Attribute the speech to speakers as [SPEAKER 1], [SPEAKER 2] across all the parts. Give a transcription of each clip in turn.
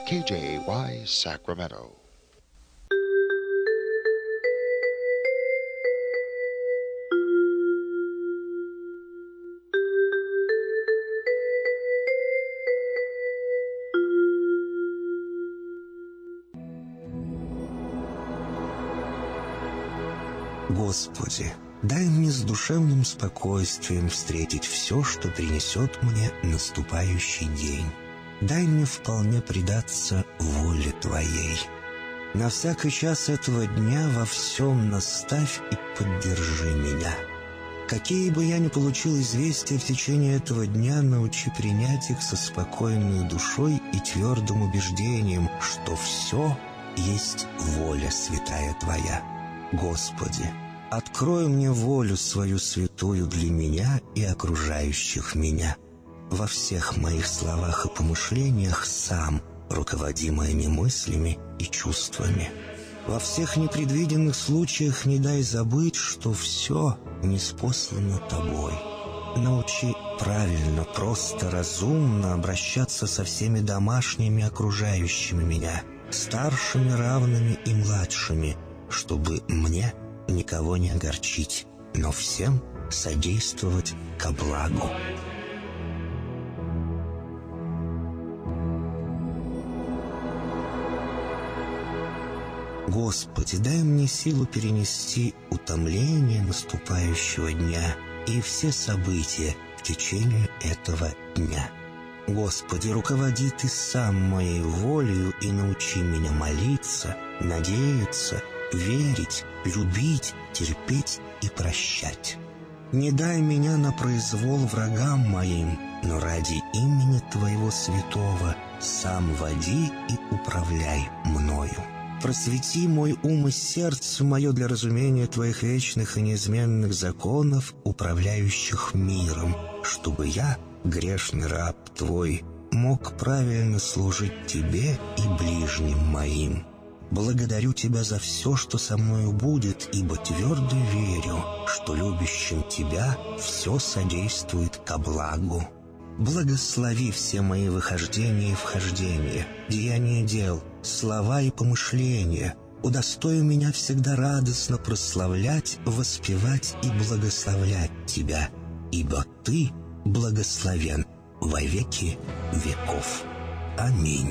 [SPEAKER 1] KJY Sacramento.
[SPEAKER 2] Господи, дай мне с душевным спокойствием встретить все, что принесет мне наступающий день. Дай мне вполне предаться воле Твоей. На всякий час этого дня во всем наставь и поддержи меня. Какие бы я ни получил известия в течение этого дня, научи принять их со спокойной душой и твердым убеждением, что все есть воля святая Твоя. Господи, открой мне волю свою святую для меня и окружающих меня. Во всех моих словах и помышлениях сам, руководи моими мыслями и чувствами. Во всех непредвиденных случаях не дай забыть, что все ниспослано Тобой. Научи правильно, просто, разумно обращаться со всеми домашними, окружающими меня, старшими, равными и младшими, чтобы мне никого не огорчить, но всем содействовать ко благу. Господи, дай мне силу перенести утомление наступающего дня и все события в течение этого дня. Господи, руководи Ты сам моей волею и научи меня молиться, надеяться, верить, любить, терпеть и прощать. Не дай меня на произвол врагам моим, но ради имени Твоего святого сам води и управляй мною. Просвети мой ум и сердце мое для разумения Твоих вечных и неизменных законов, управляющих миром, чтобы я, грешный раб Твой, мог правильно служить Тебе и ближним моим. Благодарю Тебя за все, что со мною будет, ибо твердо верю, что любящим Тебя все содействует ко благу. Благослови все мои выхождения и вхождения, деяния дел, слова и помышления. Удостой меня всегда радостно прославлять, воспевать и благословлять Тебя, ибо Ты благословен во веки веков. Аминь.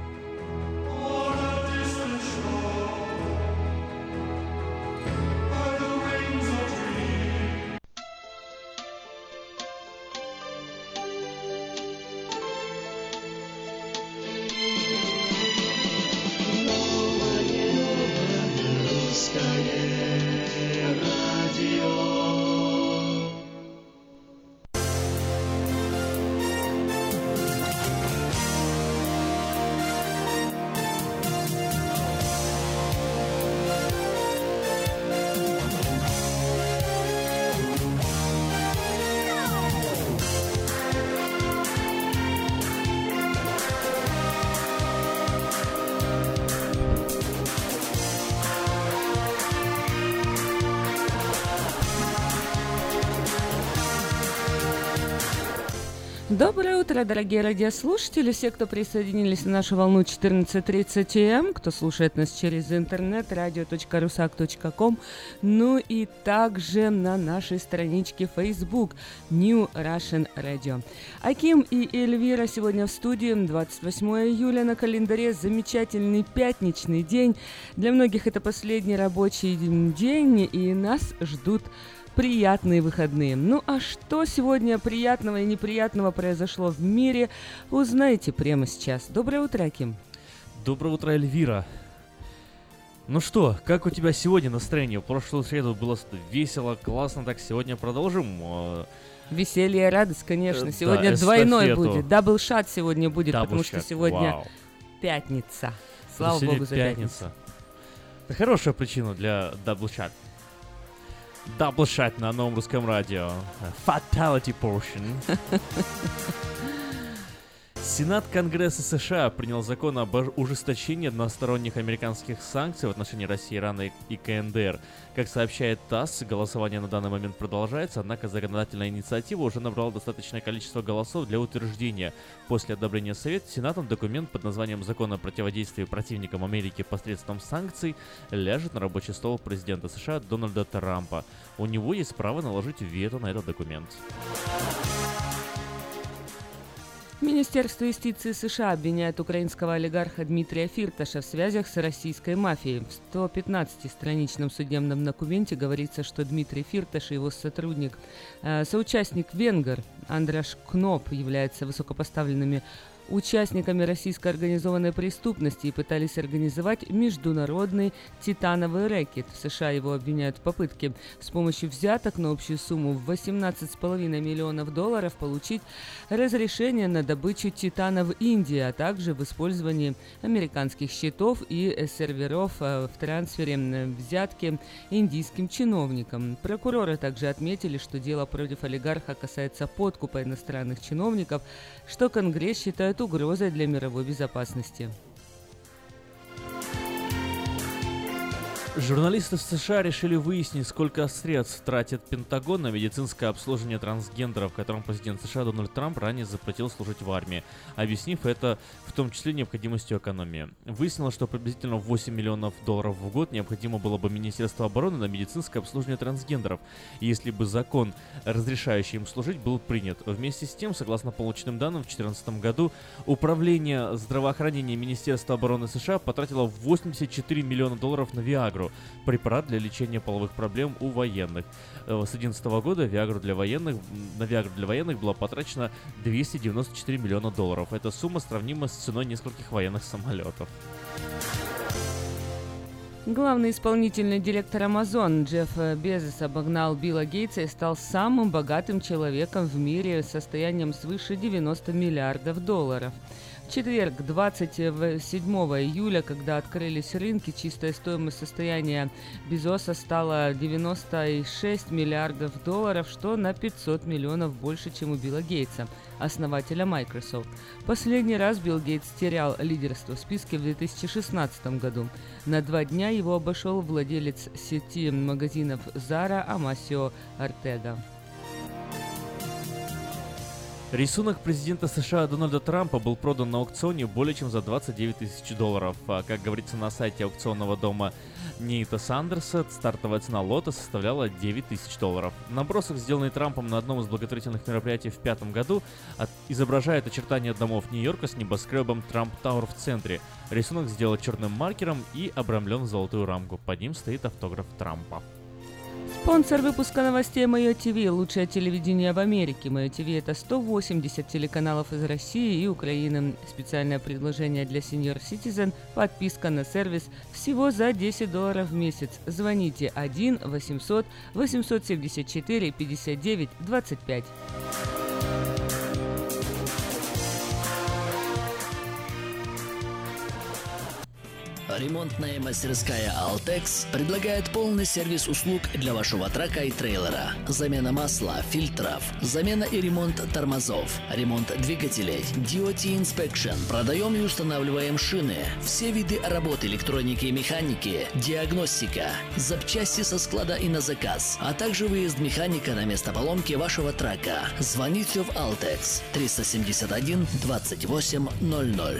[SPEAKER 3] Доброе утро, дорогие радиослушатели, все, кто присоединились на нашу волну 14:30 м, кто слушает нас через интернет, radio.rusak.com, ну и также на нашей страничке Facebook New Russian Radio. Аким и Эльвира сегодня в студии, 28 июля на календаре, замечательный пятничный день. Для многих это последний рабочий день, и нас ждут приятные выходные. Ну а что сегодня приятного и неприятного произошло в мире, узнаете прямо сейчас. Доброе утро, Аким.
[SPEAKER 4] Доброе утро, Эльвира. Ну что, как у тебя сегодня настроение? В прошлую среду было весело, классно, так сегодня продолжим.
[SPEAKER 3] Веселье и радость, конечно. Сегодня да, двойной будет. Даблшат сегодня будет, потому что сегодня пятница. Слава Богу за пятницу.
[SPEAKER 4] Это хорошая причина для даблшат. Даблшат на новом русском радио. Fatality Portion. Сенат Конгресса США принял закон об ужесточении односторонних американских санкций в отношении России, Ирана и КНДР. Как сообщает ТАСС, голосование на данный момент продолжается, однако законодательная инициатива уже набрала достаточное количество голосов для утверждения. После одобрения Сенатом документ под названием «Закон о противодействии противникам Америки посредством санкций» ляжет на рабочий стол президента США Дональда Трампа. У него есть право наложить вето на этот документ.
[SPEAKER 3] Министерство юстиции США обвиняет украинского олигарха Дмитрия Фирташа в связях с российской мафией. В 115-страничном судебном документе говорится, что Дмитрий Фирташ и его сотрудник, соучастник венгер Андраш Кноп являются высокопоставленными участниками российской организованной преступности и пытались организовать международный титановый рэкет. В США его обвиняют в попытке с помощью взяток на общую сумму в $18,5 миллионов получить разрешение на добычу титана в Индии, а также в использовании американских счетов и серверов в трансфере взятки индийским чиновникам. Прокуроры также отметили, что дело против олигарха касается подкупа иностранных чиновников, что Конгресс считает угрозой для мировой безопасности.
[SPEAKER 4] Журналисты в США решили выяснить, сколько средств тратит Пентагон на медицинское обслуживание трансгендеров, которым президент США Дональд Трамп ранее запретил служить в армии, объяснив это в том числе необходимостью экономии. Выяснилось, что приблизительно $8 миллионов в год необходимо было бы Министерству обороны на медицинское обслуживание трансгендеров, если бы закон, разрешающий им служить, был принят. Вместе с тем, согласно полученным данным, в 2014 году Управление здравоохранения Министерства обороны США потратило $84 миллиона на Виагру, препарат для лечения половых проблем у военных. С 2011 года на Виагру для военных было потрачено $294 миллиона. Эта сумма сравнима с ценой нескольких военных самолетов.
[SPEAKER 3] Главный исполнительный директор Amazon Джефф Безос обогнал Билла Гейтса и стал самым богатым человеком в мире с состоянием свыше $90 миллиардов. В четверг, 27 июля, когда открылись рынки, чистая стоимость состояния Безоса стала $96 миллиардов, что на 500 миллионов больше, чем у Билла Гейтса, основателя Microsoft. Последний раз Билл Гейтс терял лидерство в списке в 2016 году. На 2 дня его обошел владелец сети магазинов Zara Амасио Ортега.
[SPEAKER 4] Рисунок президента США Дональда Трампа был продан на аукционе более чем за $29 тысяч. Как говорится на сайте аукционного дома Нейта Сандерса, стартовая цена лота составляла $9 тысяч. Набросок, сделанный Трампом на одном из благотворительных мероприятий в 2005 году, изображает очертания домов Нью-Йорка с небоскребом Трамп Тауэр в центре. Рисунок сделан черным маркером и обрамлен в золотую рамку. Под ним стоит автограф Трампа.
[SPEAKER 3] Спонсор выпуска новостей Мое ТВ, лучшее телевидение в Америке. Мое ТВ — это 180 телеканалов из России и Украины. Специальное предложение для Senior Citizen – подписка на сервис всего за $10 в месяц. Звоните 1-800-874-59-25.
[SPEAKER 5] Ремонтная мастерская «Алтекс» предлагает полный сервис услуг для вашего трака и трейлера. Замена масла, фильтров, замена и ремонт тормозов, ремонт двигателей, DOT Inspection. Продаем и устанавливаем шины, все виды работ электроники и механики, диагностика, запчасти со склада и на заказ, а также выезд механика на место поломки вашего трака. Звоните в «Алтекс» 371 28 00.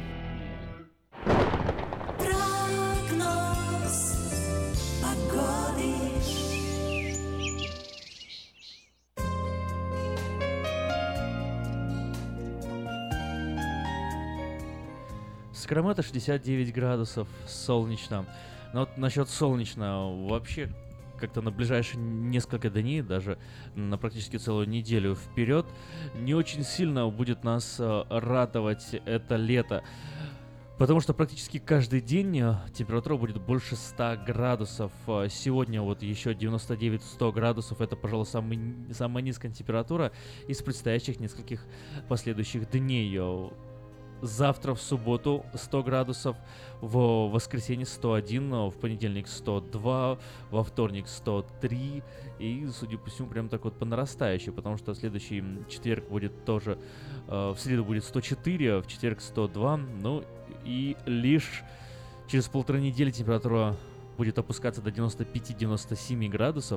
[SPEAKER 4] Сакраменто 69 градусов, солнечно. Но вот насчет солнечно, вообще как-то на ближайшие несколько дней, даже на практически целую неделю вперед, не очень сильно будет нас радовать это лето. Потому что практически каждый день температура будет больше 100 градусов. Сегодня вот еще 99-100 градусов. Это, пожалуй, самая низкая температура из предстоящих нескольких последующих дней. Завтра в субботу 100 градусов, в воскресенье 101, в понедельник 102, во вторник 103. И, судя по всему, прям так вот по нарастающей, потому что следующий четверг будет тоже, в среду будет 104, в четверг 102. Ну и лишь через полторы недели температура будет опускаться до 95-97 градусов.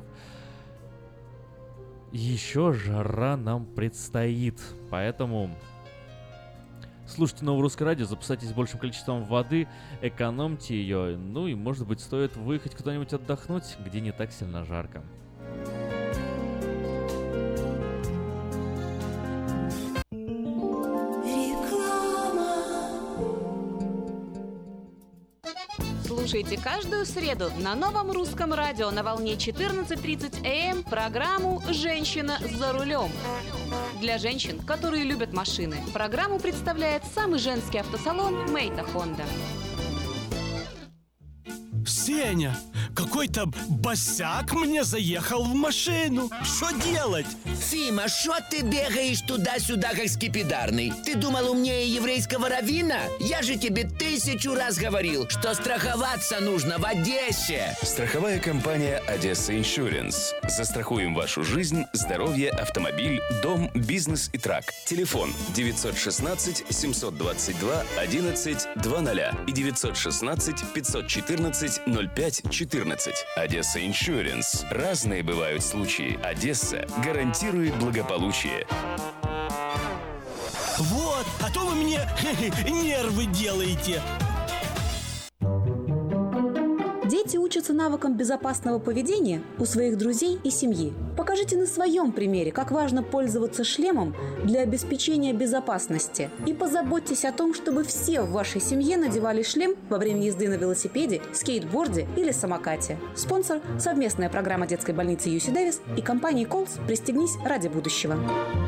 [SPEAKER 4] Еще жара нам предстоит, поэтому слушайте Новое Русское Радио, запасайтесь большим количеством воды, экономьте ее, ну и, может быть, стоит выехать куда-нибудь отдохнуть, где не так сильно жарко.
[SPEAKER 6] Слушайте каждую среду на Новом Русском Радио на волне 14:30 АМ программу «Женщина за рулем». Для женщин, которые любят машины, программу представляет самый женский автосалон «Мейта Хонда».
[SPEAKER 7] Сеня, какой-то босяк мне заехал в машину. Что делать?
[SPEAKER 8] Фима, что ты бегаешь туда-сюда, как скипидарный? Ты думал умнее еврейского раввина? Я же тебе 1000 раз говорил, что страховаться нужно в Одессе.
[SPEAKER 9] Страховая компания «Одесса Иншуренс». Застрахуем вашу жизнь, здоровье, автомобиль, дом, бизнес и трак. Телефон 916-722-11-00 и 916-514-05-14. Одесса Иншуренс. Разные бывают случаи. Одесса гарантирует благополучие.
[SPEAKER 7] Вот, а то вы мне нервы делаете.
[SPEAKER 10] Дети учатся навыкам безопасного поведения у своих друзей и семьи. Покажите на своем примере, как важно пользоваться шлемом для обеспечения безопасности. И позаботьтесь о том, чтобы все в вашей семье надевали шлем во время езды на велосипеде, скейтборде или самокате. Спонсор – совместная программа детской больницы UC Дэвис и компании Колс «Пристегнись ради будущего».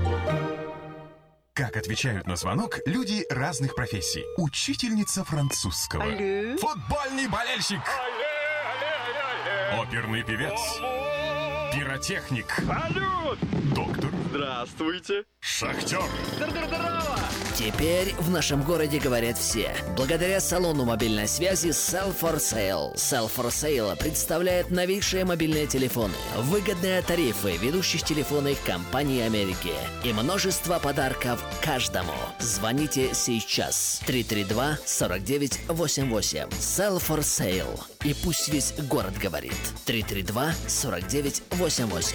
[SPEAKER 11] Как отвечают на звонок люди разных профессий. Учительница французского.
[SPEAKER 12] Алле.
[SPEAKER 11] Футбольный болельщик.
[SPEAKER 12] Алле.
[SPEAKER 11] Оперный певец. Пиротехник.
[SPEAKER 12] Салют!
[SPEAKER 11] Доктор.
[SPEAKER 12] Здравствуйте.
[SPEAKER 11] Шахтер.
[SPEAKER 12] Здорово!
[SPEAKER 5] Теперь в нашем городе говорят все. Благодаря салону мобильной связи Sell for Sale. Sell for Sale представляет новейшие мобильные телефоны, выгодные тарифы ведущих телефонных компаний Америки и множество подарков каждому. Звоните сейчас. 332-4988. Sell for Sale. И пусть весь город говорит. 332-4988.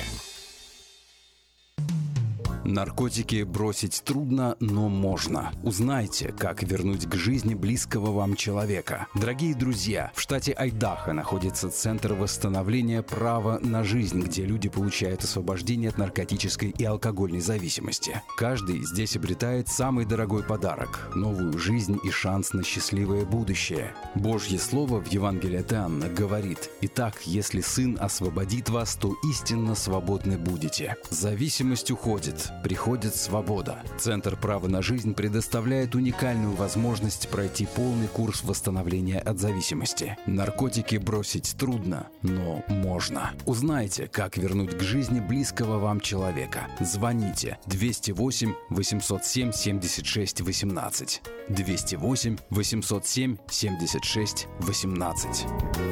[SPEAKER 13] Наркотики бросить трудно, но можно. Узнайте, как вернуть к жизни близкого вам человека. Дорогие друзья, в штате Айдахо находится Центр восстановления права на жизнь, где люди получают освобождение от наркотической и алкогольной зависимости. Каждый здесь обретает самый дорогой подарок – новую жизнь и шанс на счастливое будущее. Божье Слово в Евангелии от Иоанна говорит: «Итак, если Сын освободит вас, то истинно свободны будете». Зависимость уходит. Приходит свобода. Центр права на жизнь предоставляет уникальную возможность пройти полный курс восстановления от зависимости. Наркотики бросить трудно, но можно. Узнайте, как вернуть к жизни близкого вам человека. Звоните 208 807 76 18. 208 807 76 18.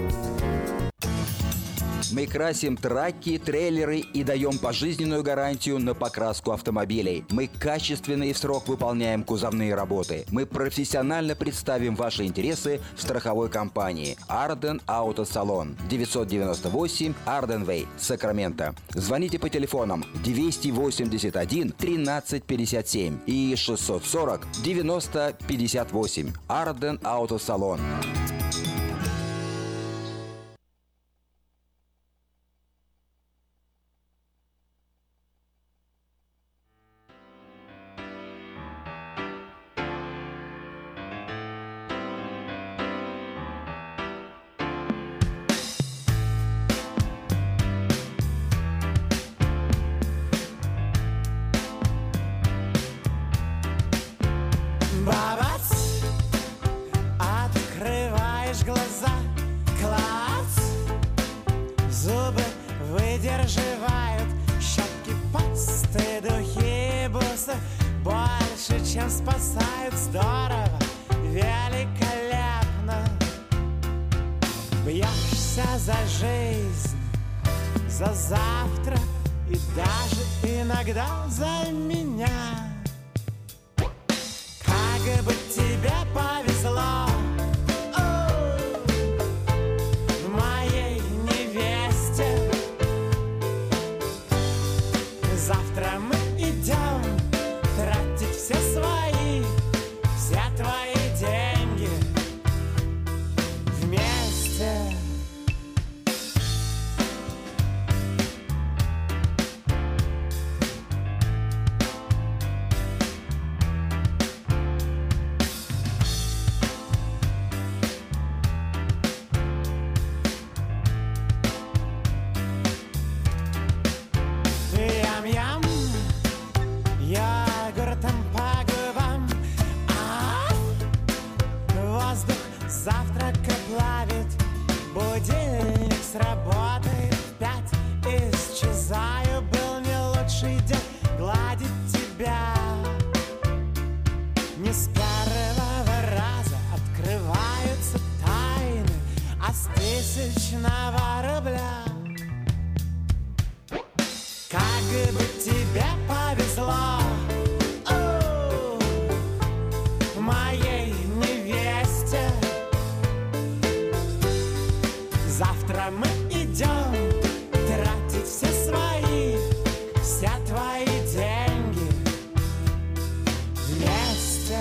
[SPEAKER 14] Мы красим траки, трейлеры и даем пожизненную гарантию на покраску автомобилей. Мы качественно и в срок выполняем кузовные работы. Мы профессионально представим ваши интересы в страховой компании Арден Автосалон. 998 Арден Вей, Сакраменто. Звоните по телефонам 281 13 57 и 640 90 58. Арден Автосалон.
[SPEAKER 15] Бабац, открываешь глаза, клац, зубы выдерживают, щетки, пасты, духи, бусы, больше больше, чем спасают. Здорово, великолепно. Бьешься за жизнь, за завтра и даже иногда за меня. Как бы тебе повезло моей невесте. Завтра мы идем тратить все свои, все твои деньги вместе. Ям-ям, йогуртом по губам. Воздух завтрака плавит. Будильник сработает в 5. Исчезаю, был не лучший день гладить тебя. Не с первого раза открываются тайны, а с 1000 рубля. Как бы тебе повезло моей невесте. Завтра мы идем тратить все свои, все твои деньги вместе.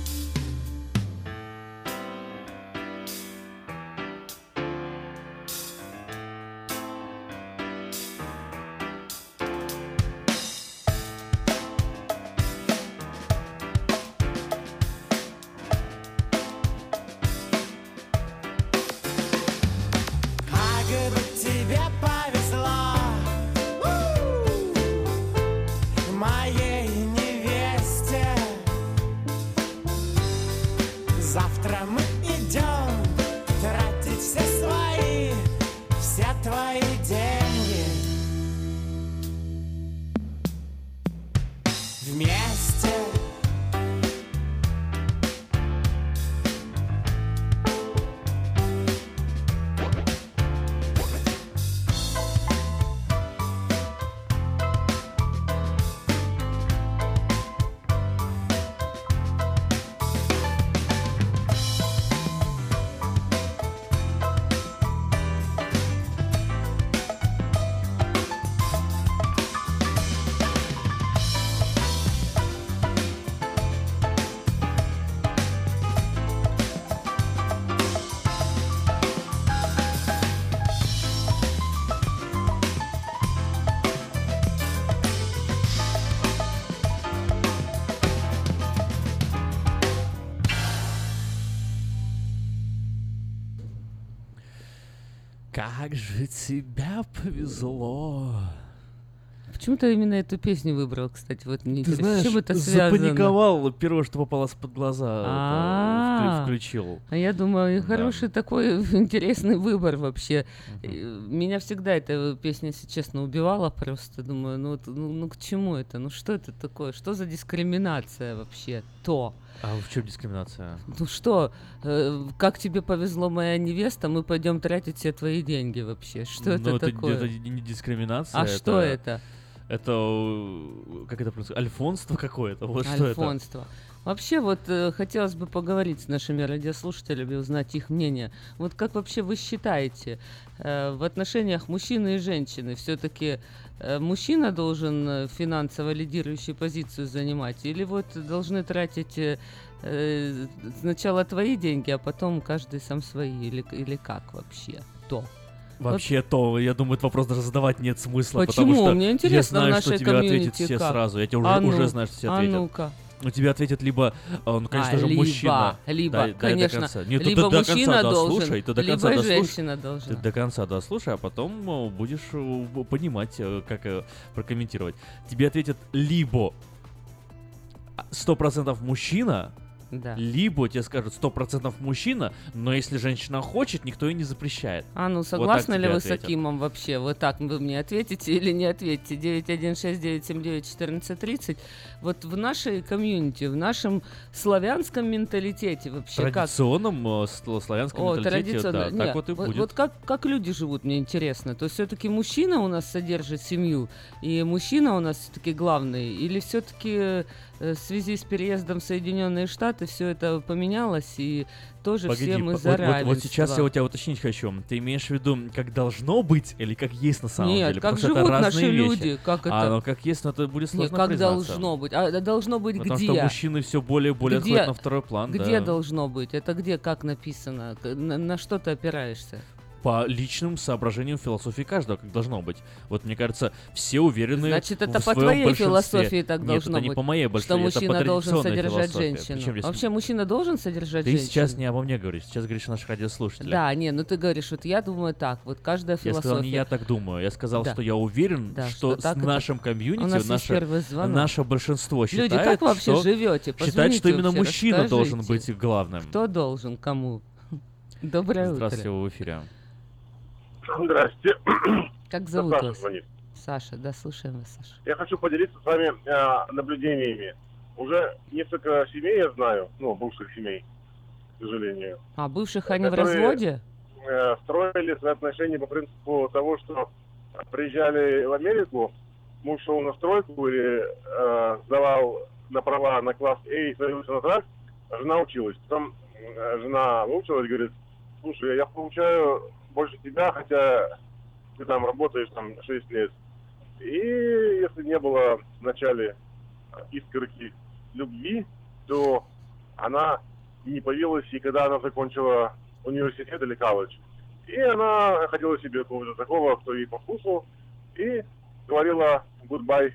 [SPEAKER 15] Как бы тебе повезло моей невесте. Завтра мы идем тратить все свои, все твои деньги вместе.
[SPEAKER 4] Как же тебя повезло.
[SPEAKER 3] Почему ты именно эту песню выбрал, кстати? Вот мне
[SPEAKER 4] Ты
[SPEAKER 3] интересно,
[SPEAKER 4] знаешь,
[SPEAKER 3] с чем это связано?
[SPEAKER 4] запаниковал, первое, что попалось под глаза, включил.
[SPEAKER 3] А я думаю, хороший такой интересный выбор вообще. Меня всегда эта песня, если честно, убивала просто. Думаю, ну к чему это? Ну что это такое? Что за дискриминация вообще?
[SPEAKER 4] А в чем дискриминация?
[SPEAKER 3] Ну что, как тебе повезло, моя невеста, мы пойдем тратить все твои деньги вообще. Что это такое?
[SPEAKER 4] Это не дискриминация.
[SPEAKER 3] А что это?
[SPEAKER 4] Это, как это происходит, альфонство какое-то. Вот что это.
[SPEAKER 3] Альфонство. Вообще вот хотелось бы поговорить с нашими радиослушателями, узнать их мнение. Вот как вообще вы считаете, в отношениях мужчины и женщины все-таки мужчина должен финансово лидирующую позицию занимать, или вот должны тратить сначала твои деньги, а потом каждый сам свои, или как вообще?
[SPEAKER 4] Вообще-то, я думаю, этот вопрос даже задавать нет смысла.
[SPEAKER 3] Почему?
[SPEAKER 4] Потому что
[SPEAKER 3] мне интересно,
[SPEAKER 4] я знаю,
[SPEAKER 3] в нашей
[SPEAKER 4] что тебе ответят все
[SPEAKER 3] как?
[SPEAKER 4] сразу. Я тебе уже знаю, что тебе ответят.
[SPEAKER 3] ну-ка.
[SPEAKER 4] Ну, тебе ответят либо, ну, конечно же, мужчина.
[SPEAKER 3] Либо, конечно.
[SPEAKER 4] До конца. Нет,
[SPEAKER 3] либо
[SPEAKER 4] ты
[SPEAKER 3] мужчина
[SPEAKER 4] до конца
[SPEAKER 3] должен,
[SPEAKER 4] дослушай, ты до конца
[SPEAKER 3] либо
[SPEAKER 4] дослушай,
[SPEAKER 3] женщина должна.
[SPEAKER 4] Ты до конца дослушай, а потом будешь понимать, как прокомментировать. Тебе ответят либо 100% мужчина,
[SPEAKER 3] Да.
[SPEAKER 4] Либо тебе скажут 100% мужчина, но если женщина хочет, никто ей не запрещает.
[SPEAKER 3] А ну согласны ли вы с Акимом вообще? Вот так вы мне ответите или не ответите? 916-979-1430. Вот в нашей комьюнити, в нашем славянском менталитете вообще
[SPEAKER 4] традиционном славянском менталитете, да,
[SPEAKER 3] Нет,
[SPEAKER 4] так вот и будет.
[SPEAKER 3] Вот как люди живут, мне интересно. То есть все-таки мужчина у нас содержит семью, и мужчина у нас все-таки главный, или все-таки в связи с переездом в Соединенные Штаты все это поменялось, и тоже все мы за равенство.
[SPEAKER 4] Вот сейчас я у тебя уточнить хочу. Ты имеешь в виду, как должно быть, или как есть на самом деле?
[SPEAKER 3] Нет, как
[SPEAKER 4] Потому
[SPEAKER 3] живут
[SPEAKER 4] это
[SPEAKER 3] наши
[SPEAKER 4] вещи.
[SPEAKER 3] люди, как это?
[SPEAKER 4] Ну как есть, но это будет сложно
[SPEAKER 3] как
[SPEAKER 4] признаться.
[SPEAKER 3] Должно быть? А должно быть
[SPEAKER 4] Потому
[SPEAKER 3] где?
[SPEAKER 4] Потому что мужчины все более и более отходят на второй план.
[SPEAKER 3] Где должно быть? Это где, как написано? На что ты опираешься?
[SPEAKER 4] По личным соображениям философии каждого, как должно быть. Вот мне кажется, все уверены.
[SPEAKER 3] Значит, это
[SPEAKER 4] в
[SPEAKER 3] по
[SPEAKER 4] своем
[SPEAKER 3] твоей
[SPEAKER 4] большинстве.
[SPEAKER 3] философии так
[SPEAKER 4] Нет,
[SPEAKER 3] должно
[SPEAKER 4] это
[SPEAKER 3] быть.
[SPEAKER 4] Не по моей большой,
[SPEAKER 3] что мужчина
[SPEAKER 4] это по
[SPEAKER 3] должен содержать
[SPEAKER 4] философии.
[SPEAKER 3] женщину. Вообще мужчина должен содержать
[SPEAKER 4] ты
[SPEAKER 3] женщину.
[SPEAKER 4] Ты сейчас не обо мне говоришь, сейчас говоришь о наших радиослушателях.
[SPEAKER 3] Да, ну ты говоришь, вот я думаю так, вот каждая философия.
[SPEAKER 4] Я сказал, не я так думаю, я сказал, что я уверен, что в нашем комьюнити наше большинство считает,
[SPEAKER 3] люди, как вообще живете?
[SPEAKER 4] Считает, что именно мужчина должен быть главным.
[SPEAKER 3] Кто должен, кому? Доброе утро.
[SPEAKER 4] Здравствуйте, вы в эфире.
[SPEAKER 16] Здрасте.
[SPEAKER 3] Как зовут вас? Саша, да, слушаем вас, Саша.
[SPEAKER 16] Я хочу поделиться с вами наблюдениями. Уже несколько семей я знаю, бывших семей, к сожалению.
[SPEAKER 3] А бывших они в разводе?
[SPEAKER 16] Строили свои отношения по принципу того, что приезжали в Америку, муж шел на стройку или сдавал на права на класс А и садился на трак, жена училась. Потом жена выучилась, говорит, слушай, я получаю больше тебя, хотя ты там работаешь 6 лет. И если не было в начале искорки любви, то она не появилась, и когда она закончила университет или колледж. И она находила себе какого-то такого, кто ей по вкусу, и говорила goodbye,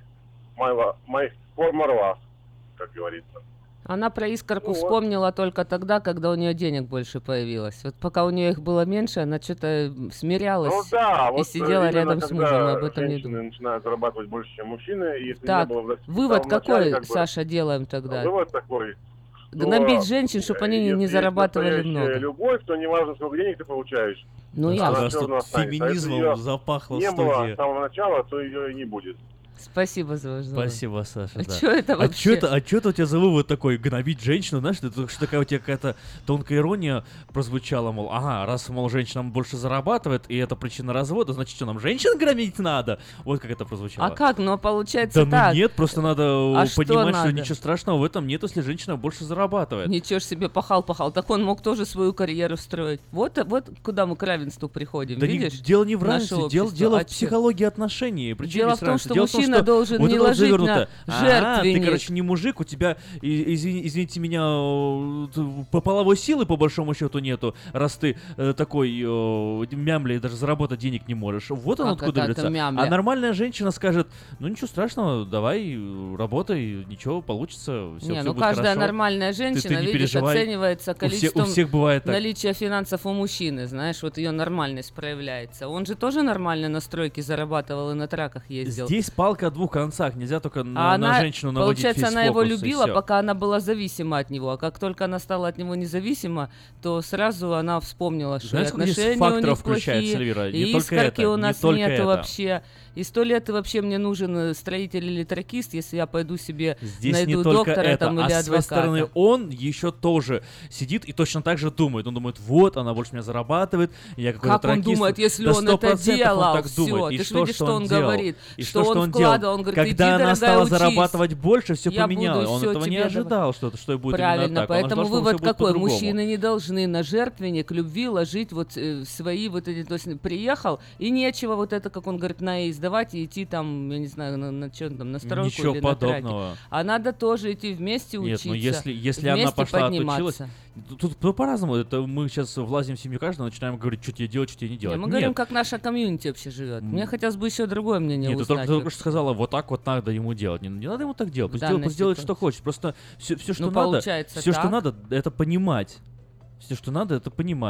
[SPEAKER 16] my former love, как говорится.
[SPEAKER 3] Она про искорку вспомнила только тогда, когда у нее денег больше появилось. Вот пока у нее их было меньше, она что-то смирялась и сидела рядом с мужем, об этом не думала.
[SPEAKER 16] Начинают зарабатывать больше, чем мужчины. И если
[SPEAKER 3] так,
[SPEAKER 16] не было
[SPEAKER 3] вывод какой, Саша, делаем тогда?
[SPEAKER 16] Вывод такой.
[SPEAKER 3] Гнобить женщин, чтобы они не зарабатывали много.
[SPEAKER 16] Любовь, то не важно, сколько денег ты получаешь.
[SPEAKER 3] Ну я.
[SPEAKER 4] Феминизмом запахло в студии.
[SPEAKER 16] Не было с самого начала, то ее и не будет.
[SPEAKER 3] Спасибо за ваш вывод.
[SPEAKER 4] Спасибо, Саша.
[SPEAKER 3] А
[SPEAKER 4] да.
[SPEAKER 3] что это вообще?
[SPEAKER 4] А что у тебя за вывод такой? Гнобить женщину, знаешь, это что такая у тебя какая-то тонкая ирония прозвучала, мол, раз, мол, женщина больше зарабатывает, и это причина развода, значит, что нам женщин громить надо? Вот как это прозвучало.
[SPEAKER 3] А как? Ну, получается
[SPEAKER 4] да,
[SPEAKER 3] так.
[SPEAKER 4] Ну нет, просто надо понимать, что
[SPEAKER 3] надо?
[SPEAKER 4] ничего страшного в этом нет, если женщина больше зарабатывает.
[SPEAKER 3] Ничего ж себе, пахал. Так он мог тоже свою карьеру строить. Вот куда мы к равенству приходим,
[SPEAKER 4] да
[SPEAKER 3] видишь?
[SPEAKER 4] дело не в равенстве, дело в психологии отношений.
[SPEAKER 3] Дело в том, что мужчина должен не ложить на жертвенник.
[SPEAKER 4] Ты, не мужик, у тебя, извините меня, по половой силы, по большому счету, нету, раз ты такой мямля и даже заработать денег не можешь. Вот оно откуда берется. А нормальная женщина скажет, ничего страшного, давай, работай, ничего, получится, все будет
[SPEAKER 3] каждая
[SPEAKER 4] хорошо.
[SPEAKER 3] Нормальная женщина, ты видишь, оценивается количеством
[SPEAKER 4] у всех бывает так.
[SPEAKER 3] наличия финансов у мужчины, знаешь, вот ее нормальность проявляется. Он же тоже нормально на стройке зарабатывал и на траках ездил.
[SPEAKER 4] Здесь палка о двух концах, нельзя только на женщину наводить
[SPEAKER 3] получается,
[SPEAKER 4] весь
[SPEAKER 3] она его
[SPEAKER 4] фокус,
[SPEAKER 3] любила, пока она была зависима от него. А как только она стала от него независима, то сразу она вспомнила, что
[SPEAKER 4] знаешь,
[SPEAKER 3] отношения у них плохие,
[SPEAKER 4] Эльвира?
[SPEAKER 3] И искорки у нас нету вообще. И 100 лет вообще мне нужен строитель или тракист, если я пойду себе
[SPEAKER 4] здесь
[SPEAKER 3] найду
[SPEAKER 4] не только
[SPEAKER 3] доктора
[SPEAKER 4] это,
[SPEAKER 3] там, или
[SPEAKER 4] с своей
[SPEAKER 3] адвоката.
[SPEAKER 4] стороны он еще тоже сидит и точно так же думает. Он думает, вот, она больше меня зарабатывает, я какой-то тракист.
[SPEAKER 3] Как он думает, если он это делал? Все, ты же видишь, что он говорит.
[SPEAKER 4] И
[SPEAKER 3] что он вкладывал. Он говорит,
[SPEAKER 4] когда она стала
[SPEAKER 3] учись.
[SPEAKER 4] зарабатывать больше, все
[SPEAKER 3] я
[SPEAKER 4] поменялось. Он этого не ожидал, что будет
[SPEAKER 3] правильно,
[SPEAKER 4] именно так.
[SPEAKER 3] Поэтому вывод какой? Мужчины не должны на жертвенник любви ложить вот свои вот эти, то есть приехал, и нечего вот это, как он говорит, на сдавать и идти там, я не знаю, на что там, на стройку
[SPEAKER 4] ничего
[SPEAKER 3] или
[SPEAKER 4] подобного.
[SPEAKER 3] на траке. А надо тоже идти вместе учиться.
[SPEAKER 4] Нет, если она пошла, отучилась, тут по-разному. Это мы сейчас влазим в семью каждого, начинаем говорить, что тебе делать, что тебе не делать.
[SPEAKER 3] Мы говорим, как наша комьюнити вообще живет. Мне хотелось бы еще другое мнение узнать.
[SPEAKER 4] Ты только что сказала, вот так вот надо ему делать. Не надо ему так делать. Пусть делает, что хочет. Просто все, что надо, это понимать. Все, что надо, это понимать.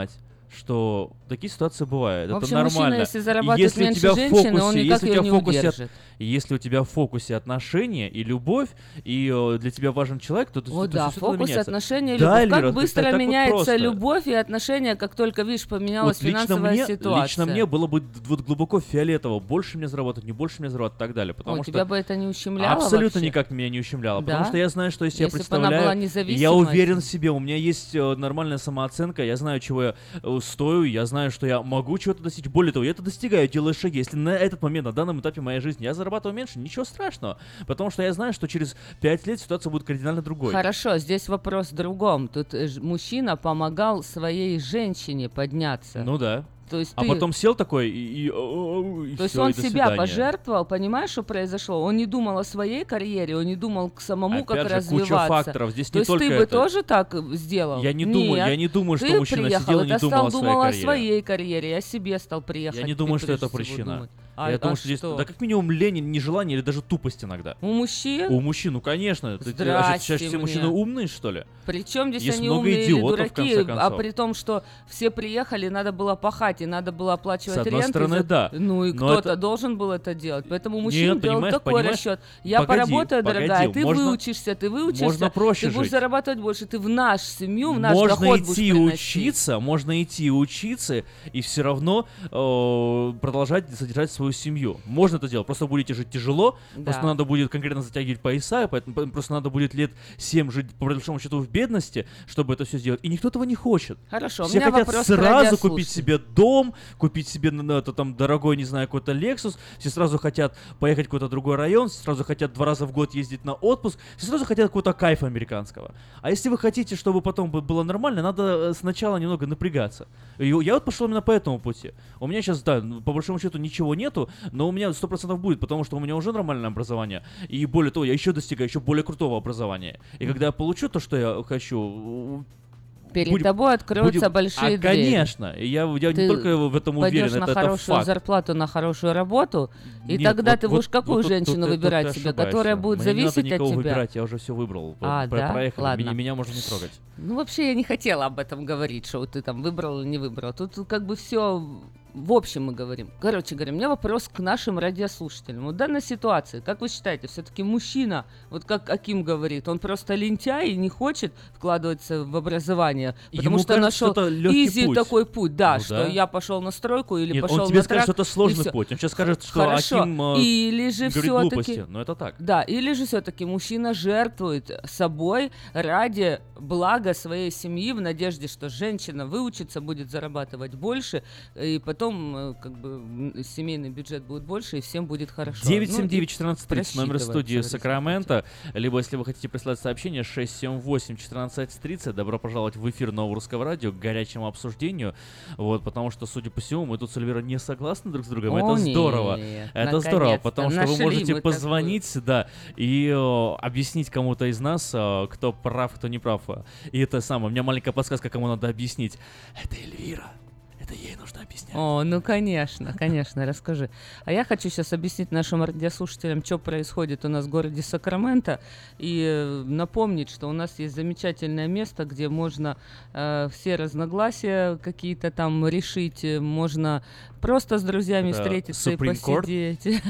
[SPEAKER 4] что такие ситуации бывают.
[SPEAKER 3] В общем,
[SPEAKER 4] это нормально.
[SPEAKER 3] мужчина, если зарабатывает меньше женщины, он никак ее не удержит.
[SPEAKER 4] Если у тебя в фокусе отношения и любовь, и для тебя важен человек, то
[SPEAKER 3] вот
[SPEAKER 4] то
[SPEAKER 3] да,
[SPEAKER 4] все
[SPEAKER 3] фокус,
[SPEAKER 4] меняется.
[SPEAKER 3] отношения,
[SPEAKER 4] да,
[SPEAKER 3] любовь.
[SPEAKER 4] Эльвира,
[SPEAKER 3] Как быстро меняется
[SPEAKER 4] вот
[SPEAKER 3] любовь и отношения, как только, видишь, поменялась
[SPEAKER 4] вот
[SPEAKER 3] финансовая ситуация.
[SPEAKER 4] Лично мне было бы вот глубоко фиолетово, больше мне заработать, не больше мне заработать и так далее. Потому что
[SPEAKER 3] тебя бы это не ущемляло
[SPEAKER 4] абсолютно
[SPEAKER 3] вообще?
[SPEAKER 4] никак меня не ущемляло.
[SPEAKER 3] Да?
[SPEAKER 4] Потому что я знаю, что если я
[SPEAKER 3] она была
[SPEAKER 4] представляю, я уверен в себе, у меня есть нормальная самооценка, я знаю, чего я стою, я знаю, что я могу чего-то достичь. Более того, я это достигаю, делаю шаги. Если на этот момент, на данном этапе моей жизни я зарабатываю меньше, ничего страшного. Потому что я знаю, что через 5 лет ситуация будет кардинально другой.
[SPEAKER 3] Хорошо, здесь вопрос в другом. Тут мужчина помогал своей женщине подняться.
[SPEAKER 4] Ну да.
[SPEAKER 3] То есть
[SPEAKER 4] а потом сел такой и
[SPEAKER 3] то есть
[SPEAKER 4] всё,
[SPEAKER 3] он
[SPEAKER 4] и до
[SPEAKER 3] себя
[SPEAKER 4] свидания.
[SPEAKER 3] пожертвовал, понимаешь, что произошло? Он не думал о своей карьере, он не думал к самому,
[SPEAKER 4] опять
[SPEAKER 3] как
[SPEAKER 4] же,
[SPEAKER 3] развиваться.
[SPEAKER 4] куча факторов. Здесь
[SPEAKER 3] то
[SPEAKER 4] не
[SPEAKER 3] есть
[SPEAKER 4] только
[SPEAKER 3] ты бы
[SPEAKER 4] это.
[SPEAKER 3] тоже так сделал?
[SPEAKER 4] Я не думаю, что
[SPEAKER 3] ты
[SPEAKER 4] мужчина
[SPEAKER 3] приехал,
[SPEAKER 4] сидел и не думал
[SPEAKER 3] о своей карьере, о себе стал приехать.
[SPEAKER 4] Я не думаю, что это причина.
[SPEAKER 3] Я
[SPEAKER 4] думаю, что здесь, да как минимум лень, нежелание или даже тупость иногда.
[SPEAKER 3] У мужчин?
[SPEAKER 4] У мужчин, ну конечно. Сейчас все мужчины умные, что ли?
[SPEAKER 3] Причем здесь
[SPEAKER 4] есть
[SPEAKER 3] они
[SPEAKER 4] много
[SPEAKER 3] умные
[SPEAKER 4] идиотов,
[SPEAKER 3] или
[SPEAKER 4] в конце
[SPEAKER 3] дураки,
[SPEAKER 4] концов.
[SPEAKER 3] а при том, что все приехали, надо было пахать, и надо было оплачивать ренту.
[SPEAKER 4] С одной стороны, да.
[SPEAKER 3] Ну и
[SPEAKER 4] но
[SPEAKER 3] кто-то должен был это делать. Поэтому мужчина делал такой
[SPEAKER 4] понимаешь?
[SPEAKER 3] расчет. Я поработаю, дорогая, ты выучишься,
[SPEAKER 4] можно проще
[SPEAKER 3] ты будешь
[SPEAKER 4] жить.
[SPEAKER 3] зарабатывать больше, ты в нашу семью, в наш
[SPEAKER 4] можно
[SPEAKER 3] доход
[SPEAKER 4] идти
[SPEAKER 3] будешь приносить.
[SPEAKER 4] учиться, можно идти учиться и все равно продолжать содержать свою семью. Можно это делать, просто будете жить тяжело, просто надо будет конкретно затягивать пояса, поэтому просто надо будет лет 7 жить по большому счету в бедности, чтобы это все сделать. И никто этого не хочет.
[SPEAKER 3] Хорошо,
[SPEAKER 4] все
[SPEAKER 3] у меня
[SPEAKER 4] хотят
[SPEAKER 3] вопрос
[SPEAKER 4] сразу купить себе дом, купить себе это там дорогой, не знаю, какой-то Lexus, все сразу хотят поехать в какой-то другой район, все сразу хотят 2 раза в год ездить на отпуск, все сразу хотят какого-то кайфа американского. А если вы хотите, чтобы потом было нормально, надо сначала немного напрягаться. И я вот пошел именно по этому пути. У меня сейчас, да, по большому счету ничего нету, но у меня 100% будет, потому что у меня уже нормальное образование. И более того, я еще достигаю еще более крутого образования. И когда я получу то, что я хочу...
[SPEAKER 3] Перед тобой откроются большие двери.
[SPEAKER 4] Конечно. Я не только в этом уверен,
[SPEAKER 3] это факт. Пойдешь на хорошую зарплату, на хорошую работу, и
[SPEAKER 4] нет,
[SPEAKER 3] тогда ты будешь какую женщину выбирать себе, которая будет
[SPEAKER 4] Мне
[SPEAKER 3] зависеть
[SPEAKER 4] не надо
[SPEAKER 3] от тебя?
[SPEAKER 4] Выбирать, я уже все выбрал. Проехал,
[SPEAKER 3] Ладно.
[SPEAKER 4] меня можно не трогать.
[SPEAKER 3] Ну, вообще, я не хотела об этом говорить, что ты там выбрал или не выбрал. Тут как бы все... В общем мы говорим. Короче говоря, у меня вопрос к нашим радиослушателям. Вот в данной ситуации, как вы считаете, все-таки мужчина, вот как Аким говорит, он просто лентяй и не хочет вкладываться в образование, потому что нашел изи такой путь, да,
[SPEAKER 4] ну,
[SPEAKER 3] что
[SPEAKER 4] да.
[SPEAKER 3] я пошел на стройку или
[SPEAKER 4] Нет,
[SPEAKER 3] пошел на трак.
[SPEAKER 4] он тебе скажет, что это сложный путь. Он сейчас скажет, что
[SPEAKER 3] Хорошо.
[SPEAKER 4] Аким
[SPEAKER 3] или же
[SPEAKER 4] говорит глупости, но это так.
[SPEAKER 3] Да, или же все-таки мужчина жертвует собой ради блага своей семьи в надежде, что женщина выучится, будет зарабатывать больше, и потом как бы семейный бюджет будет больше, и всем будет хорошо.
[SPEAKER 4] 979-1430, номер студии Сакраменто. Либо, если вы хотите прислать сообщение, 678-1430. Добро пожаловать в эфир Нового Русского Радио к горячему обсуждению. Вот, потому что, судя по всему, мы тут с Эльвирой не согласны друг с другом. Это здорово. Это здорово, потому что вы можете позвонить сюда и объяснить кому-то из нас, кто прав, кто не прав. И это самое, у меня маленькая подсказка, кому надо объяснить. Это Эльвира. Это ей нужно объяснять.
[SPEAKER 3] О, ну конечно, расскажи. А я хочу сейчас объяснить нашим радиослушателям, что происходит у нас в городе Сакраменто, и напомнить, что у нас есть замечательное место, где можно все разногласия какие-то там решить, можно просто с друзьями встретиться и посидеть.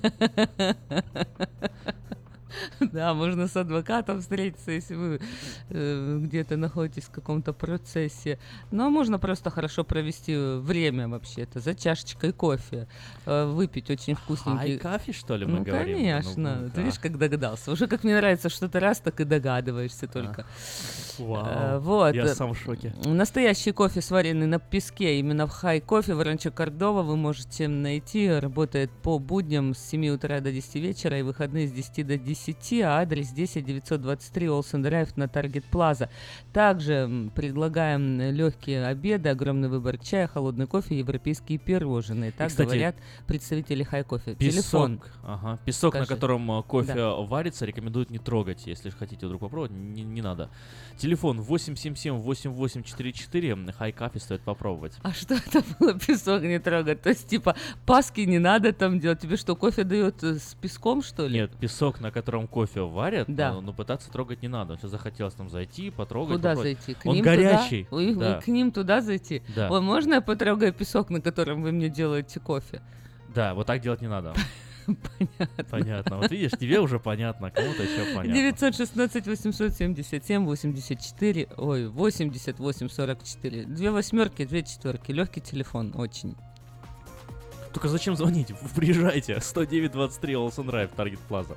[SPEAKER 3] Да, можно с адвокатом встретиться, если вы где-то находитесь в каком-то процессе. Но можно просто хорошо провести время вообще-то за чашечкой кофе, выпить очень вкусненький.
[SPEAKER 4] Кофе, что ли, мы говорим?
[SPEAKER 3] Конечно. Ты видишь, как догадался. Уже как мне нравится, что ты раз так и догадываешься только.
[SPEAKER 4] Вау,
[SPEAKER 3] вот.
[SPEAKER 4] Я сам в шоке.
[SPEAKER 3] Настоящий кофе, сваренный на песке, именно в Хай Кофе в Ранчо Кордова, вы можете найти. Работает по будням с 7 утра до 10 вечера и выходные с 10 до 10. А адрес 10923 Олсен Драйв на Таргет Плаза. Также предлагаем легкие обеды, огромный выбор чая, холодный кофе, европейские пирожные. Так, кстати, говорят представители Хай Кофе. Телефон.
[SPEAKER 4] Песок, на котором кофе варится, рекомендуют не трогать. Если хотите вдруг попробовать, не надо. Телефон 877-8844. Хай Кофе стоит попробовать.
[SPEAKER 3] А что это было, песок не трогать? То есть, типа, паски не надо там делать? Тебе что, кофе дает с песком, что ли?
[SPEAKER 4] Нет, песок, на котором котором кофе варят,
[SPEAKER 3] Да.
[SPEAKER 4] но пытаться трогать не надо. Сейчас захотелось там зайти, потрогать.
[SPEAKER 3] Куда
[SPEAKER 4] попробовать.
[SPEAKER 3] зайти? К
[SPEAKER 4] Он
[SPEAKER 3] ним
[SPEAKER 4] горячий.
[SPEAKER 3] Туда? Вы
[SPEAKER 4] Да.
[SPEAKER 3] к ним туда зайти?
[SPEAKER 4] Да.
[SPEAKER 3] Ой, можно я потрогаю песок, на котором вы мне делаете кофе?
[SPEAKER 4] Да, вот так делать не надо.
[SPEAKER 3] Понятно.
[SPEAKER 4] Понятно. Вот видишь, тебе уже понятно, кому-то еще понятно.
[SPEAKER 3] 916 877 84, ой, 88 44. 2 восьмерки, 2 четверки. Легкий телефон, очень.
[SPEAKER 4] Только зачем звонить? Приезжайте. 109-23 Олсен Драйв, Таргет Плаза.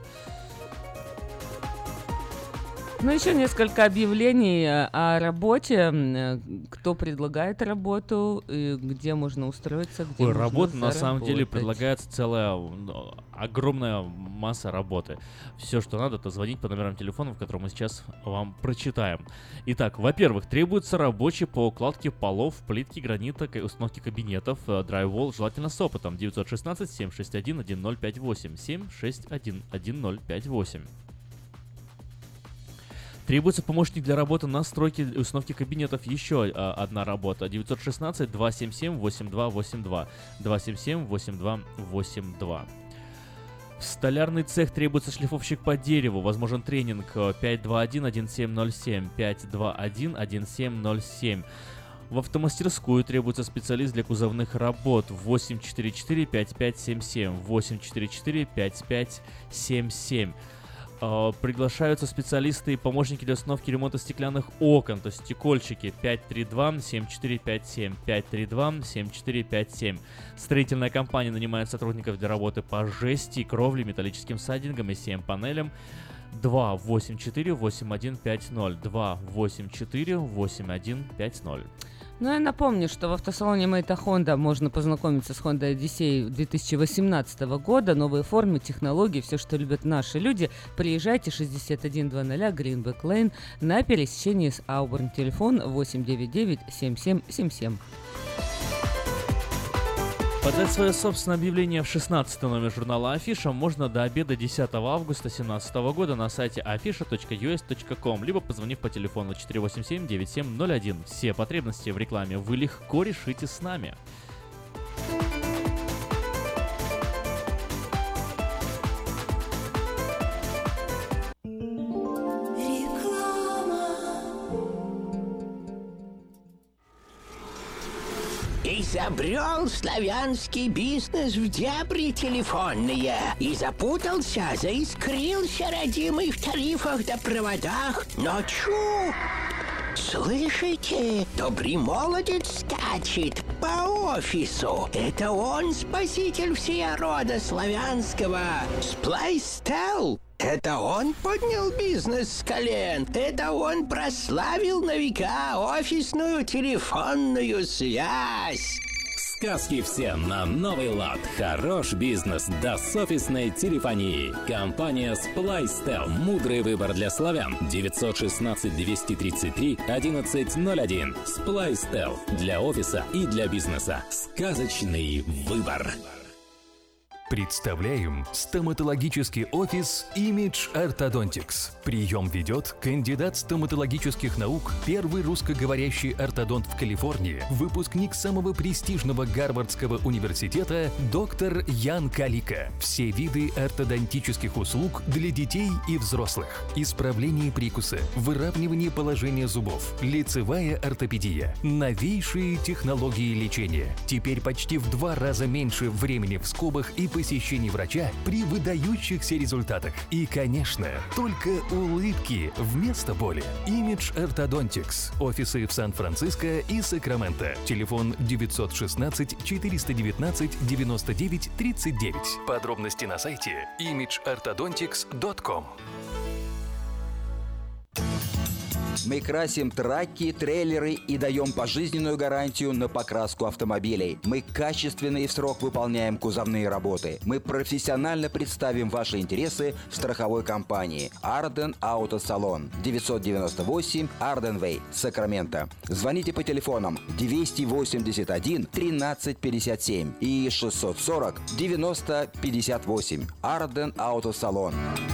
[SPEAKER 3] Ну, еще несколько объявлений о работе. Кто предлагает работу, и где можно устроиться, где
[SPEAKER 4] Ой,
[SPEAKER 3] можно
[SPEAKER 4] работа на самом деле
[SPEAKER 3] заработать.
[SPEAKER 4] предлагается целая огромная масса работы. Все, что надо, это звонить по номерам телефонов, которые мы сейчас вам прочитаем. Итак, во-первых, требуется рабочий по укладке полов, плитки гранита, установке кабинетов, драйвол, желательно с опытом. 916-761-1058, 761-1058. Требуется помощник для работы на стройке и установке кабинетов. Еще одна работа. 916-277-8282. 277-8282. В столярный цех требуется шлифовщик по дереву. Возможен тренинг 521-1707. 521-1707. В автомастерскую требуется специалист для кузовных работ. 844-5577. 844-5577. Приглашаются специалисты и помощники для установки и ремонта стеклянных окон, то есть стекольщики. 532-7457, 532-7457. Строительная компания нанимает сотрудников для работы по жести, кровле, металлическим сайдингам и CM-панелям. 284-8150, 284-8150.
[SPEAKER 3] Ну, я напомню, что в автосалоне Мэйта Honda можно познакомиться с Honda Odyssey 2018 года. Новые формы, технологии, все, что любят наши люди. Приезжайте, 6100 Greenback Lane на пересечении с Ауборн. Телефон 899-7777.
[SPEAKER 4] Подать свое собственное объявление в 16 номер журнала Афиша можно до обеда 10 августа 2017 года на сайте afisha.us.com, либо позвонив по телефону 487-9701. Все потребности в рекламе вы легко решите с нами.
[SPEAKER 17] Изобрел славянский бизнес в дебри телефонные и запутался, заискрился родимый в тарифах да проводах. Но чу! Слышите? Добрый молодец скачет по офису. Это он спаситель всея рода славянского. Сплайстел. Это он поднял бизнес с колен. Это он прославил на века офисную телефонную связь.
[SPEAKER 18] Сказки все на новый лад. Хорош бизнес до с офисной телефонии. Компания Splystel. Мудрый выбор для славян. 916-233-1101. Splystel. Для офиса и для бизнеса. Сказочный выбор.
[SPEAKER 19] Представляем стоматологический офис Image Orthodontics. Прием ведет кандидат стоматологических наук, первый русскоговорящий ортодонт в Калифорнии, выпускник самого престижного Гарвардского университета доктор Ян Калика. Все виды ортодонтических услуг для детей и взрослых. Исправление прикуса, выравнивание положения зубов, лицевая ортопедия, новейшие технологии лечения. Теперь почти в 2 раза меньше времени в скобах и посещений врача при выдающихся результатах. И, конечно, только улыбки вместо боли. Image Orthodontics. Офисы в Сан-Франциско и Сакраменто. Телефон 916-419-99-39. Подробности на сайте imageorthodontics.com.
[SPEAKER 14] Мы красим траки, трейлеры и даем пожизненную гарантию на покраску автомобилей. Мы качественно и в срок выполняем кузовные работы. Мы профессионально представим ваши интересы в страховой компании Арден Автосалон. 998 Арден Вей, Сакраменто. Звоните по телефонам 281 13 57 и 640 90 58. Арден Автосалон.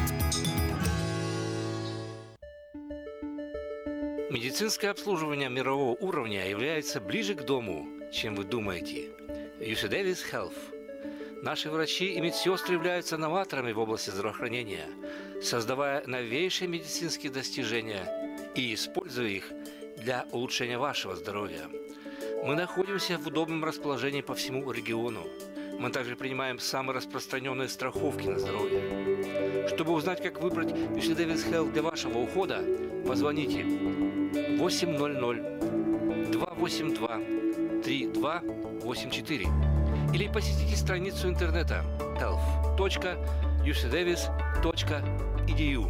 [SPEAKER 20] Медицинское обслуживание мирового уровня является ближе к дому, чем вы думаете. UC Davis Health. Наши врачи и медсестры являются новаторами в области здравоохранения, создавая новейшие медицинские достижения и используя их для улучшения вашего здоровья. Мы находимся в удобном расположении по всему региону. Мы также принимаем самые распространенные страховки на здоровье. Чтобы узнать, как выбрать UC Davis Health для вашего ухода, позвоните 800-282-3284 или посетите страницу интернета health.ucdavis.edu.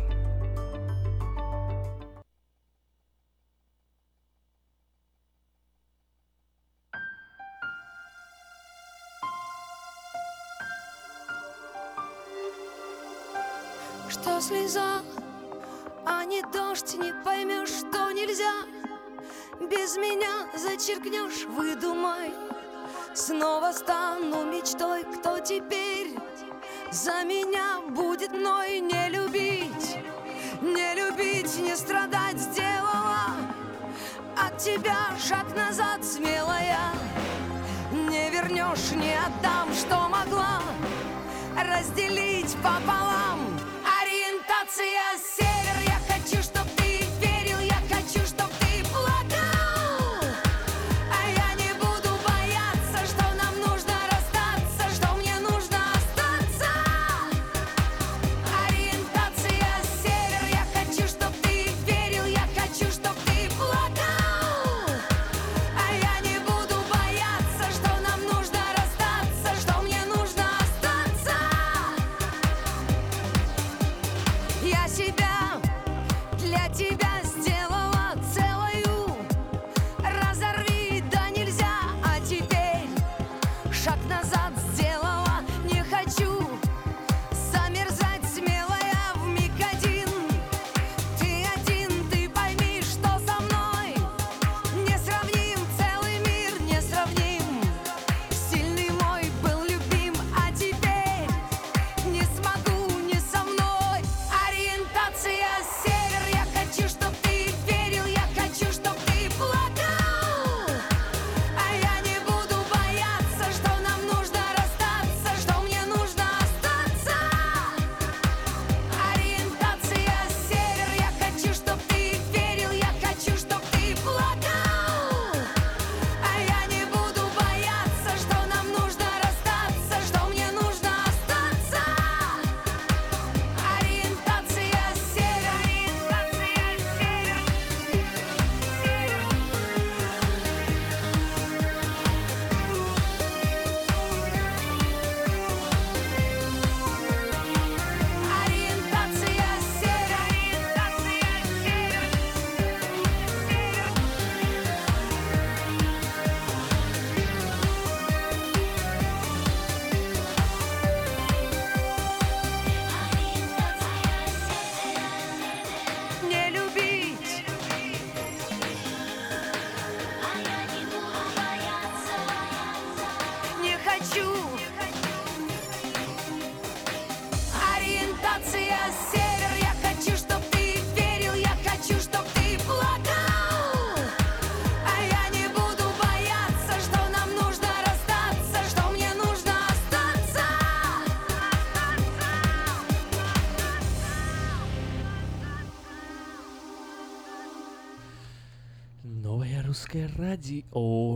[SPEAKER 21] Что слеза, а не дождь, не поймешь, что нельзя. Без меня зачеркнешь, выдумай. Снова стану мечтой, кто теперь за меня будет мной. Не любить, не страдать сделала. От тебя шаг назад смелая. Не вернешь, не отдам, что могла разделить пополам. Ориентация север, я хочу, чтоб ты верил, я хочу, чтоб ты плакал. А я не буду бояться, что нам нужно расстаться, что мне нужно остаться. Ориентация север, я хочу, чтоб ты верил, я хочу, чтоб ты плакал. А я не буду бояться, что нам нужно расстаться, что мне нужно остаться. Я себя для тебя сделала целую. Разорви, да нельзя, а теперь шаг назад сделала. Не хочу замерзать смелая вмиг один. Ты пойми, что со мной не сравним, целый мир не сравним. Сильный мой был любим, а теперь не смогу, не со мной. Ориентация север, я хочу, чтоб ты верил, я хочу, чтоб ты плакал. А я не буду бояться, что нам нужно расстаться, что мне нужно остаться. Ориентация север, я хочу, чтоб ты верил, я хочу, чтоб ты плакал. А я не буду бояться, что нам нужно расстаться, что мне нужно остаться. Ориентация север, не любить, не хочу. Ориентация север, я хочу, чтоб ты верил, я хочу, чтоб ты плакал. А я не буду бояться, что нам нужно расстаться, что мне нужно остаться.
[SPEAKER 4] Новое русское радио.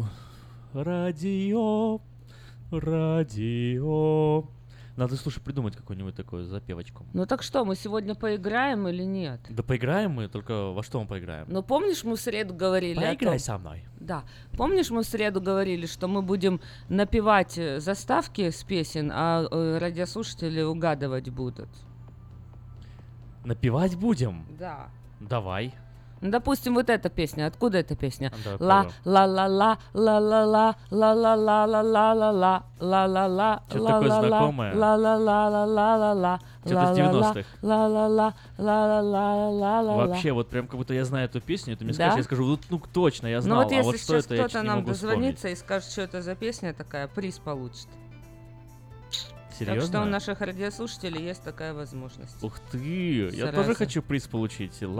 [SPEAKER 4] Радио. Надо, слушай, придумать какую-нибудь такую запевочку.
[SPEAKER 3] Ну так что, мы сегодня поиграем или нет?
[SPEAKER 4] Да поиграем мы, только во что мы поиграем?
[SPEAKER 3] Ну помнишь, мы в среду говорили
[SPEAKER 4] Поиграй
[SPEAKER 3] о том...
[SPEAKER 4] со мной.
[SPEAKER 3] Да. Помнишь, мы в среду говорили, что мы будем напевать заставки с песен, а радиослушатели угадывать будут?
[SPEAKER 4] Напевать будем?
[SPEAKER 3] Да.
[SPEAKER 4] Давай.
[SPEAKER 3] Ну, допустим, вот эта песня. Откуда эта песня?
[SPEAKER 4] Да,
[SPEAKER 3] ла ла ла ла ла ла ла ла ла ла ла ла ла ла ла ла ла
[SPEAKER 4] Что-то такое знакомое.
[SPEAKER 3] ла ла ла ла ла ла ла
[SPEAKER 4] Что-то с 90-х.
[SPEAKER 3] ла ла ла ла ла ла ла ла.
[SPEAKER 4] Вообще, вот прям как будто я знаю эту песню, ты мне
[SPEAKER 3] Да?
[SPEAKER 4] скажешь, я скажу, ну точно, я знал,
[SPEAKER 3] Ну вот
[SPEAKER 4] а
[SPEAKER 3] если
[SPEAKER 4] вот что
[SPEAKER 3] сейчас
[SPEAKER 4] это, я
[SPEAKER 3] кто-то
[SPEAKER 4] чуть не
[SPEAKER 3] нам
[SPEAKER 4] могу
[SPEAKER 3] дозвонится и скажет, что это за песня такая, приз получит.
[SPEAKER 4] Серьезно?
[SPEAKER 3] Так что у наших радиослушателей есть такая возможность.
[SPEAKER 4] Ух ты, я
[SPEAKER 3] Сразу.
[SPEAKER 4] тоже хочу приз получить.
[SPEAKER 3] Да.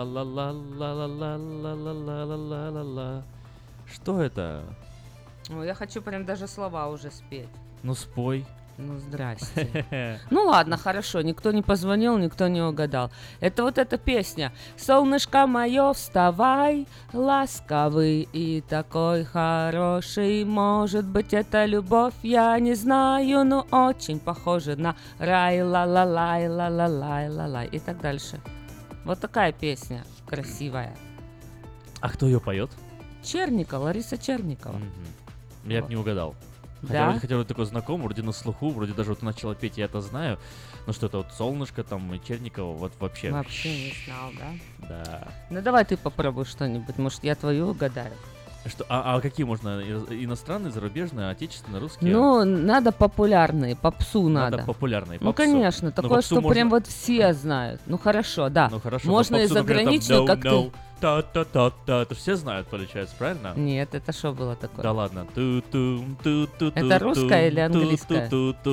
[SPEAKER 4] Ла-ла-ла-ла-ла-ла-ла-ла-ла-ла-ла-ла. Что это?
[SPEAKER 3] Ну, я хочу прям даже слова уже спеть.
[SPEAKER 4] Ну спой.
[SPEAKER 3] Ну, здрасте. Ну ладно, хорошо, никто не позвонил, никто не угадал. Это вот эта песня. Солнышко мое, вставай, ласковый и такой хороший. Может быть, это любовь, я не знаю, но очень похоже на рай, ла-ла-лай, ла-ла-лай, ла-лай и так дальше. Вот такая песня красивая.
[SPEAKER 4] А кто ее поет?
[SPEAKER 3] Черникова, Лариса Черникова.
[SPEAKER 4] Я бы не угадал.
[SPEAKER 3] Да?
[SPEAKER 4] Хотя вроде такой знакомый, вроде на слуху, вроде даже вот начала петь, я это знаю. Но что это вот Солнышко там и Черникова, вот вообще.
[SPEAKER 3] Вообще не знал, да?
[SPEAKER 4] Да.
[SPEAKER 3] Ну давай ты попробуй что-нибудь, может я твою угадаю.
[SPEAKER 4] Что, а какие можно? Иностранные, зарубежные, отечественные, русские?
[SPEAKER 3] Ну, надо популярные, попсу надо.
[SPEAKER 4] Надо популярные, попсу.
[SPEAKER 3] Ну, конечно, такое, что
[SPEAKER 4] можно...
[SPEAKER 3] прям вот все знают. Ну, хорошо, да.
[SPEAKER 4] Ну, хорошо,
[SPEAKER 3] можно и заграничную, как ты...
[SPEAKER 4] Та-та-та-та. Это все знают, получается, правильно?
[SPEAKER 3] Нет, это что было такое?
[SPEAKER 4] Да ладно.
[SPEAKER 3] Это русская или английская?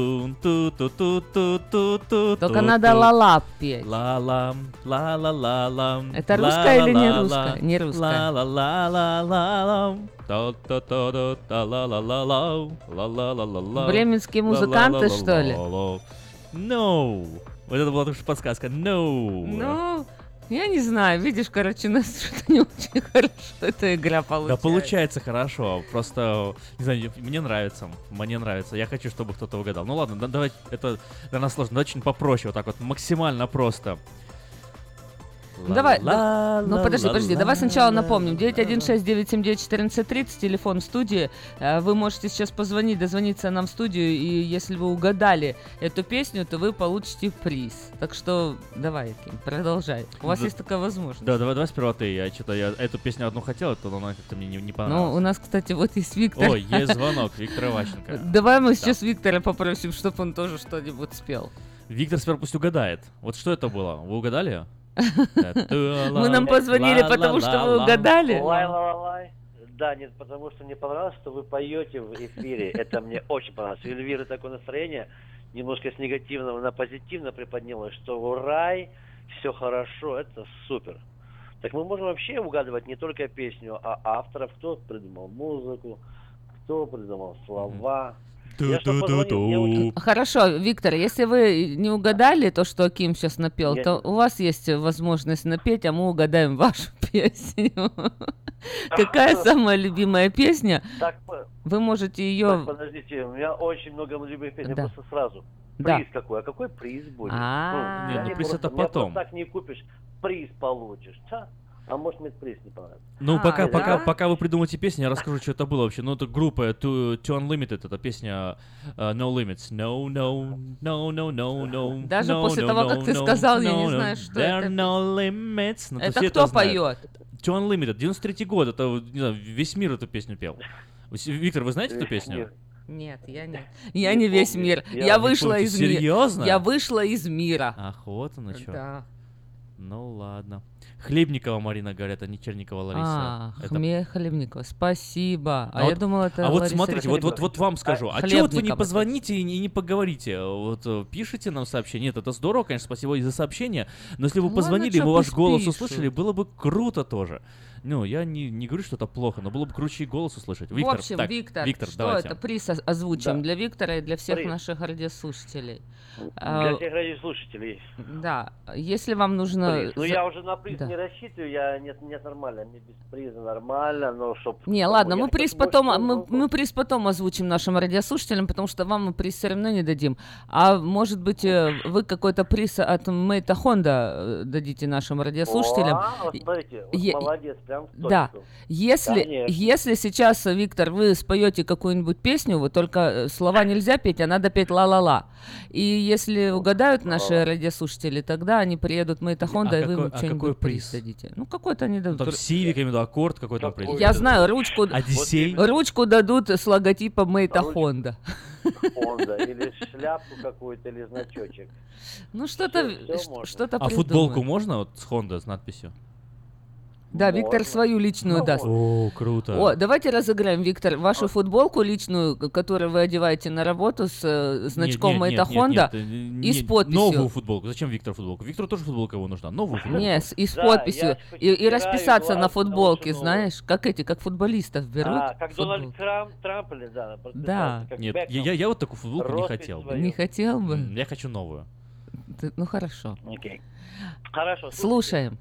[SPEAKER 3] Только надо ла-ла петь.
[SPEAKER 4] Ла-лам, ла-ла-ла-лам.
[SPEAKER 3] Это русская или не русская? Не русская.
[SPEAKER 4] Ла-ла-ла-ла-ла-лам. Та-та-та-та-та-ла-ла-ла-ла.
[SPEAKER 3] Бременские музыканты, что ли?
[SPEAKER 4] No. Вот это была только подсказка. No.
[SPEAKER 3] Ну... Я не знаю, видишь, короче, у нас что-то не очень хорошо эта игра получается.
[SPEAKER 4] Да получается хорошо, просто, не знаю, мне нравится, я хочу, чтобы кто-то угадал. Ну ладно, давай, это для нас сложно, давай что-нибудь попроще, вот так вот, максимально просто.
[SPEAKER 3] Давай, ну подожди, давай сначала напомним. 916-979-1430, телефон в студии. Вы можете сейчас позвонить, дозвониться нам в студию, и если вы угадали эту песню, то вы получите приз. Так что давай, Ким, продолжай. У вас есть такая возможность.
[SPEAKER 4] Да, давай сперва ты. Я эту песню одну хотел, то она как-то мне не понравилась.
[SPEAKER 3] Ну, у нас, кстати, вот есть Виктор.
[SPEAKER 4] Ой, есть звонок, Виктор Иващенко.
[SPEAKER 3] Давай мы сейчас Виктора попросим, чтобы он тоже что-нибудь спел.
[SPEAKER 4] Виктор сперва пусть угадает. Вот что это было? Вы угадали?
[SPEAKER 3] Мы нам позвонили, потому что вы угадали.
[SPEAKER 1] Лай-ла-ла-лай. Да, нет, потому что мне понравилось, что вы поете в эфире. Это мне очень понравилось. У Эльвиры такое настроение, немножко с негативного на позитивно приподнялось, что рай, все хорошо, это супер. Так мы можем вообще угадывать не только песню, а авторов, кто придумал музыку, кто придумал слова.
[SPEAKER 3] Хорошо, Виктор, если вы не угадали то, что Ким сейчас напел, то у вас есть возможность напеть, а мы угадаем вашу песню. Какая самая любимая песня? Вы можете ее...
[SPEAKER 1] Подождите, у меня очень много любимых песен, просто сразу.
[SPEAKER 3] Да.
[SPEAKER 1] Приз какой? А какой приз будет?
[SPEAKER 4] Нет, ну приз это потом.
[SPEAKER 1] Так не купишь, приз получишь. А может, мне приз не понравится.
[SPEAKER 4] Ну, пока вы придумаете песню, я расскажу, что это было вообще. Ну, это группа To Unlimited, это песня No Limits. No, no, no, no, no, no.
[SPEAKER 3] Даже после того, как ты сказал, я не знаю, что это.
[SPEAKER 4] There are no limits.
[SPEAKER 3] Это кто поет?
[SPEAKER 4] To Unlimited, 93-й год, это, не знаю, весь мир эту песню пел. Виктор, вы знаете эту песню?
[SPEAKER 3] Нет, я нет. Я не весь мир. Я вышла из мира.
[SPEAKER 4] Серьезно?
[SPEAKER 3] Я вышла из мира.
[SPEAKER 4] Ах, вот оно что.
[SPEAKER 3] Да.
[SPEAKER 4] Ну ладно. Хлебникова Марина, говорят, а не Черникова Лариса.
[SPEAKER 3] Хлебникова, спасибо. А я думала, это
[SPEAKER 4] А вот
[SPEAKER 3] Лариса
[SPEAKER 4] смотрите, вот вам скажу. А чего вот вы не позвоните и не поговорите? Вот пишите нам сообщение. Нет, это здорово, конечно, спасибо и за сообщение. Но если вы позвонили, мы ваш голос услышали, было бы круто тоже. Ну, я не говорю, что это плохо, но было бы круче и голос услышать. Виктор,
[SPEAKER 3] в общем,
[SPEAKER 4] так,
[SPEAKER 3] Виктор, что
[SPEAKER 4] давайте.
[SPEAKER 3] это? Приз озвучим для Виктора и для всех наших радиослушателей.
[SPEAKER 1] Для всех радиослушателей.
[SPEAKER 3] Да, если вам нужно...
[SPEAKER 1] Ну, я уже на приз не рассчитываю, нет, нормально, мне без приза нормально, но чтоб...
[SPEAKER 3] Не, ладно, мы приз потом озвучим нашим радиослушателям, потому что вам мы приз все равно не дадим. А может быть, вы какой-то приз от Мэйта Хонда дадите нашим радиослушателям?
[SPEAKER 1] Смотрите, молодец, прям в точку.
[SPEAKER 3] Да, если сейчас, Виктор, вы споете какую-нибудь песню, вы только слова нельзя петь, а надо петь ла-ла-ла. И если угадают наши радиослушатели, тогда они приедут в Мэйта Хонда, и вы им что-нибудь приз дадите. Ну, какой-то они дадут.
[SPEAKER 4] Там Сивик, я имею в виду, аккорд какой-то приз.
[SPEAKER 3] Я знаю, ручку дадут с логотипом Мэйта Хонда.
[SPEAKER 1] Или шляпку какую-то, или значочек.
[SPEAKER 3] Ну, что-то
[SPEAKER 4] А футболку можно вот с Honda, с надписью?
[SPEAKER 3] Да, Виктор свою личную даст.
[SPEAKER 4] О, круто.
[SPEAKER 3] О, давайте разыграем, Виктор, вашу футболку личную, которую вы одеваете на работу с значком «Это Honda» и с подписью.
[SPEAKER 4] Новую футболку. Зачем Виктор футболку? Виктору тоже футболка его нужна. Новую футболку.
[SPEAKER 3] Нет, и с подписью. И расписаться на футболке, знаешь, как футболистов берут.
[SPEAKER 1] Как Дональд Трамп или да.
[SPEAKER 3] Да.
[SPEAKER 4] Нет, я вот такую футболку не хотел.
[SPEAKER 3] Не хотел бы?
[SPEAKER 4] Я хочу новую.
[SPEAKER 3] Ну хорошо.
[SPEAKER 1] Окей. Хорошо.
[SPEAKER 3] Слушаем.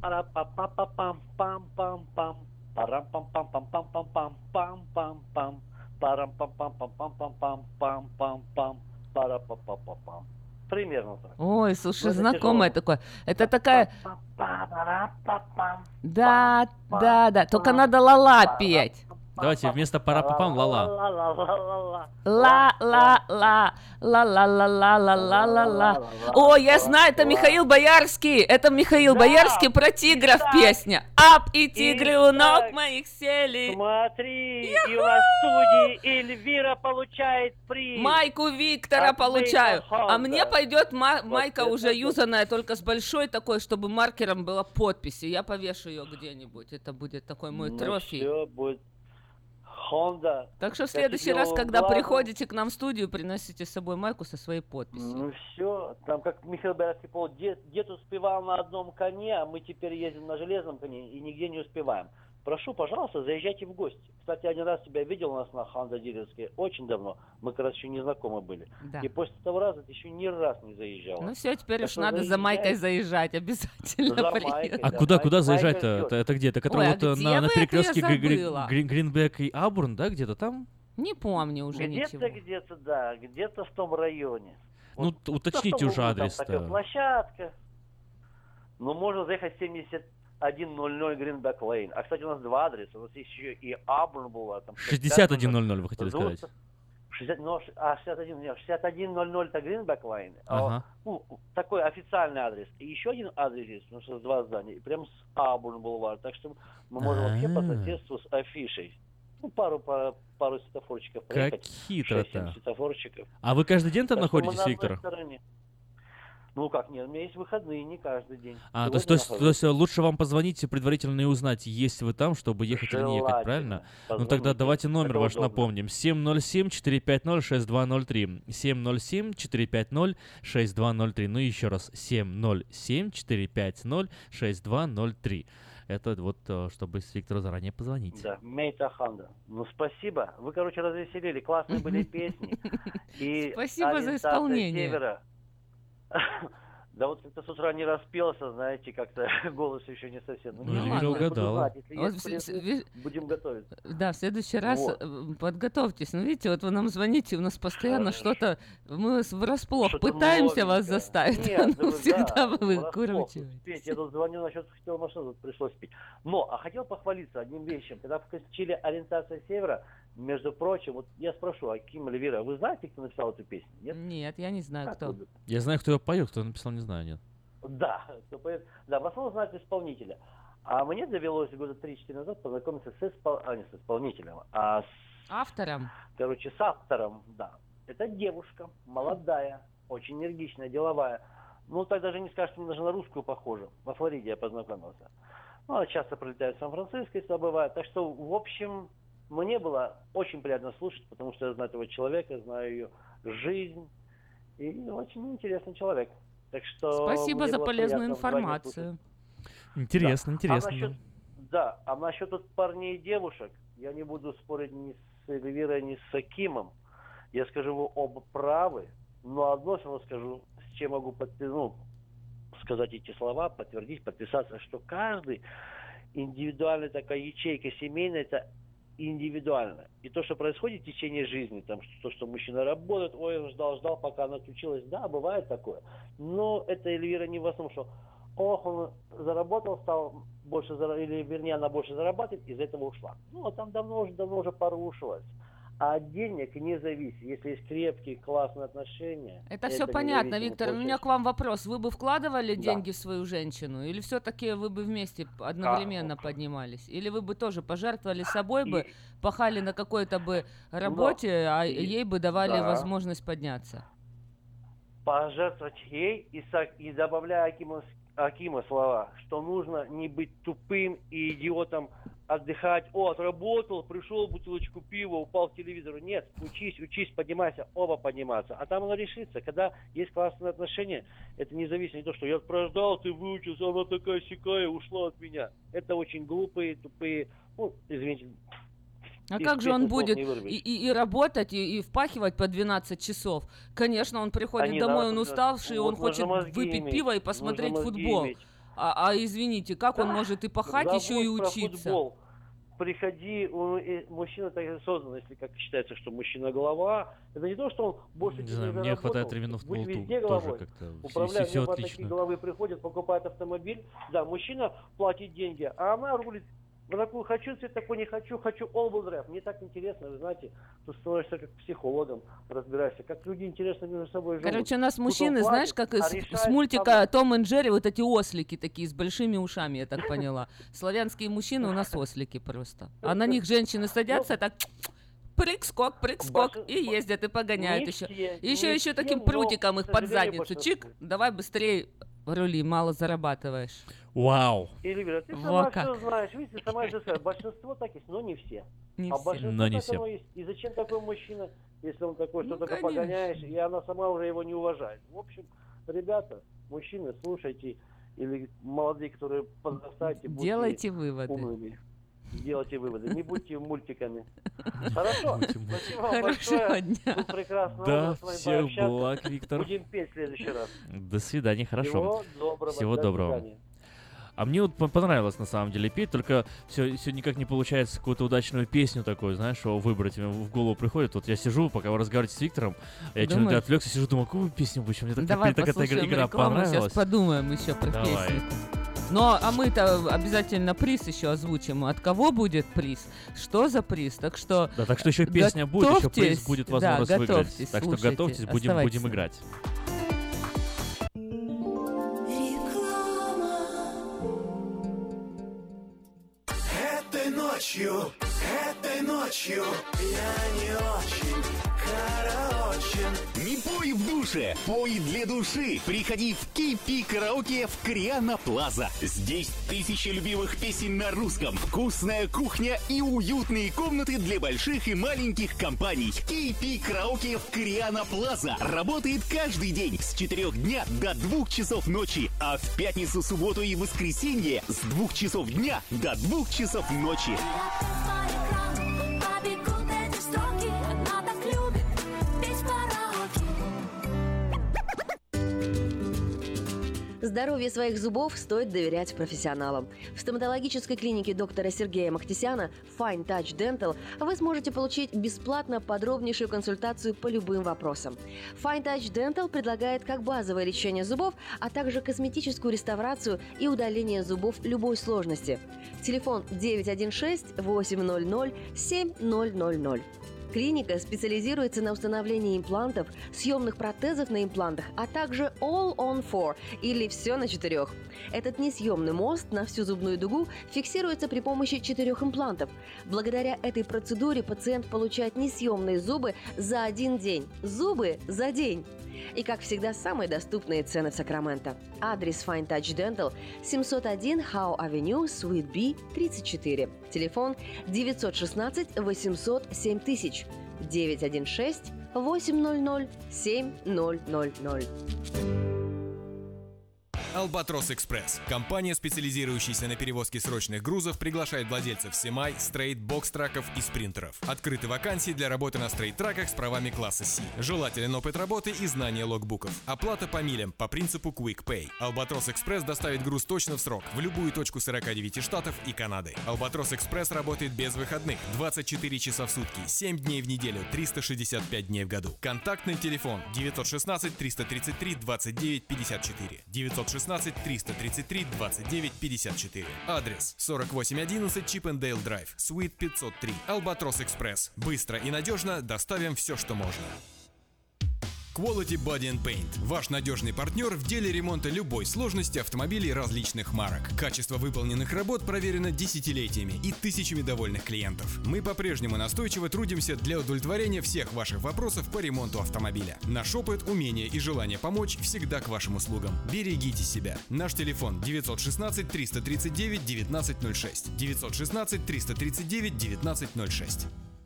[SPEAKER 1] Примерно так.
[SPEAKER 3] Ой, слушай, знакомое такое. Это такая... Да. Только надо ла-ла петь.
[SPEAKER 4] Давайте вместо пара-папам ла-ла.
[SPEAKER 3] Ла-ла-ла-ла-ла-ла-ла-ла-ла. О, я знаю, это Михаил Боярский. Это Михаил Боярский про тигров песня. Ап, и тигры у ног моих сели.
[SPEAKER 1] Смотри, и у нас в студии Эльвира получает приз.
[SPEAKER 3] Майку Виктора получаю. А мне пойдет майка уже юзаная, только с большой такой, чтобы маркером была подпись. И я повешу ее где-нибудь. Это будет такой мой трофей.
[SPEAKER 1] Все будет Honda.
[SPEAKER 3] Так что в следующий раз, когда приходите к нам в студию, приносите с собой майку со своей подписью.
[SPEAKER 1] Ну все, там как Михаил Боярский пол, дед успевал на одном коне, а мы теперь ездим на железном коне и нигде не успеваем. Прошу, пожалуйста, заезжайте в гости. Кстати, один раз тебя видел у нас на Honda дилерской, очень давно. Мы как раз еще не знакомы были.
[SPEAKER 3] Да.
[SPEAKER 1] И после того раза ты еще ни раз не заезжала.
[SPEAKER 3] Ну все, теперь уж надо за майкой заезжать, обязательно приеду.
[SPEAKER 4] А куда заезжать-то? Это где? Это который вот на перекрестке Гринбек и Абурн, да, где-то там?
[SPEAKER 3] Не помню уже ничего.
[SPEAKER 1] Где-то, да, где-то в том районе.
[SPEAKER 4] Ну, уточните уже адрес-то.
[SPEAKER 1] Такая площадка. Ну, можно заехать 7100 Greenback Lane. А, кстати, у нас два адреса. У нас есть еще и Auburn был.
[SPEAKER 4] 6100 вы хотели сказать.
[SPEAKER 1] 6100 это Greenback Lane.
[SPEAKER 4] Ага.
[SPEAKER 1] Ну, такой официальный адрес. И еще один адрес есть, потому что два здания. И прям с Auburn Boulevard. Так что мы можем вообще по соседству с афишей. Ну, пару светофорчиков проехать.
[SPEAKER 4] Как хитро-то.
[SPEAKER 1] Светофорчиков.
[SPEAKER 4] А вы каждый день там находитесь, Виктор?
[SPEAKER 1] Ну как, нет, у меня есть выходные, не каждый день.
[SPEAKER 4] То есть лучше вам позвонить предварительно и узнать, есть вы там, чтобы ехать или не ехать, правильно? Ну тогда давайте номер ваш напомним. 707-450-6203. 707-450-6203. Ну еще раз, 707-450-6203. Это вот, чтобы с Виктору заранее позвонить.
[SPEAKER 1] Да, Мейта Honda. Ну, спасибо. Вы, короче, развеселили. Классные были песни.
[SPEAKER 3] Спасибо за исполнение.
[SPEAKER 1] Севера. Да вот как-то с утра не распелся, знаете, как-то голос еще не совсем.
[SPEAKER 4] Ну, Эльвира угадала.
[SPEAKER 1] Будем готовиться.
[SPEAKER 3] Да, в следующий раз подготовьтесь. Ну, видите, вот вы нам звоните, у нас постоянно что-то, мы врасплох пытаемся вас заставить, но всегда вы выкручиваете.
[SPEAKER 1] Я тут звоню насчет хотел машину, пришлось пить. А хотел похвалиться одним вещем. Когда включили «Ориентация Севера», между прочим, вот я спрошу, Аким Эльвира, вы знаете, кто написал эту песню? Нет?
[SPEAKER 3] Нет, я не знаю, кто.
[SPEAKER 4] Я знаю, кто ее поет, кто написал, не знаю, нет.
[SPEAKER 1] Да, кто поет. Да, в основном знают исполнителя. А мне довелось года 3-4 назад познакомиться не с исполнителем, а с...
[SPEAKER 3] Автором?
[SPEAKER 1] Короче, с автором, да. Это девушка, молодая, очень энергичная, деловая. Ну, так даже не скажешь, что даже на русскую похожа. Во Флориде я познакомился. Ну, она часто прилетает в Сан-Франциско, если бывает. Так что, в общем... Мне было очень приятно слушать, потому что я знаю этого человека, знаю ее жизнь. И очень интересный человек. Так что
[SPEAKER 3] спасибо за полезную информацию.
[SPEAKER 4] Интересно.
[SPEAKER 1] А насчет тут парней и девушек, я не буду спорить ни с Эльвирой, ни с Акимом. Я скажу, вы оба правы, но одно слово скажу, с чем могу сказать эти слова, подтвердить, подписаться, что каждый индивидуальная такая ячейка семейная, это индивидуально. И то, что происходит в течение жизни, там, то, что мужчина работает, ой, он ждал, пока она отучилась, да, бывает такое. Но это Эльвира не в основном, что он заработал, стал больше, или вернее, она больше зарабатывает, из этого ушла. Ну, а там давно уже пора ушлась. А от денег не зависит. Если есть крепкие, классные отношения...
[SPEAKER 3] Это все понятно, Виктор. У меня к вам вопрос. Вы бы вкладывали деньги в свою женщину? Или все-таки вы бы вместе одновременно поднимались? Или вы бы тоже пожертвовали собой, бы пахали на какой-то бы работе, а ей бы давали возможность подняться?
[SPEAKER 1] Пожертвовать ей и добавляя Акима слова, что нужно не быть тупым и идиотом, отдыхать. Отработал, пришел, бутылочку пива, упал к телевизору. Нет, учись, поднимайся, оба подниматься. А там оно решится. Когда есть классные отношения, это не зависит не то, что я прождал, ты выучился, она такая сякая, ушла от меня. Это очень глупые, тупые, извините.
[SPEAKER 3] А как же он будет и работать, и впахивать по 12 часов? Конечно, он приходит домой, он уставший, он хочет выпить пиво и посмотреть футбол. Извините, как он может и пахать, еще и учиться?
[SPEAKER 1] Приходи, мужчина так создан, если как считается, что мужчина голова. Это не то, что он больше не заработал.
[SPEAKER 4] Мне хватает времени в
[SPEAKER 1] Будь везде
[SPEAKER 4] тоже
[SPEAKER 1] головой.
[SPEAKER 4] как-то
[SPEAKER 1] Управляет,
[SPEAKER 4] все
[SPEAKER 1] такие
[SPEAKER 4] отлично.
[SPEAKER 1] головы приходят, покупают автомобиль. Да, мужчина платит деньги, а она рулит. Вот такую хочу, цвет такой не хочу, хочу all-wheel drive. Мне так интересно, вы знаете, ты становишься как психологом, разбираешься, как люди интересно между собой живут.
[SPEAKER 3] Короче, у нас мужчины, знаешь, как с мультика Том и Джерри, вот эти ослики такие с большими ушами, я так поняла. Славянские мужчины у нас ослики просто. А на них женщины садятся, так прыг-скок, и ездят, и погоняют еще. Еще таким прутиком их под задницу. Чик, давай быстрее рули, мало зарабатываешь.
[SPEAKER 4] Вау!
[SPEAKER 1] Эльвира, ты сама все знаешь, видите, сама же сказала, большинство так есть, но не все.
[SPEAKER 4] Но не все.
[SPEAKER 1] Есть. И зачем такой мужчина, если он такой, что только погоняешь, и она сама уже его не уважает. В общем, ребята, мужчины, слушайте, или молодые, которые подрастаете, будьте
[SPEAKER 3] делайте выводы.
[SPEAKER 1] Умными. Делайте выводы, не будьте мультиками. Хорошо? Спасибо вам
[SPEAKER 3] Хорошего
[SPEAKER 1] большое.
[SPEAKER 3] дня.
[SPEAKER 1] Был прекрасно.
[SPEAKER 4] Да, всех благ, Виктор.
[SPEAKER 1] Будем петь в следующий раз.
[SPEAKER 4] До свидания, хорошо.
[SPEAKER 1] Всего доброго.
[SPEAKER 4] Всего доброго. А мне вот понравилось на самом деле петь, только все никак не получается какую-то удачную песню такую, знаешь, выбрать. Мне в голову приходит. Вот я сижу, пока вы разговариваете с Виктором, я что-то отвлекся, сижу, думаю, какую песню будем? Мне
[SPEAKER 3] Давай
[SPEAKER 4] так эта игра понравилась.
[SPEAKER 3] Сейчас подумаем еще про песню. Ну, а мы-то обязательно приз еще озвучим. От кого будет приз? Что за приз? Так что...
[SPEAKER 4] Да, так что еще песня будет, еще приз будет возможность выиграть. Так что готовьтесь, будем играть.
[SPEAKER 7] Этой ночью я не очень караочен.
[SPEAKER 2] Не пой в душе, пой для души. Приходи в KP Караоке в Криана Плаза. Здесь тысячи любимых песен на русском, вкусная кухня и уютные комнаты для больших и маленьких компаний. KP Караоке в Криана Плаза работает каждый день с 4 дня до 2 часов ночи, а в пятницу, субботу и воскресенье с 2 часов дня до 2 часов ночи.
[SPEAKER 22] Здоровье своих зубов стоит доверять профессионалам. В стоматологической клинике доктора Сергея Махтисяна Fine Touch Dental вы сможете получить бесплатно подробнейшую консультацию по любым вопросам. Fine Touch Dental предлагает как базовое лечение зубов, а также косметическую реставрацию и удаление зубов любой сложности. Телефон 916-800-7000. Клиника специализируется на установлении имплантов, съемных протезов на имплантах, а также All on 4 или все на 4. Этот несъемный мост на всю зубную дугу фиксируется при помощи 4 имплантов. Благодаря этой процедуре пациент получает несъемные зубы за 1 день. Зубы за день! И, как всегда, самые доступные цены в Сакраменто. Адрес Fine Touch Dental 701 Howe Avenue, Suite B, 34. Телефон 916-800-7000. 916-800-7000.
[SPEAKER 23] Albatros Express. Компания, специализирующаяся на перевозке срочных грузов, приглашает владельцев семай, стрейт, бокс-траков и спринтеров. Открыты вакансии для работы на стрейт-траках с правами класса C. Желателен опыт работы и знание логбуков. Оплата по милям по принципу Quick Pay. Albatros Express доставит груз точно в срок в любую точку 49 штатов и Канады. Albatros Express работает без выходных, 24 часа в сутки, 7 дней в неделю, 365 дней в году. Контактный телефон 916-333-29-54. 916-333-29-54. Адрес 4811 Чиппендейл Драйв, Суит 503. Albatros Express. Быстро и надежно доставим все, что можно. Quality Body and Paint. Ваш надежный партнер в деле ремонта любой сложности автомобилей различных марок. Качество выполненных работ проверено десятилетиями и тысячами довольных клиентов. Мы по-прежнему настойчиво трудимся для удовлетворения всех ваших вопросов по ремонту автомобиля. Наш опыт, умение и желание помочь всегда к вашим услугам. Берегите себя. Наш телефон 916 339 1906. 916 339 1906.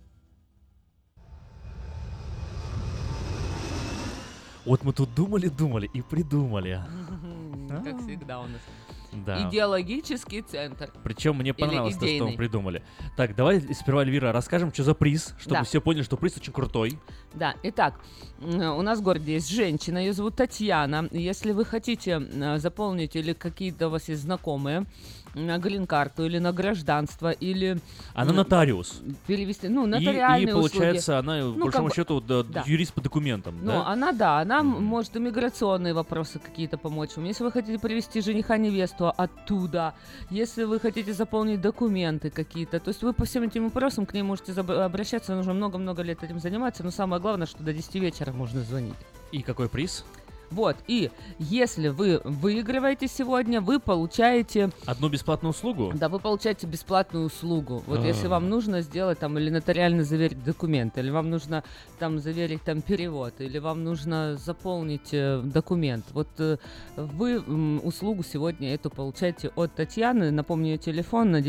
[SPEAKER 4] Вот мы тут думали и придумали.
[SPEAKER 3] Как всегда у нас.
[SPEAKER 4] Да.
[SPEAKER 3] Идеологический центр.
[SPEAKER 4] Причем мне понравилось то, что мы придумали. Так, давай сперва, Эльвира, расскажем, что за приз, чтобы все поняли, что приз очень крутой.
[SPEAKER 3] Да, итак, у нас в городе есть женщина, ее зовут Татьяна. Если вы хотите заполнить или какие-то у вас есть знакомые на грин-карту или на гражданство, или...
[SPEAKER 4] Она нотариус.
[SPEAKER 3] Перевести, нотариальные
[SPEAKER 4] и получается,
[SPEAKER 3] услуги.
[SPEAKER 4] она, по большому счету, юрист по документам, да?
[SPEAKER 3] Она может иммиграционные вопросы какие-то помочь вам. Если вы хотите привезти жениха-невесту оттуда, если вы хотите заполнить документы какие-то, то есть вы по всем этим вопросам к ней можете обращаться, нужно много-много лет этим заниматься, но самое главное, что до 10 вечера можно звонить.
[SPEAKER 4] И какой приз?
[SPEAKER 3] Вот, и если вы выигрываете сегодня, вы получаете...
[SPEAKER 4] Одну бесплатную услугу?
[SPEAKER 3] Да, вы получаете бесплатную услугу. Вот если вам нужно сделать там или нотариально заверить документы, или вам нужно там заверить там перевод, или вам нужно заполнить документ. Вот вы услугу сегодня эту получаете от Татьяны. Напомню, ее телефон на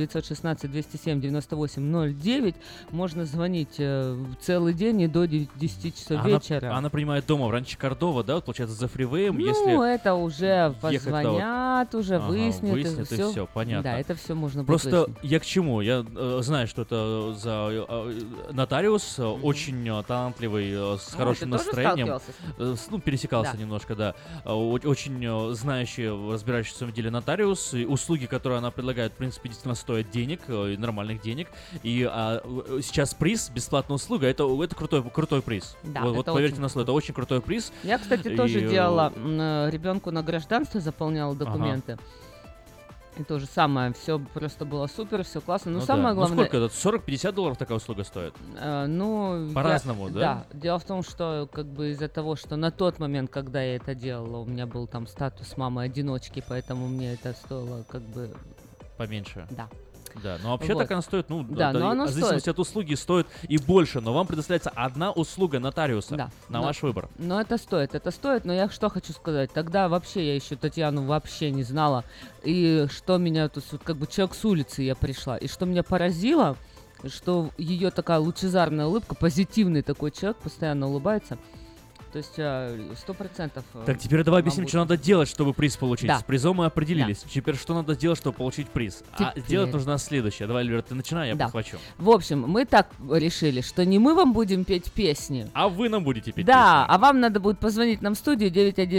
[SPEAKER 3] 916-207-98-09. Можно звонить целый день и до 10 часов вечера.
[SPEAKER 4] Она принимает дома в Ранчо Кордова, да, вот, получается, за фривеем,
[SPEAKER 3] это уже позвонят, уже выяснят
[SPEAKER 4] и все, понятно.
[SPEAKER 3] Да, это все можно будет
[SPEAKER 4] Просто
[SPEAKER 3] выяснить.
[SPEAKER 4] я к чему? Я знаю, что это за нотариус, очень талантливый, с хорошим настроением. Пересекался немножко, да. Очень знающий, разбирающийся в своем деле нотариус. И услуги, которые она предлагает, в принципе, действительно стоят денег, нормальных денег. И сейчас приз, бесплатная услуга, это крутой приз.
[SPEAKER 3] Да,
[SPEAKER 4] вот поверьте на слово, это очень крутой приз.
[SPEAKER 3] Я, кстати, тоже делала ребенку на гражданство, заполняла документы. И то же самое, все просто было супер, все классно. Но самое главное...
[SPEAKER 4] сколько это? $40-50 такая услуга стоит? По-разному, да?
[SPEAKER 3] Да. Дело в том, что как бы из-за того, что на тот момент, когда я это делала, у меня был там статус мамы-одиночки, поэтому мне это стоило как бы...
[SPEAKER 4] Поменьше?
[SPEAKER 3] Да.
[SPEAKER 4] Да, но вообще так она стоит,
[SPEAKER 3] но она
[SPEAKER 4] в зависимости от услуги стоит и больше, но вам предоставляется одна услуга нотариуса на ваш выбор.
[SPEAKER 3] Но это стоит, но я что хочу сказать, тогда вообще я еще Татьяну вообще не знала, и что меня, то есть вот как бы человек с улицы я пришла, и что меня поразило, что ее такая лучезарная улыбка, позитивный такой человек, постоянно улыбается. То есть 100%.
[SPEAKER 4] Так, теперь давай объясним, что надо делать, чтобы приз получить.
[SPEAKER 3] Да.
[SPEAKER 4] С призом мы определились. Да. Теперь что надо сделать, чтобы получить приз? А делать нужно следующее. Давай, Эльвира, ты начинай, я подхвачу.
[SPEAKER 3] В общем, мы так решили, что не мы вам будем петь песни.
[SPEAKER 4] А вы нам будете петь песни.
[SPEAKER 3] Да, а вам надо будет позвонить нам в студию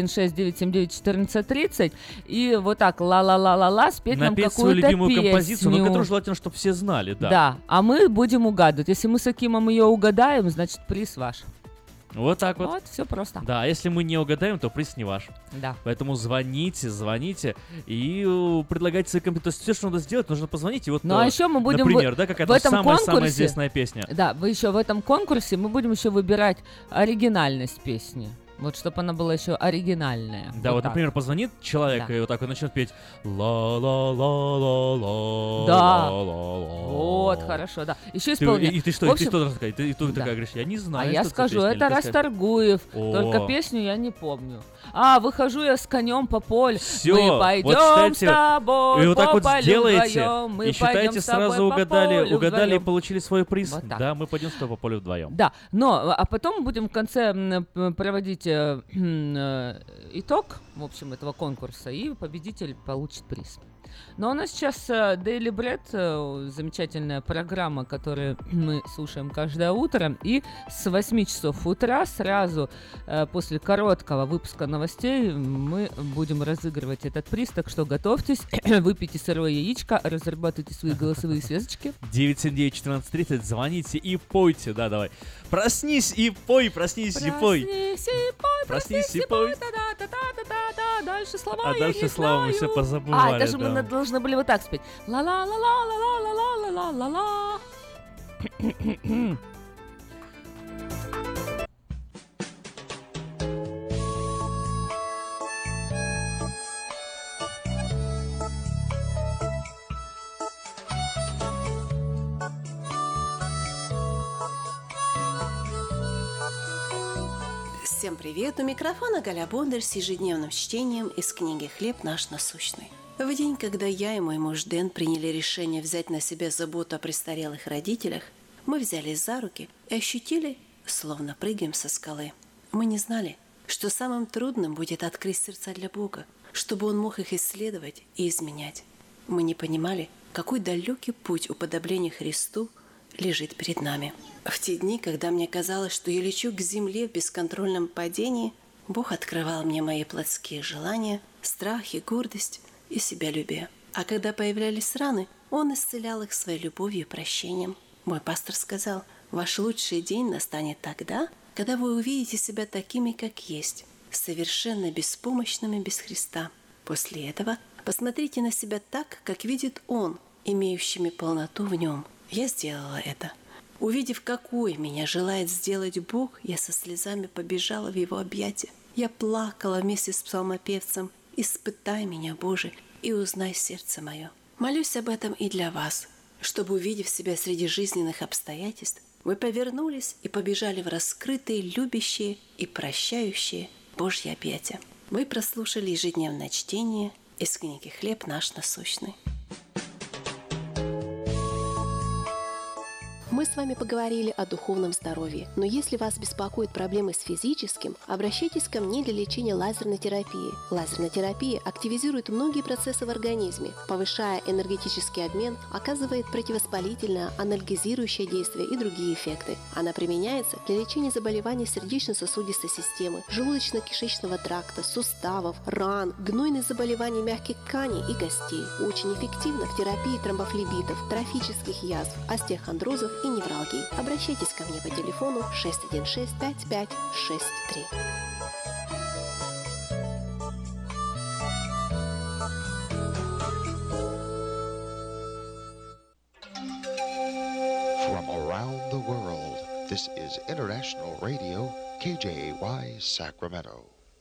[SPEAKER 3] 916-979-1430 и вот так ла-ла-ла-ла-ла спеть нам какую-то
[SPEAKER 4] свою любимую
[SPEAKER 3] песню.
[SPEAKER 4] Композицию, но которую желательно, чтобы все знали. Да.
[SPEAKER 3] Да, а мы будем угадывать. Если мы с Акимом ее угадаем, значит приз ваш.
[SPEAKER 4] Вот так вот.
[SPEAKER 3] Вот, все просто.
[SPEAKER 4] Да, а если мы не угадаем, то приз не ваш.
[SPEAKER 3] Да.
[SPEAKER 4] Поэтому звоните и предлагайте свои компетенции. То есть все, что надо сделать, нужно позвонить. И вот,
[SPEAKER 3] а еще мы будем
[SPEAKER 4] например, какая-то самая известная песня.
[SPEAKER 3] Да, в этом конкурсе мы будем еще выбирать оригинальность песни. Вот, чтобы она была еще оригинальная.
[SPEAKER 4] Да, вот например, позвонит человек и вот так вот начнет петь ла-ла-ла-ла-ла.
[SPEAKER 3] Да. Вот, хорошо, да. Еще исполнение.
[SPEAKER 4] И ты что, такая? Ты такая говоришь, я не знаю.
[SPEAKER 3] А я скажу, это Расторгуев. Только песню я не помню. Выхожу я с конем по полю.
[SPEAKER 4] Все,
[SPEAKER 3] мы пойдем с тобой.
[SPEAKER 4] И вот так вот
[SPEAKER 3] полю
[SPEAKER 4] сделайте.
[SPEAKER 3] вдвоем.
[SPEAKER 4] И считайте, сразу угадали
[SPEAKER 3] вдвоем.
[SPEAKER 4] И получили свой приз.
[SPEAKER 3] Вот
[SPEAKER 4] да, мы пойдем с тобой по полю вдвоем.
[SPEAKER 3] Да, а потом будем в конце проводить итог, в общем, этого конкурса, и победитель получит приз. Но у нас сейчас Daily Bread, замечательная программа, которую мы слушаем каждое утро. И с 8 часов утра, сразу после короткого выпуска новостей, мы будем разыгрывать этот приз. Так что готовьтесь, выпейте сырое яичко, разрабатывайте свои голосовые связочки.
[SPEAKER 4] 979-1430, звоните и пойте. Да, давай. Проснись и пой, проснись и пой.
[SPEAKER 3] Проснись и пой. Да-да-да-да-да-да. Дальше слова
[SPEAKER 4] а
[SPEAKER 3] я
[SPEAKER 4] дальше
[SPEAKER 3] не
[SPEAKER 4] слова
[SPEAKER 3] знаю.
[SPEAKER 4] мы все позабывали.
[SPEAKER 3] Даже мы должны были вот так спеть. Ла-ла-ла-ла-ла-ла-ла-ла-ла-ла.
[SPEAKER 6] Всем привет! У микрофона Галя Бондарь с ежедневным чтением из книги «Хлеб наш насущный». В день, когда я и мой муж Дэн приняли решение взять на себя заботу о престарелых родителях, мы взялись за руки и ощутили, словно прыгаем со скалы. Мы не знали, что самым трудным будет открыть сердца для Бога, чтобы Он мог их исследовать и изменять. Мы не понимали, какой далекий путь уподобления Христу лежит перед нами. В те дни, когда мне казалось, что я лечу к земле в бесконтрольном падении, Бог открывал мне мои плотские желания, страх и гордость и себялюбие. А когда появлялись раны, Он исцелял их своей любовью и прощением. Мой пастор сказал: «Ваш лучший день настанет тогда, когда вы увидите себя такими, как есть, совершенно беспомощными без Христа. После этого посмотрите на себя так, как видит Он, имеющими полноту в Нем». Я сделала это. Увидев, какой меня желает сделать Бог, я со слезами побежала в Его объятия. Я плакала вместе с псалмопевцем: «Испытай меня, Боже, и узнай сердце мое». Молюсь об этом и для вас, чтобы, увидев себя среди жизненных обстоятельств, вы повернулись и побежали в раскрытые, любящие и прощающие Божьи объятия. Вы прослушали ежедневное чтение из книги «Хлеб наш насущный». Мы с вами поговорили о духовном здоровье, но если вас беспокоят проблемы с физическим, обращайтесь ко мне для лечения лазерной терапии. Лазерная терапия активизирует многие процессы в организме, повышая энергетический обмен, оказывает противовоспалительное, анальгезирующее действие и другие эффекты. Она применяется для лечения заболеваний сердечно-сосудистой системы, желудочно-кишечного тракта, суставов, ран, гнойных заболеваний мягких тканей и костей. Очень эффективно в терапии тромбофлебитов, трофических язв, остеохондрозов и невралгии. Обращайтесь ко мне по телефону 616-5563.
[SPEAKER 8] From around the world, this is International Radio, KJY, Sacramento.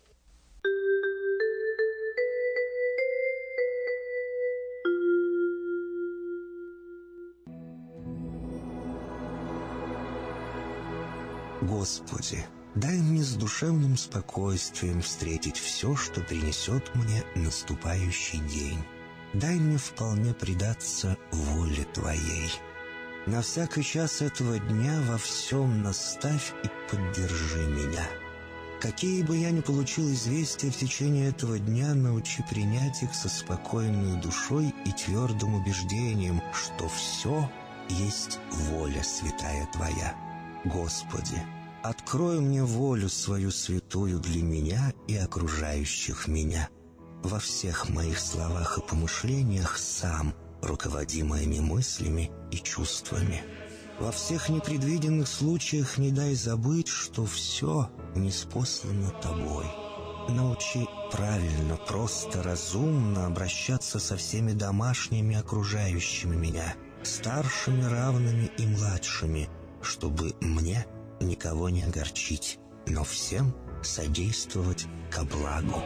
[SPEAKER 9] Господи, дай мне с душевным спокойствием встретить все, что принесет мне наступающий день. Дай мне вполне предаться воле Твоей. На всякий час этого дня во всем наставь и поддержи меня. Какие бы я ни получил известия в течение этого дня, научи принять их со спокойной душой и твердым убеждением, что все есть воля святая Твоя. Господи, открой мне волю свою святую для меня и окружающих меня. Во всех моих словах и помышлениях сам руководи моими мыслями и чувствами. Во всех непредвиденных случаях не дай забыть, что все ниспослано Тобой. Научи правильно, просто, разумно обращаться со всеми домашними окружающими меня, старшими, равными и младшими, чтобы мне никого не огорчить, но всем содействовать ко благу.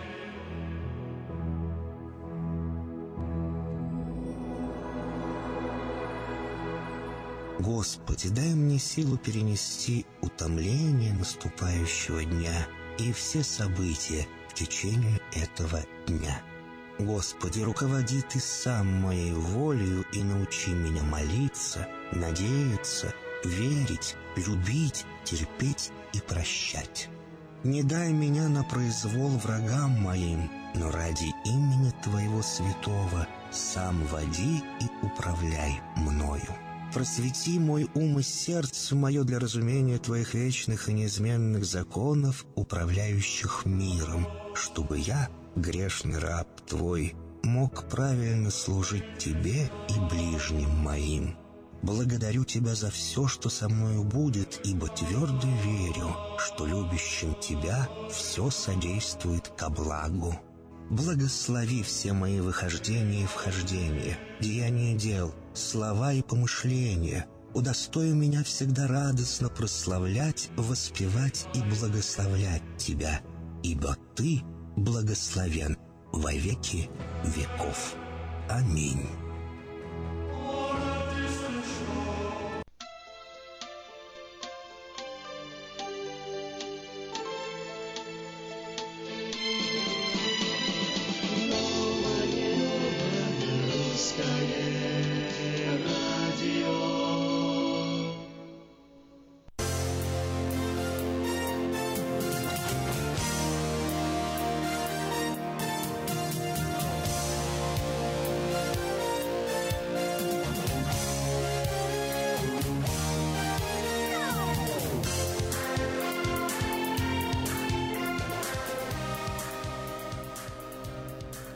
[SPEAKER 9] Господи, дай мне силу перенести утомление наступающего дня и все события в течение этого дня. Господи, руководи Ты сам моей волею и научи меня молиться, надеяться, верить, любить, терпеть и прощать. Не дай меня на произвол врагам моим, но ради имени Твоего святого сам води и управляй мною. Просвети мой ум и сердце мое для разумения Твоих вечных и неизменных законов, управляющих миром, чтобы я, грешный раб Твой, мог правильно служить Тебе и ближним моим. Благодарю Тебя за все, что со мною будет, ибо твердо верю, что любящим Тебя все содействует ко благу. Благослови все мои выхождения и вхождения, деяния дел, слова и помышления. Удостой меня всегда радостно прославлять, воспевать и благословлять Тебя, ибо Ты благословен во веки веков. Аминь.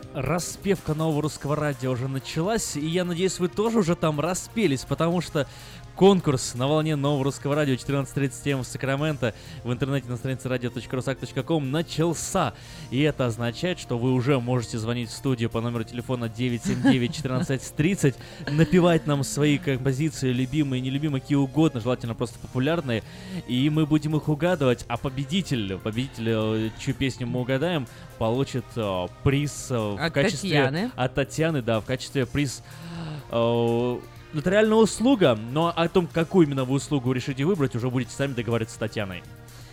[SPEAKER 4] Распевка нового русского радио уже началась, и я надеюсь, вы тоже уже там распелись, потому что конкурс на волне нового русского радио 14:30 в Сакраменто в интернете на странице radio.rusak.com начался. И это означает, что вы уже можете звонить в студию по номеру телефона 979-1430, напевать нам свои композиции, любимые, нелюбимые, какие угодно, желательно просто популярные, и мы будем их угадывать, а победитель, чью песню мы угадаем, получит приз в качестве...
[SPEAKER 3] Татьяны.
[SPEAKER 4] От Татьяны, да, в качестве приз... нотариальная услуга, но о том, какую именно вы услугу решите выбрать, уже будете сами договариваться с Татьяной.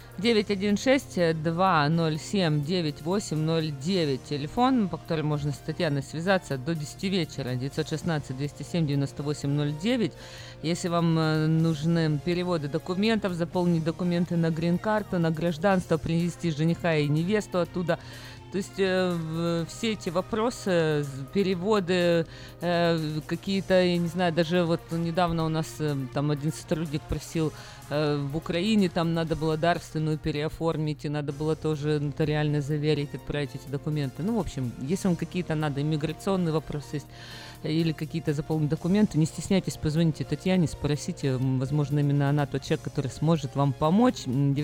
[SPEAKER 3] 916-207-9809. Телефон, по которому можно с Татьяной связаться до 10 вечера. 916-207-9809. Если вам нужны переводы документов, заполнить документы на грин-карту, на гражданство, привезти жениха и невесту оттуда. То есть все эти вопросы, переводы, какие-то, я не знаю, даже вот недавно у нас там один сотрудник просил в Украине, там надо было дарственную переоформить, и надо было тоже нотариально заверить, отправить эти документы. Ну, в общем, если вам какие-то надо, иммиграционные вопросы есть, или какие-то заполнить документы, не стесняйтесь, позвоните Татьяне, спросите, возможно, именно она тот человек, который сможет вам помочь.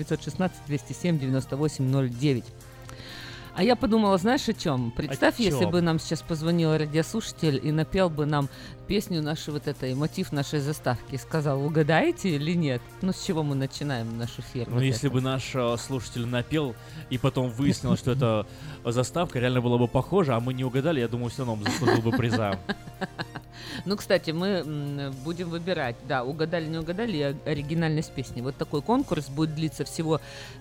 [SPEAKER 3] 916-207-9809. А я подумала, знаешь, о чем? Представь, если бы нам сейчас позвонил радиослушатель и напел бы нам песню нашей вот этой, мотив нашей заставки, и сказал, угадаете или нет? Ну, с чего мы начинаем наш эфир?
[SPEAKER 4] Ну, если бы наш слушатель напел, и потом выяснилось, что это заставка, реально было бы похоже, а мы не угадали, я думаю, все равно он заслужил бы приза.
[SPEAKER 3] Ну, кстати, мы будем выбирать, да, угадали, не угадали, оригинальность песни. Вот такой конкурс будет длиться всего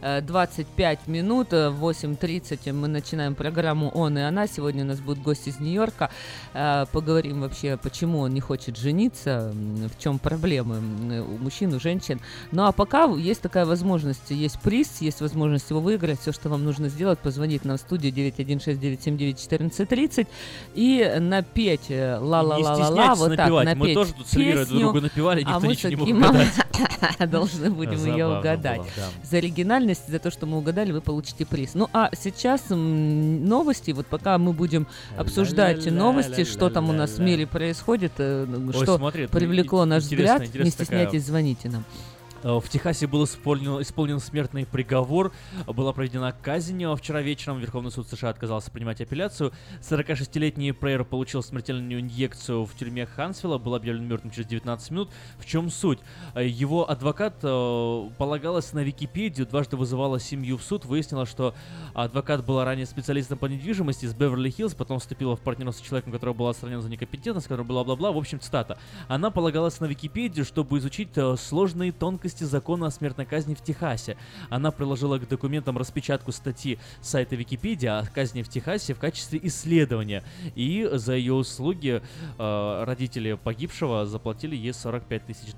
[SPEAKER 3] 25 минут, в 8:30 мы начинаем программу «Он и она». Сегодня у нас будет гость из Нью-Йорка. Поговорим вообще, почему он не хочет жениться, в чем проблемы у мужчин, у женщин. Ну, а пока есть такая возможность, есть приз, есть возможность его выиграть. Все, что вам нужно сделать, позвонить нам в студию 916-979-1430 и напеть «Ла-ла-ла-ла-ла». Вот
[SPEAKER 4] напевать.
[SPEAKER 3] Так,
[SPEAKER 4] мы тоже тут с Эльвирой друг другу напевали, никто ничего не мог угадать.
[SPEAKER 3] Должны будем ее угадать. За оригинальность, за то, что мы угадали, вы получите приз. Ну, а сейчас новости. Вот пока мы будем обсуждать новости, что там у нас в мире происходит, что привлекло наш взгляд, не стесняйтесь, звоните нам.
[SPEAKER 4] В Техасе был исполнен смертный приговор, была проведена казнь. Вчера вечером Верховный суд США отказался принимать апелляцию. 46-летний Прейер получил смертельную инъекцию в тюрьме Хансвилла, был объявлен мертвым через 19 минут. В чем суть? Его адвокат полагалась на Википедию, дважды вызывала семью в суд. Выяснилось, что адвокат была ранее специалистом по недвижимости из Беверли-Хиллз, потом вступила в партнерство с человеком, который был отстранен за некомпетентность, который бла-бла-бла. В общем, цитата. Она полагалась на Википедию, чтобы изучить сложные тонкости закона о смертной казни в Техасе. Она приложила к документам распечатку статьи с сайта Википедия о казни в Техасе в качестве исследования. И за ее услуги родители погибшего заплатили ей $45 тысяч.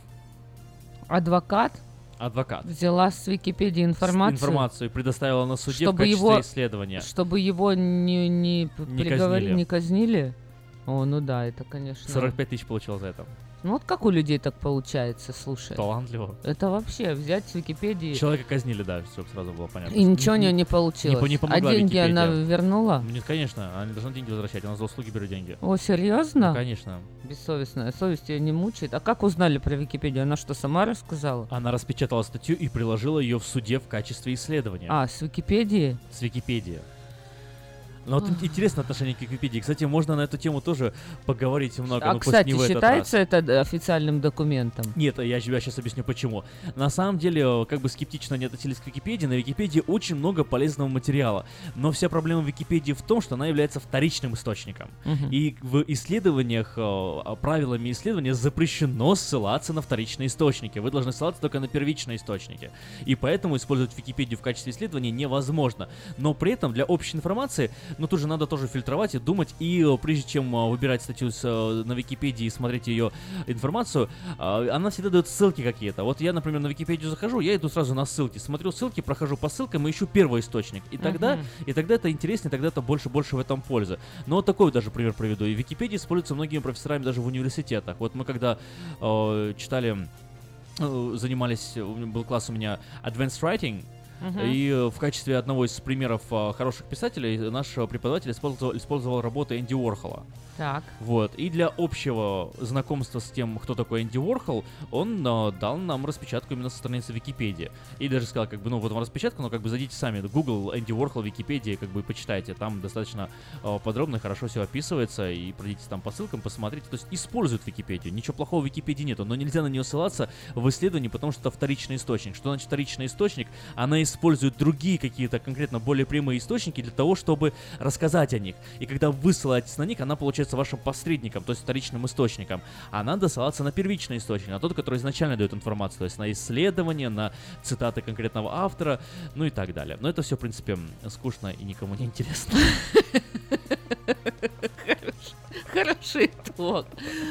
[SPEAKER 3] Адвокат взяла с Википедии информацию
[SPEAKER 4] и предоставила на суде в качестве исследования.
[SPEAKER 3] Чтобы его не казнили? О, ну да, это, конечно...
[SPEAKER 4] 45 тысяч получил за это.
[SPEAKER 3] Ну вот как у людей так получается, слушай.
[SPEAKER 4] Талантливо.
[SPEAKER 3] Это вообще взять с Википедии...
[SPEAKER 4] Человека казнили, да, чтобы сразу было понятно.
[SPEAKER 3] И ничего у нее не получилось.
[SPEAKER 4] Не
[SPEAKER 3] а деньги
[SPEAKER 4] Википедия.
[SPEAKER 3] Она вернула?
[SPEAKER 4] Нет, конечно, она не должна деньги возвращать, она за услуги берет деньги.
[SPEAKER 3] О, серьезно?
[SPEAKER 4] Ну, конечно.
[SPEAKER 3] Бессовестная. Совесть ее не мучает. А как узнали про Википедию? Она что, сама рассказала?
[SPEAKER 4] Она распечатала статью и приложила ее в суде в качестве исследования.
[SPEAKER 3] А, с Википедии?
[SPEAKER 4] С Википедии. Но вот интересное отношение к Википедии. Кстати, можно на эту тему тоже поговорить много.
[SPEAKER 3] А, кстати, считается это официальным документом?
[SPEAKER 4] Нет, я сейчас объясню почему. На самом деле, как бы скептично не относились к Википедии, на Википедии очень много полезного материала. Но вся проблема Википедии в том, что она является вторичным источником. И в исследованиях, правилами исследования запрещено ссылаться на вторичные источники. Вы должны ссылаться только на первичные источники. И поэтому использовать Википедию в качестве исследования невозможно. Но при этом для общей информации, но тут же надо тоже фильтровать и думать, и прежде чем выбирать статью на Википедии и смотреть ее информацию, она всегда дает ссылки какие-то. Вот я, например, на Википедию захожу, я иду сразу на ссылки, смотрю ссылки, прохожу по ссылкам и ищу первоисточник. И тогда это интереснее, тогда это больше в этом пользы. Но вот такой даже пример приведу. И Википедия используется многими профессорами даже в университетах. Вот мы когда занимались, был класс у меня Advanced Writing, И в качестве одного из примеров хороших писателей наш преподаватель использовал работы Энди Уорхола.
[SPEAKER 3] Так.
[SPEAKER 4] Вот. И для общего знакомства с тем, кто такой Энди Уорхол, он дал нам распечатку именно со страницы Википедии. И даже сказал, как бы, ну, вот вам распечатка, но как бы зайдите сами в Google, Энди Уорхол, Википедия, как бы почитайте. Там достаточно подробно и хорошо все описывается. И пройдите там по ссылкам, посмотрите. То есть используют Википедию. Ничего плохого в Википедии нету, но нельзя на нее ссылаться в исследовании, потому что это вторичный источник. Что значит вторичный источник? Она использует другие какие-то конкретно более прямые источники для того, чтобы рассказать о них. И когда вы ссылаетесь на них, она получается вашим посредником, то есть вторичным источником. А надо ссылаться на первичный источник, на тот, который изначально дает информацию, то есть на исследования, на цитаты конкретного автора, ну и так далее. Но это все, в принципе, скучно и никому не интересно.
[SPEAKER 3] Хороший итог.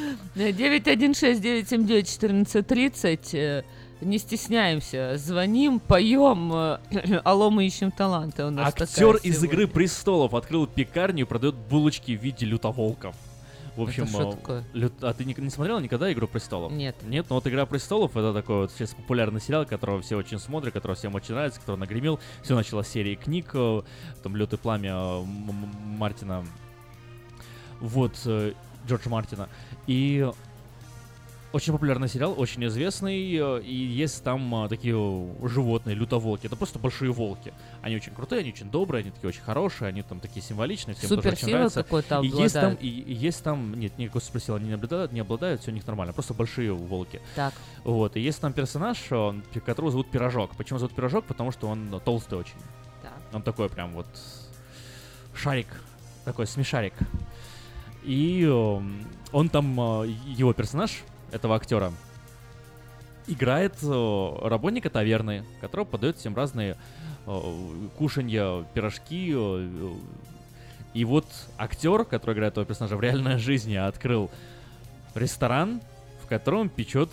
[SPEAKER 3] 916-979-1430. Не стесняемся, звоним, поем. Алло, мы ищем таланты. У нас
[SPEAKER 4] актер из «Игры престолов» открыл пекарню и продает булочки в виде лютоволков. В общем,
[SPEAKER 3] это что такое?
[SPEAKER 4] А ты не смотрела никогда «Игру престолов»?
[SPEAKER 3] Нет.
[SPEAKER 4] Нет, ну вот «Игра престолов» — это такой вот сейчас популярный сериал, которого все очень смотрят, который всем очень нравится, который нагремел. Все началось с серии книг, там «Лед и пламя» Мартина, вот, Джорджа Мартина. И очень популярный сериал, очень известный, и есть там такие животные, лютоволки. Это просто большие волки. Они очень крутые, они очень добрые, они такие очень хорошие, они там такие символичные, всем тоже очень нравится.
[SPEAKER 3] Какой-то
[SPEAKER 4] обладают. И есть там, нет, никакой суперсилы они не обладают, все у них нормально, просто большие волки.
[SPEAKER 3] Так.
[SPEAKER 4] Вот, и есть там персонаж, которого зовут Пирожок. Почему зовут Пирожок? Потому что он толстый очень.
[SPEAKER 3] Так.
[SPEAKER 4] Он такой прям вот шарик, такой смешарик. И он там, его персонаж, этого актера, играет работника таверны, который подает всем разные кушанья, пирожки. И вот актер, который играет этого персонажа в реальной жизни, открыл ресторан, в котором печет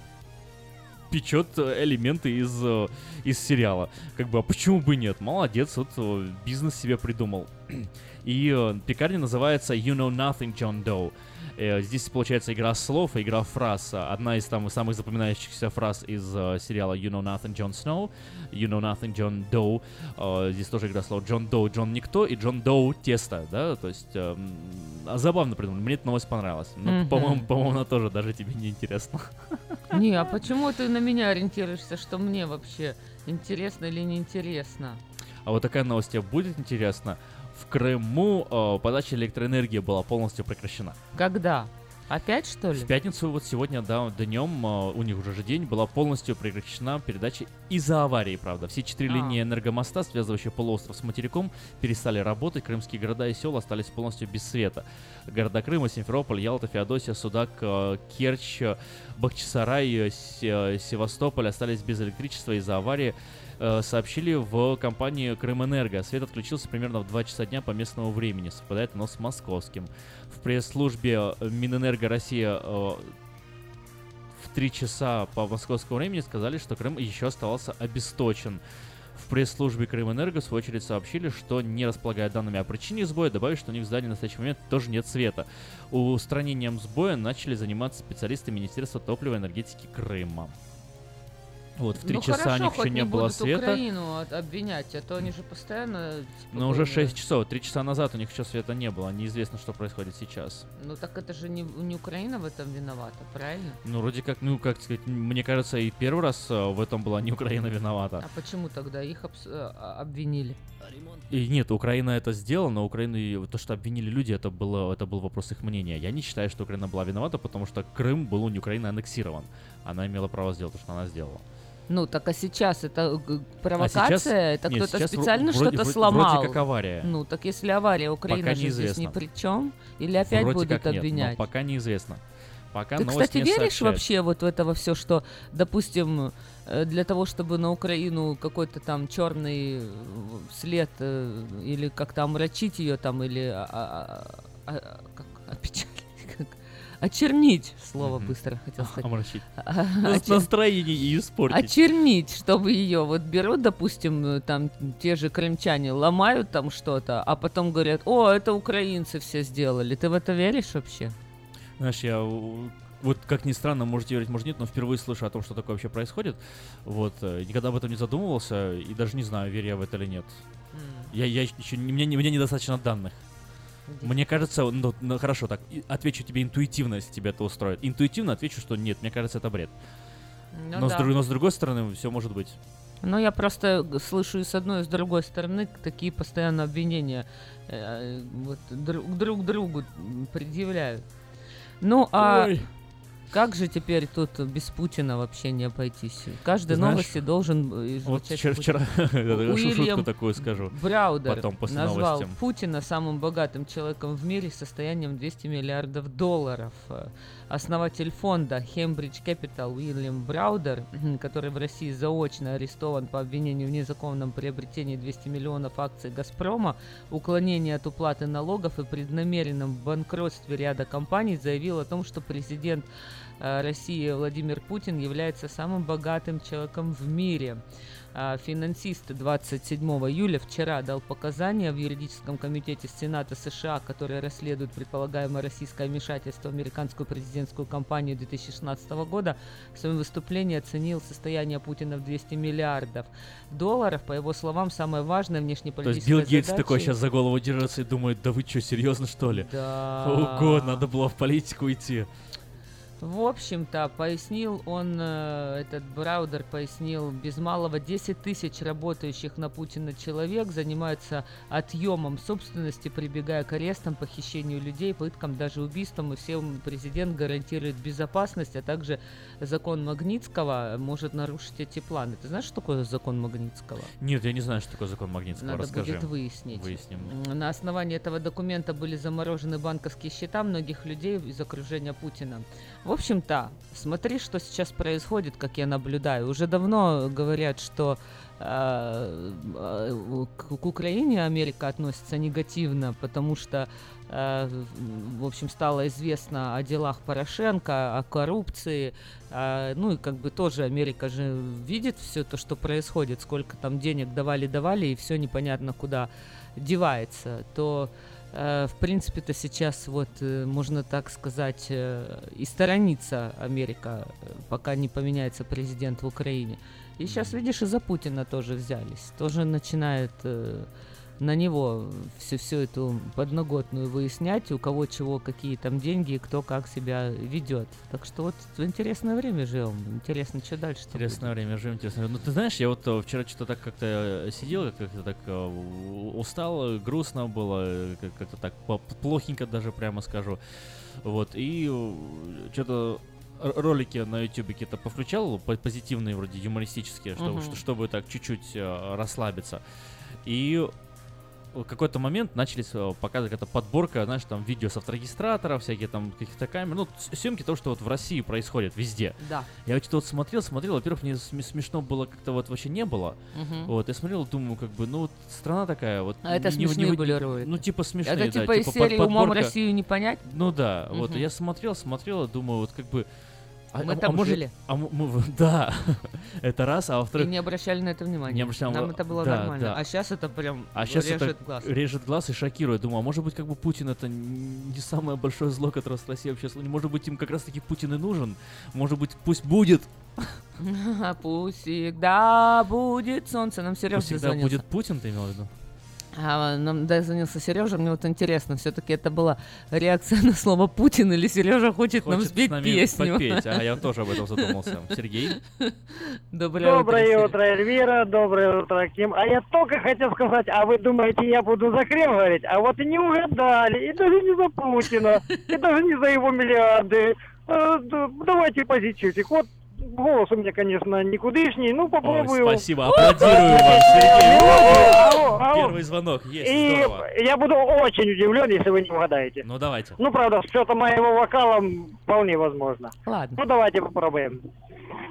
[SPEAKER 4] элементы из сериала. Как бы, а почему бы нет? Молодец, вот бизнес себе придумал. И пекарня называется You Know Nothing, John Doe. Здесь получается игра слов и игра фраз. Одна из там самых запоминающихся фраз из сериала You Know Nothing, John Snow, You Know Nothing, John Doe. Здесь тоже игра слов John Doe, Джон Никто и John Doe тесто, да, то есть забавно придумали. Мне эта новость понравилась. Но, по-моему, она тоже даже тебе не интересна.
[SPEAKER 3] Не, а почему ты на меня ориентируешься, что мне вообще интересно или не интересно?
[SPEAKER 4] А вот такая новость тебе будет интересна. В Крыму подача электроэнергии была полностью прекращена.
[SPEAKER 3] Когда? Опять, что ли?
[SPEAKER 4] В пятницу, вот сегодня, да, днем, у них уже же день, была полностью прекращена передача из-за аварии, правда. Все 4 линии энергомоста, связывающие полуостров с материком, перестали работать. Крымские города и села остались полностью без света. Города Крыма, Симферополь, Ялта, Феодосия, Судак, Керчь, Бахчисарай, Севастополь остались без электричества из-за аварии. Сообщили в компании «Крымэнерго». Свет отключился примерно в 2 часа дня по местному времени. Совпадает оно с московским. В пресс-службе Минэнерго Россия в 3 часа по московскому времени сказали, что Крым еще оставался обесточен. В пресс-службе «Крымэнерго» в свою очередь сообщили, что, не располагая данными о причине сбоя, добавили, что у них в здании в настоящий момент тоже нет света. Устранением сбоя начали заниматься специалисты Министерства топлива и энергетики Крыма. Вот, в 3 часа у них еще не было света.
[SPEAKER 3] Украину обвинять, а то они же постоянно...
[SPEAKER 4] Но уже 6 часов, 3 часа назад у них еще света не было, неизвестно, что происходит сейчас.
[SPEAKER 3] Ну так это же не Украина в этом виновата, правильно?
[SPEAKER 4] Ну вроде как, ну как сказать, мне кажется, и первый раз в этом была не Украина виновата.
[SPEAKER 3] А почему тогда их обвинили?
[SPEAKER 4] И нет, Украина это сделала, но Украину, то, что обвинили люди, это был вопрос их мнения. Я не считаю, что Украина была виновата, потому что Крым был у Украины аннексирован. Она имела право сделать то, что она сделала.
[SPEAKER 3] Ну, так а сейчас это провокация?
[SPEAKER 4] Сейчас,
[SPEAKER 3] это
[SPEAKER 4] нет,
[SPEAKER 3] кто-то специально
[SPEAKER 4] вроде,
[SPEAKER 3] что-то сломал?
[SPEAKER 4] Вроде как авария.
[SPEAKER 3] Ну, так если авария, Украина же здесь ни при чем? Или опять
[SPEAKER 4] вроде
[SPEAKER 3] будут
[SPEAKER 4] как
[SPEAKER 3] обвинять?
[SPEAKER 4] Нет, но пока неизвестно. Пока
[SPEAKER 3] Ты,
[SPEAKER 4] новость
[SPEAKER 3] кстати,
[SPEAKER 4] не
[SPEAKER 3] веришь
[SPEAKER 4] сообщает.
[SPEAKER 3] вообще вот в это все, что, допустим, для того, чтобы на Украину какой-то там черный след или как-то омрачить ее там, или как опечалить, очернить, слово быстро хотел сказать.
[SPEAKER 4] Омрачить. Настроение и испортить.
[SPEAKER 3] Очернить, чтобы ее вот берут, допустим, там те же крымчане ломают там что-то, а потом говорят: о, это украинцы все сделали. Ты в это веришь вообще?
[SPEAKER 4] Знаешь, я вот как ни странно, можете верить, может нет, но впервые слышу о том, что такое вообще происходит. Вот, никогда об этом не задумывался и даже не знаю, верю я в это или нет. Я еще, мне недостаточно данных. Мне кажется, ну хорошо, так, отвечу тебе интуитивно, если тебя это устроит. Интуитивно отвечу, что нет, мне кажется, это бред. Но с другой стороны, все может быть.
[SPEAKER 3] Ну, я просто слышу и с одной, и с другой стороны такие постоянно обвинения вот, друг другу предъявляют. Ну, а как же теперь тут без Путина вообще не обойтись? Каждой новости должен
[SPEAKER 4] излучать... Вот вчера шутку такую скажу.
[SPEAKER 3] Браудер
[SPEAKER 4] потом, после
[SPEAKER 3] назвал
[SPEAKER 4] новостям.
[SPEAKER 3] Путина самым богатым человеком в мире с состоянием $200 миллиардов. Основатель фонда Cambridge Capital Уильям Браудер, который в России заочно арестован по обвинению в незаконном приобретении 200 миллионов акций «Газпрома», уклонении от уплаты налогов и преднамеренном банкротстве ряда компаний, заявил о том, что президент России Владимир Путин является самым богатым человеком в мире. Финансист 27 июля вчера дал показания в юридическом комитете Сената США, который расследует предполагаемое российское вмешательство в американскую президентскую кампанию 2016 года. В своем выступлении оценил состояние Путина в $200 миллиардов. По его словам, самое важное внешнеполитическое задача...
[SPEAKER 4] То есть Билл Гейтс такой сейчас за голову держится и думает, да вы что, серьезно что ли?
[SPEAKER 3] Да.
[SPEAKER 4] Ого, надо было в политику идти.
[SPEAKER 3] В общем-то, пояснил он, этот Браудер пояснил, без малого 10 тысяч работающих на Путина человек занимаются отъемом собственности, прибегая к арестам, похищению людей, пыткам, даже убийствам, и всем президент гарантирует безопасность, а также закон Магнитского может нарушить эти планы. Ты знаешь, что такое закон Магнитского?
[SPEAKER 4] Нет, я не знаю, что такое закон Магнитского.
[SPEAKER 3] Надо
[SPEAKER 4] Расскажи.
[SPEAKER 3] будет выяснить.
[SPEAKER 4] Выясним.
[SPEAKER 3] На основании этого документа были заморожены банковские счета многих людей из окружения Путина. В общем-то, смотри, что сейчас происходит, как я наблюдаю. Уже давно говорят, что к Украине Америка относится негативно, потому что, в общем, стало известно о делах Порошенко, о коррупции. Ну и как бы тоже Америка же видит все то, что происходит, сколько там денег давали, и все непонятно куда девается. То... В принципе-то сейчас, вот, можно так сказать, и сторонится Америка, пока не поменяется президент в Украине. И сейчас, видишь, из-за Путина тоже взялись. Тоже начинает на него всю эту подноготную выяснять, у кого чего, какие там деньги, кто как себя ведет. Так что вот в интересное время живем. Интересно, что дальше.
[SPEAKER 4] Интересное время живем, интересное. Ну, ты знаешь, я вот вчера что-то так как-то сидел, как-то так устал, грустно было, как-то так плохенько даже, прямо скажу. Вот, и что-то ролики на YouTube какие-то повключал, позитивные, вроде юмористические, чтобы так чуть-чуть расслабиться. И в какой-то момент начались показывать какая-то подборка, знаешь, там видео с авторегистраторов, всякие там каких-то камер, ну, съемки того, что вот в России происходит везде.
[SPEAKER 3] Да.
[SPEAKER 4] Я вот что-то вот смотрел, во-первых, мне смешно было, как-то вот вообще не было. Вот, я смотрел, думаю, как бы, ну, вот страна такая, вот.
[SPEAKER 3] А это смешные были ролики.
[SPEAKER 4] Ну, типа смешные,
[SPEAKER 3] это
[SPEAKER 4] да.
[SPEAKER 3] Типа из серии «Умом Россию не понять»?
[SPEAKER 4] Ну, да, вот, я смотрел, думаю, вот как бы...
[SPEAKER 3] Мы там жили.
[SPEAKER 4] Да, это раз, а во-вторых...
[SPEAKER 3] И не обращали на это внимания. Нам это было нормально. Да. А сейчас это прям режет глаз.
[SPEAKER 4] Режет глаз и шокирует. Думаю, а может быть, как бы Путин это не самое большое зло, которое с Россией вообще... Может быть, им как раз-таки Путин и нужен? Может быть, пусть будет?
[SPEAKER 3] Пусть всегда будет солнце. Нам Сережа
[SPEAKER 4] дозвонился. Пусть всегда будет Путин, ты имел в виду?
[SPEAKER 3] Нам дозвонился Сережа, мне вот интересно, все-таки это была реакция на слово Путин или Сережа хочет нам спеть песню?
[SPEAKER 4] Попеть. Я тоже об этом задумался. Сергей?
[SPEAKER 3] Доброе
[SPEAKER 10] утро, Эльвира, доброе утро, Ким. А я только хотел сказать, а вы думаете, я буду за Крым говорить? А вот и не угадали, и даже не за Путина, и даже не за его миллиарды. Давайте позитивчик. Вот голос у меня, конечно, никудышний, ну попробую.
[SPEAKER 4] Ой, спасибо, аплодирую вам, Сергей. Первый звонок есть,
[SPEAKER 10] и
[SPEAKER 4] здорово.
[SPEAKER 10] Я буду очень удивлен, если вы не угадаете.
[SPEAKER 4] Ну давайте.
[SPEAKER 10] Ну правда, с учетом моего вокала вполне возможно.
[SPEAKER 3] Ладно.
[SPEAKER 10] Ну давайте попробуем.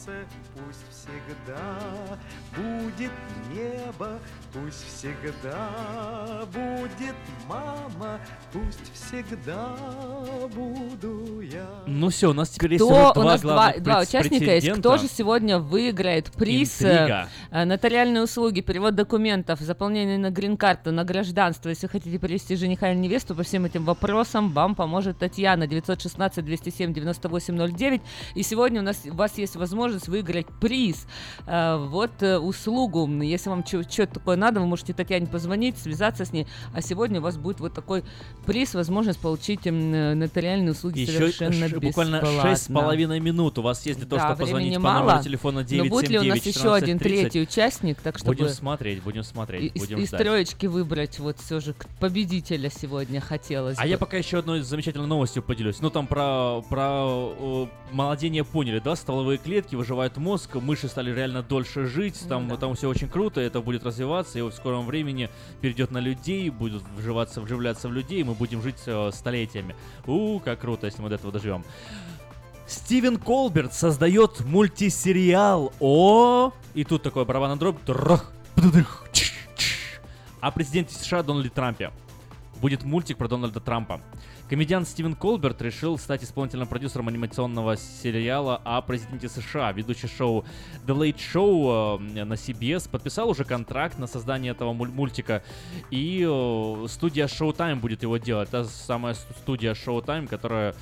[SPEAKER 12] солнце, пусть всегда будет небо, пусть всегда будет мама, пусть всегда буду я.
[SPEAKER 4] Ну все, у нас теперь есть
[SPEAKER 3] Кто?
[SPEAKER 4] уже
[SPEAKER 3] У нас
[SPEAKER 4] два
[SPEAKER 3] участника есть. Кто же сегодня выиграет приз?
[SPEAKER 4] Интрига.
[SPEAKER 3] Нотариальные услуги, перевод документов, заполнение на грин-карту, на гражданство. Если хотите привести жениха или невесту, по всем этим вопросам вам поможет Татьяна. 916-207-98-09. И сегодня у вас есть возможность выиграть приз. Услугу. Если вам что-то такое надо, вы можете Татьяне позвонить, связаться с ней. А сегодня у вас будет вот такой приз, возможность получить нотариальные услуги
[SPEAKER 4] еще
[SPEAKER 3] совершенно бесплатно.
[SPEAKER 4] Буквально 6,5 минут у вас есть для того, чтобы позвонить по
[SPEAKER 3] мало,
[SPEAKER 4] номеру телефона 979-1430.
[SPEAKER 3] Но будет ли у нас еще один третий участник? Так, чтобы
[SPEAKER 4] будем смотреть, будем
[SPEAKER 3] из троечки выбрать вот все же победителя сегодня хотелось бы.
[SPEAKER 4] Я пока еще одной замечательной новостью поделюсь. Ну там про молодение поняли, да? Стволовые клетки выживают мозг, мыши стали реально дольше жить, там все очень круто, это будет развиваться, и в скором времени перейдет на людей, будут вживляться в людей, и мы будем жить столетиями. Как круто, если мы до этого доживем. Стивен Колберт создает мультисериал И тут такой барабанный дробь. О президенте США Дональде Трампе. Будет мультик про Дональда Трампа. Комедиант Стивен Колберт решил стать исполнительным продюсером анимационного сериала о президенте США. Ведущий шоу The Late Show на CBS подписал уже контракт на создание этого мультика. И студия Showtime будет его делать. Та самая студия Showtime, которая,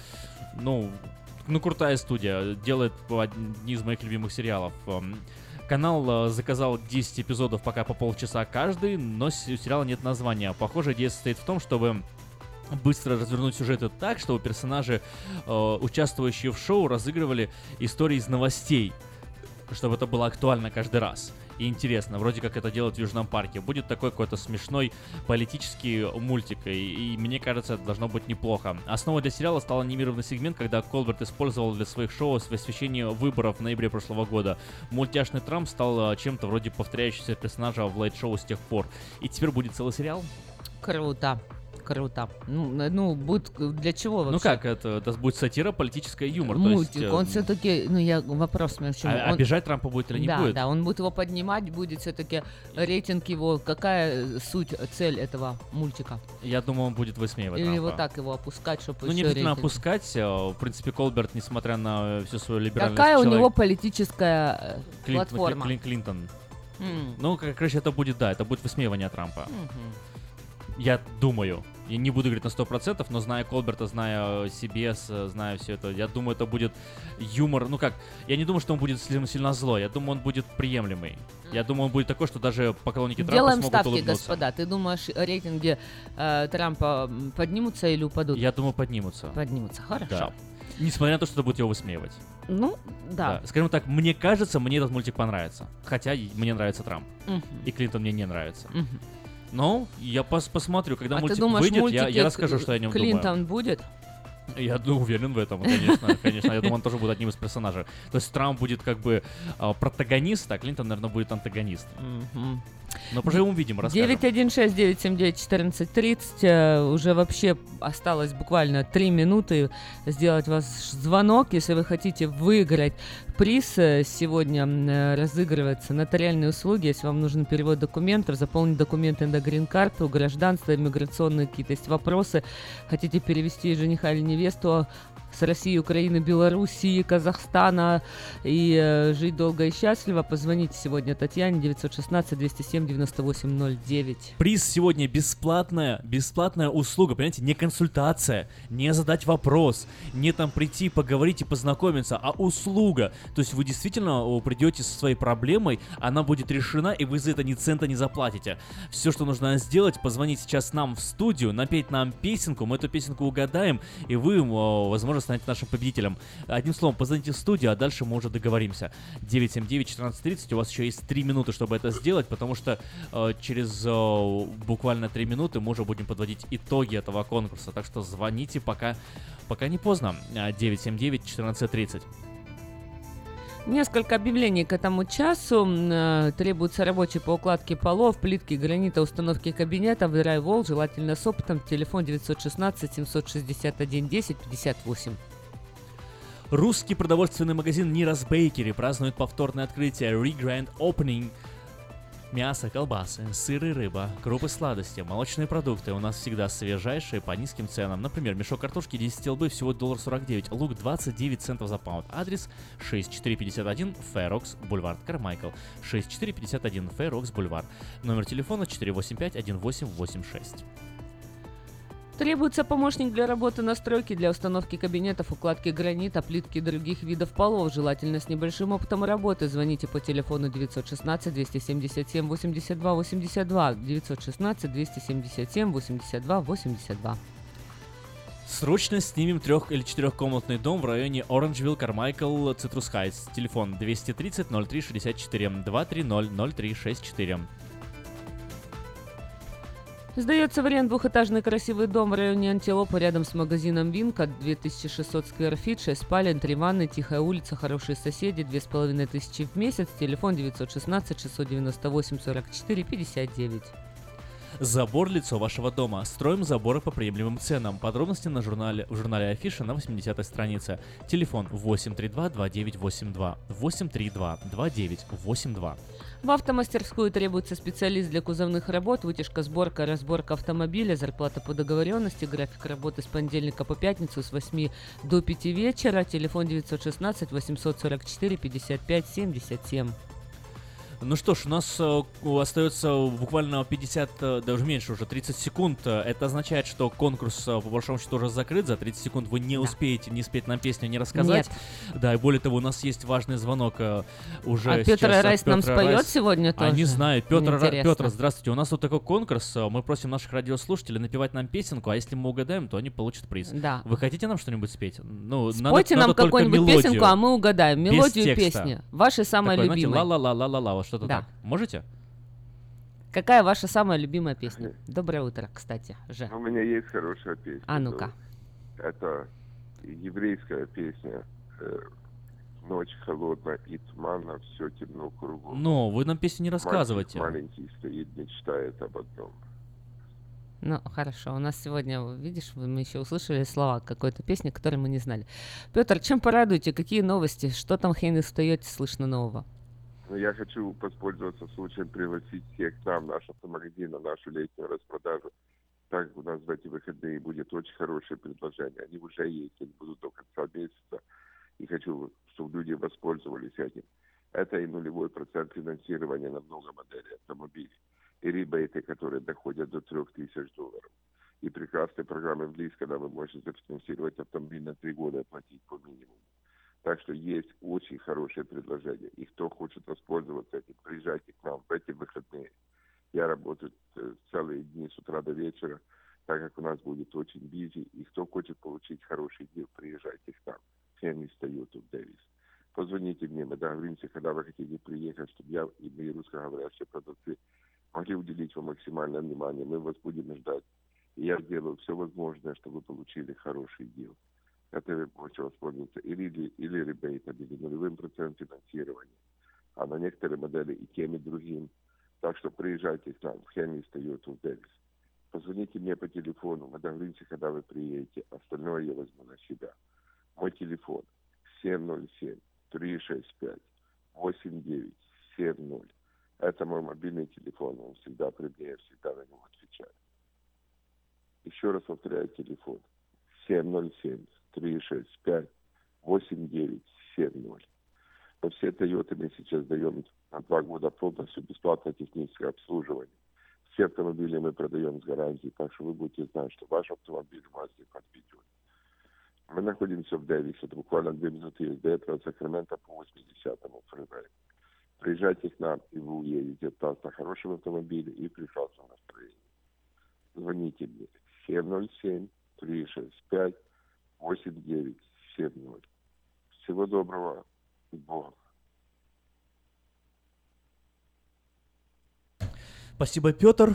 [SPEAKER 4] крутая студия. Делает одни из моих любимых сериалов. Канал заказал 10 эпизодов пока по полчаса каждый, но у сериала нет названия. Похоже, идея состоит в том, чтобы быстро развернуть сюжеты так, чтобы персонажи, участвующие в шоу, разыгрывали истории из новостей, чтобы это было актуально каждый раз. И интересно, вроде как это делают в Южном парке. Будет такой какой-то смешной политический мультик, и мне кажется, это должно быть неплохо. Основой для сериала стал анимированный сегмент, когда Колберт использовал для своих шоу освещение выборов в ноябре прошлого года. Мультяшный Трамп стал чем-то вроде повторяющегося персонажа в лайт-шоу с тех пор. И теперь будет целый сериал.
[SPEAKER 3] Круто. Будет для чего вообще?
[SPEAKER 4] Это будет сатира, политическая юмор.
[SPEAKER 3] Мультик,
[SPEAKER 4] то есть,
[SPEAKER 3] он все-таки, вопрос у меня в чем.
[SPEAKER 4] Обижать Трампа будет или не будет?
[SPEAKER 3] Да, он будет его поднимать, будет все-таки рейтинг его. Какая суть, цель этого мультика?
[SPEAKER 4] Я думаю, он будет высмеивать Трампа.
[SPEAKER 3] Или вот так его опускать, чтобы
[SPEAKER 4] не обязательно опускать. В принципе, Колберт, несмотря на всю свою либеральность,
[SPEAKER 3] какая у него политическая платформа?
[SPEAKER 4] Клинтон. Это будет, это будет высмеивание Трампа. Я думаю. Я не буду говорить на 100%, но зная Колберта, зная CBS, зная все это, я думаю, это будет юмор. Я не думаю, что он будет слишком сильно злой. Я думаю, он будет приемлемый. Я думаю, он будет такой, что даже поклонники Трампа смогут
[SPEAKER 3] ставки,
[SPEAKER 4] улыбнуться.
[SPEAKER 3] Господа. Ты думаешь, рейтинги Трампа поднимутся или упадут?
[SPEAKER 4] Я думаю, поднимутся.
[SPEAKER 3] Поднимутся, хорошо.
[SPEAKER 4] Да. Несмотря на то, что это будет его высмеивать.
[SPEAKER 3] Да.
[SPEAKER 4] Скажем так, мне кажется, мне этот мультик понравится. Хотя мне нравится Трамп. И Клинтон мне не нравится. Но я посмотрю, когда мультик выйдет, я расскажу, что я о нем думаю.
[SPEAKER 3] Клинтон будет?
[SPEAKER 4] Я уверен в этом, конечно. Я думаю, он тоже будет одним из персонажей. То есть Трамп будет как бы протагонист, а Клинтон, наверное, будет антагонист. Но поживем, увидим, расскажем.
[SPEAKER 3] 916-979-1430. Уже вообще осталось буквально 3 минуты сделать ваш звонок, если вы хотите выиграть приз. Сегодня разыгрывается нотариальные услуги, если вам нужен перевод документов, заполнить документы на грин-карту, гражданство, иммиграционные какие-то есть вопросы. Хотите перевести жениха или невесту с России, Украины, Белоруссии, Казахстана и жить долго и счастливо, позвоните сегодня Татьяне 916-207-98-09.
[SPEAKER 4] Приз сегодня бесплатная услуга, понимаете, не консультация, не задать вопрос, не там прийти, поговорить и познакомиться, а услуга. То есть вы действительно придете со своей проблемой, она будет решена, и вы за это ни цента не заплатите. Все, что нужно сделать, позвонить сейчас нам в студию, напеть нам песенку, мы эту песенку угадаем, и вы, возможно, станете нашим победителем. Одним словом, позвоните в студию, а дальше мы уже договоримся. 979-1430, у вас еще есть 3 минуты, чтобы это сделать, потому что через буквально 3 минуты мы уже будем подводить итоги этого конкурса. Так что звоните, пока не поздно. 979-1430.
[SPEAKER 3] Несколько объявлений к этому часу. Требуется рабочий по укладке полов, плитки, гранита, установки кабинетов, драйвол, желательно с опытом. Телефон 916-761-10-58.
[SPEAKER 4] Русский продовольственный магазин Нирас Бейкери празднует повторное открытие Re-Grand Opening. Мясо, колбасы, сыр и рыба, крупы, сладости, молочные продукты у нас всегда свежайшие по низким ценам. Например, мешок картошки 10 столбы всего $1.49, лук 29 центов за паунд. Адрес 6451 Фэрокс Бульвар, Кармайкл. 6451 Фэрокс Бульвар. Номер телефона 485-1886.
[SPEAKER 3] Требуется помощник для работы на стройке, для установки кабинетов, укладки гранита, плитки и других видов полов, желательно с небольшим опытом работы. Звоните по телефону 916-277-82-82, 916-277-82-82.
[SPEAKER 4] Срочно снимем 3- или 4-комнатный дом в районе Оранжвилл, Кармайкл, Цитрус Хайтс. Телефон 230-03-64, 230-03-64.
[SPEAKER 3] Сдается в аренду двухэтажный красивый дом в районе Антилопа рядом с магазином Винка. 2600 сквер-фит, 6 спален, 3 ванны, тихая улица, хорошие соседи, 2500 в месяц. Телефон 916-698-44-59.
[SPEAKER 4] Забор – лицо вашего дома. Строим заборы по приемлемым ценам. Подробности в журнале Афиша на 80-й странице. Телефон 832-2982. 832-2982.
[SPEAKER 3] В автомастерскую требуется специалист для кузовных работ, вытяжка, сборка, разборка автомобиля, зарплата по договоренности, график работы с понедельника по пятницу с 8 до 5 вечера, телефон 916-844-55-77.
[SPEAKER 4] Ну что ж, у нас остается буквально 50, даже меньше уже, 30 секунд. Это означает, что конкурс, по большому счету, уже закрыт. За 30 секунд вы не успеете не спеть нам песню, не рассказать.
[SPEAKER 3] Нет.
[SPEAKER 4] Да, и более того, у нас есть важный звонок уже
[SPEAKER 3] А Петр Райс нам споет сегодня тоже?
[SPEAKER 4] Не знаю. Петр, здравствуйте. У нас вот такой конкурс. Мы просим наших радиослушателей напевать нам песенку, а если мы угадаем, то они получат приз.
[SPEAKER 3] Да.
[SPEAKER 4] Вы хотите нам что-нибудь спеть? Ну,
[SPEAKER 3] спойте нам какую-нибудь песенку, а мы угадаем. Мелодию песни. Ваша самая
[SPEAKER 4] такой,
[SPEAKER 3] любимая.
[SPEAKER 4] Знаете, ла-ла-ла-ла-ла-ла, что-то
[SPEAKER 3] да.
[SPEAKER 4] так. Можете?
[SPEAKER 3] Какая ваша самая любимая песня? Доброе утро, кстати, Же.
[SPEAKER 13] У меня есть хорошая песня.
[SPEAKER 3] А ну-ка.
[SPEAKER 13] Это еврейская песня. Ночь холодная и туманна, все темно кругом.
[SPEAKER 4] Ну, вы нам песню не рассказывайте.
[SPEAKER 13] Маленький стоит, мечтает об одном.
[SPEAKER 3] Ну, хорошо. У нас сегодня, видишь, мы еще услышали слова какой-то песни, которую мы не знали. Петр, чем порадуете? Какие новости? Что там, Хейн, встаете, слышно нового?
[SPEAKER 13] Я хочу воспользоваться случаем пригласить всех к нам, в наш автомагазин, на нашу летнюю распродажу. Так у нас в эти выходные будет очень хорошее предложение. Они уже есть, они будут до конца месяца. И хочу, чтобы люди воспользовались этим. Это и 0% финансирования на много моделей автомобилей. И ребейты, которые доходят до $3000. И прекрасные программы в ЛИС, когда вы можете зафинансировать автомобиль на 3 года и платить по минимуму. Так что есть очень хорошее предложение. И кто хочет воспользоваться этим, приезжайте к нам в эти выходные. Я работаю целые дни с утра до вечера, так как у нас будет очень бизи. И кто хочет получить хороший дел, приезжайте к нам. Хенни Toyota Дэвис. Позвоните мне, мы договоримся, когда вы хотите приехать, чтобы я и мои русскоговорящие продавцы могли уделить вам максимальное внимание. Мы вас будем ждать. И я сделаю все возможное, чтобы вы получили хороший дел. Это вы можете воспользоваться или ребейтами, или 0% финансирования. А на некоторые модели и тем, и другим. Так что приезжайте к нам в Хенни Toyota Дэвис. Позвоните мне по телефону, мы договоримся, когда вы приедете. Остальное я возьму на себя. Мой телефон 707-365-8970. Это мой мобильный телефон, он всегда при мне, я всегда на него отвечаю. Еще раз повторяю телефон 707-365-8970. По всей Toyota мы сейчас даем на 2 года полностью бесплатное техническое обслуживание. Все автомобили мы продаем с гарантией, так что вы будете знать, что ваш автомобиль у вас не подведет. Мы находимся в Дэвисе, это буквально 2 минуты езды от Сакрамента по 80-му фривею. Приезжайте к нам, и вы уедете от нас на хорошем автомобиле и в прекрасном настроении. Звоните мне 707-365-8970. Всего доброго и Бога.
[SPEAKER 4] Спасибо, Петр.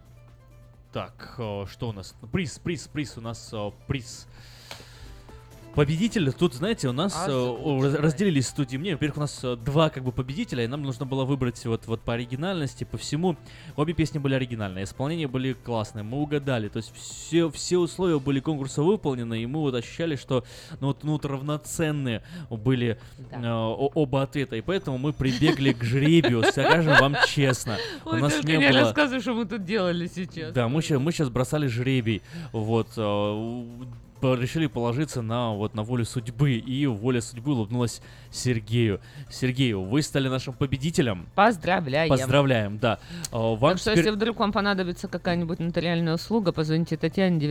[SPEAKER 4] Так, что у нас? Приз у нас, приз. Победитель, тут, знаете, у нас разделились студии мнения. Во-первых, у нас два как бы победителя, и нам нужно было выбрать вот по оригинальности, по всему. Обе песни были оригинальные, исполнения были классные, мы угадали. То есть все условия были конкурса выполнены, и мы вот ощущали, что равноценные были оба ответа. И поэтому мы прибегли к жребию, скажем вам честно.
[SPEAKER 3] Ой,
[SPEAKER 4] у нас
[SPEAKER 3] только
[SPEAKER 4] не
[SPEAKER 3] не
[SPEAKER 4] было...
[SPEAKER 3] рассказывай, что мы тут делали сейчас.
[SPEAKER 4] Да, мы сейчас бросали жребий. Вот. Решили положиться на волю судьбы, и воля судьбы улыбнулась Сергею. Сергею, вы стали нашим победителем. Поздравляем, да.
[SPEAKER 3] Так что, если вдруг вам понадобится какая-нибудь нотариальная услуга, позвоните Татьяне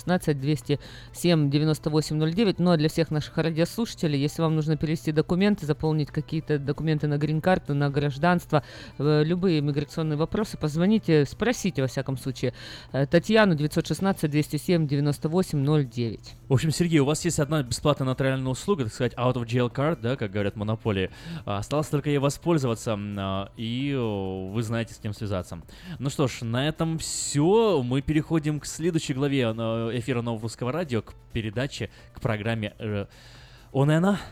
[SPEAKER 3] 916-207-9809. Ну а для всех наших радиослушателей, если вам нужно перевести документы, заполнить какие-то документы на грин-карту, на гражданство, любые миграционные вопросы, позвоните, спросите, во всяком случае, Татьяну 916-207-9809.
[SPEAKER 4] В общем, Сергей, у вас есть одна бесплатная нотариальная услуга, так сказать, out of jail card, да, как говорят в Монополии. Осталось только ей воспользоваться, и вы знаете, с кем связаться. Ну что ж, на этом все. Мы переходим к следующей главе эфира Нового Русского Радио, к передаче, к программе «Он и она».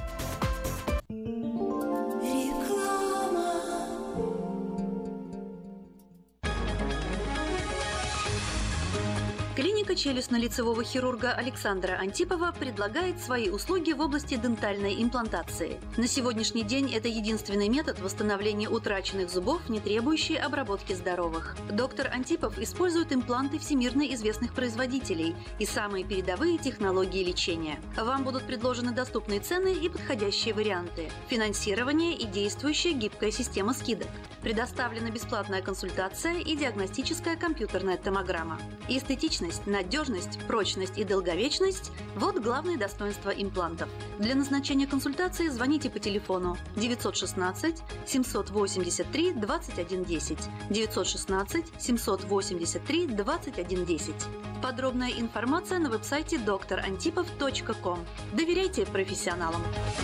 [SPEAKER 16] Клиника челюстно-лицевого хирурга Александра Антипова предлагает свои услуги в области дентальной имплантации. На сегодняшний день это единственный метод восстановления утраченных зубов, не требующий обработки здоровых. Доктор Антипов использует импланты всемирно известных производителей и самые передовые технологии лечения. Вам будут предложены доступные цены и подходящие варианты. Финансирование и действующая гибкая система скидок. Предоставлена бесплатная консультация и диагностическая компьютерная томограмма. Эстетичность, надежность, прочность и долговечность – вот главные достоинства имплантов. Для назначения консультации звоните по телефону 916 783 2110 916 783 2110. Подробная информация на веб-сайте drantipov.com. Доверяйте профессионалам.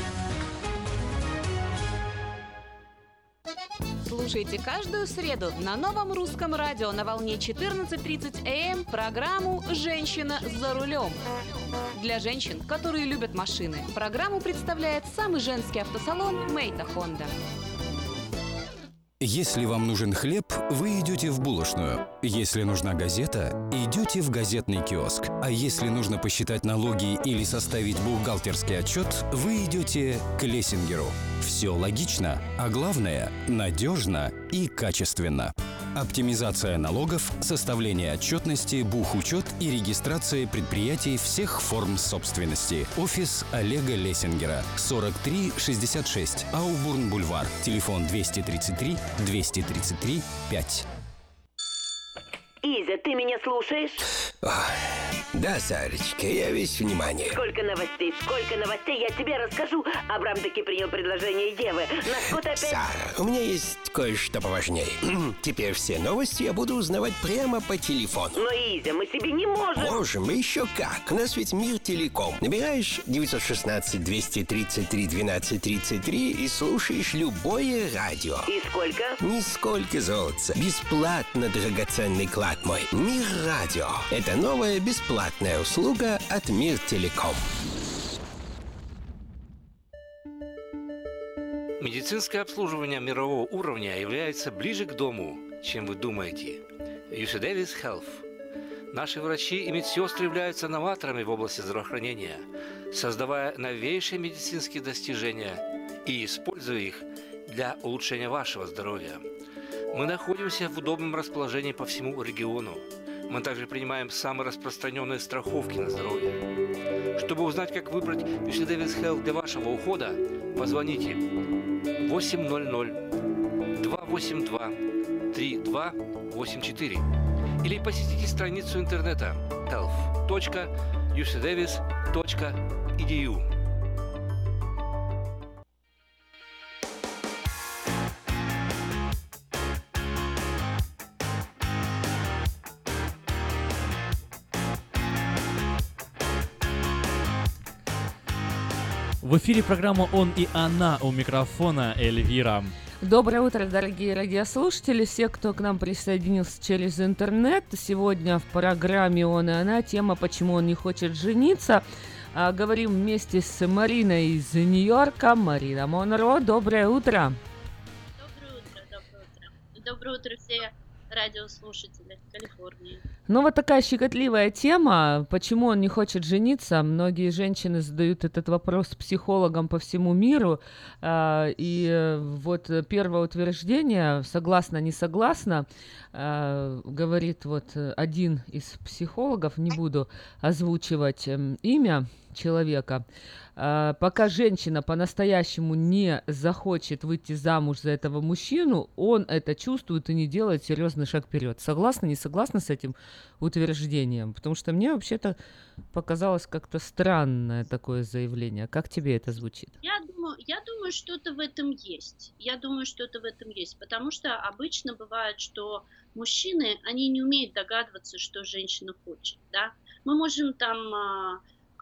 [SPEAKER 17] Слушайте каждую среду на Новом Русском Радио на волне 14:30 АМ программу «Женщина за рулем». Для женщин, которые любят машины, программу представляет самый женский автосалон «Мейта Хонда».
[SPEAKER 18] Если вам нужен хлеб, вы идете в булочную. Если нужна газета, идете в газетный киоск. А если нужно посчитать налоги или составить бухгалтерский отчет, вы идете к Лессингеру. Все логично, а главное – надежно и качественно. Оптимизация налогов, составление отчетности, бухучет и регистрация предприятий всех форм собственности. Офис Олега Лессингера. 4366 Аубурн-Бульвар. Телефон 233 233 5.
[SPEAKER 24] Изя, ты меня слушаешь?
[SPEAKER 25] Да, Сарочка, я весь внимание.
[SPEAKER 24] Сколько новостей, я тебе расскажу. Абрам таки принял предложение Евы. Нас тут опять...
[SPEAKER 25] Сара, у меня есть кое-что поважнее. Теперь все новости я буду узнавать прямо по телефону.
[SPEAKER 24] Но, Изя, мы себе не можем.
[SPEAKER 25] Можем, еще как. У нас ведь Мир Телеком. Набираешь 916-233-1233 и слушаешь любое радио.
[SPEAKER 24] И сколько?
[SPEAKER 25] Нисколько золотца. Бесплатно, драгоценный клад мой. Мир Радио. Это новая бесплатная услуга от Мир Телеком.
[SPEAKER 20] Медицинское обслуживание мирового уровня является ближе к дому, чем вы думаете. UC Davis Health. Наши врачи и медсестры являются новаторами в области здравоохранения, создавая новейшие медицинские достижения и используя их для улучшения вашего здоровья. Мы находимся в удобном расположении по всему региону. Мы также принимаем самые распространенные страховки на здоровье. Чтобы узнать, как выбрать UC Davis Health для вашего ухода, позвоните 800-282-3284 или посетите страницу интернета health.ucdavis.edu.
[SPEAKER 4] В эфире программа «Он и она», у микрофона Эльвира.
[SPEAKER 3] Доброе утро, дорогие радиослушатели, все, кто к нам присоединился через интернет. Сегодня в программе «Он и она» тема «Почему он не хочет жениться». Говорим вместе с Мариной из Нью-Йорка. Марина Монро, доброе утро.
[SPEAKER 1] Доброе утро, все радиослушатели Калифорнии.
[SPEAKER 3] Ну, вот такая щекотливая тема. Почему он не хочет жениться? Многие женщины задают этот вопрос психологам по всему миру. И вот первое утверждение, согласна, не согласна, говорит вот один из психологов, не буду озвучивать имя человека. Пока женщина по-настоящему не захочет выйти замуж за этого мужчину, он это чувствует и не делает серьезный шаг вперед. Согласна, не согласна с этим утверждением? Потому что мне вообще-то показалось как-то странное такое заявление. Как тебе это звучит?
[SPEAKER 1] Я думаю, что-то в этом есть. Потому что обычно бывает, что мужчины, они не умеют догадываться, что женщина хочет, да? Мы можем там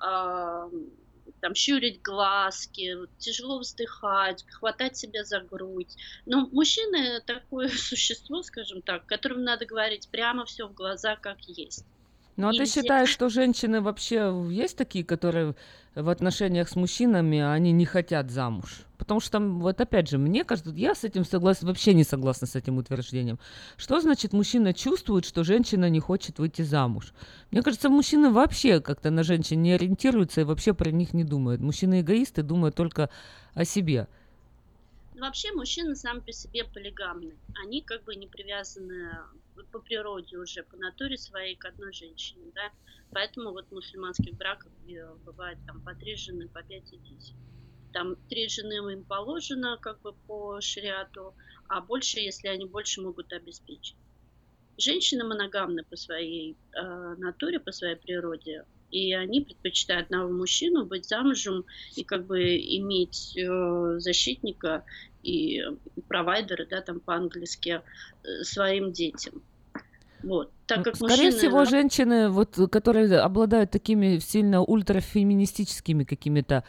[SPEAKER 1] щурить глазки, тяжело вздыхать, хватать себя за грудь. Но мужчины такое существо, скажем так, которому надо говорить прямо все в глаза, как есть.
[SPEAKER 3] Ну, а ты считаешь, что женщины вообще есть такие, которые в отношениях с мужчинами, они не хотят замуж? Потому что, вот опять же, мне кажется, я с этим согласна, вообще не согласна с этим утверждением. Что значит мужчина чувствует, что женщина не хочет выйти замуж? Мне кажется, мужчины вообще как-то на женщин не ориентируются и вообще про них не думают. Мужчины-эгоисты думают только о себе.
[SPEAKER 1] Вообще мужчины сами по себе полигамны. Они как бы не привязаны по природе уже, по натуре своей к одной женщине, да. Поэтому вот в мусульманских браках бывает там по 3 жены, по 5 и 10. Там 3 жены им положено как бы по шариату, а больше, если они больше могут обеспечить. Женщины моногамны по своей натуре, по своей природе, и они предпочитают одного мужчину, быть замужем и как бы иметь защитника и провайдера, да, там по-английски, своим детям. Вот. Так как
[SPEAKER 3] Скорее всего, женщины, вот, которые обладают такими сильно ультрафеминистическими какими-то,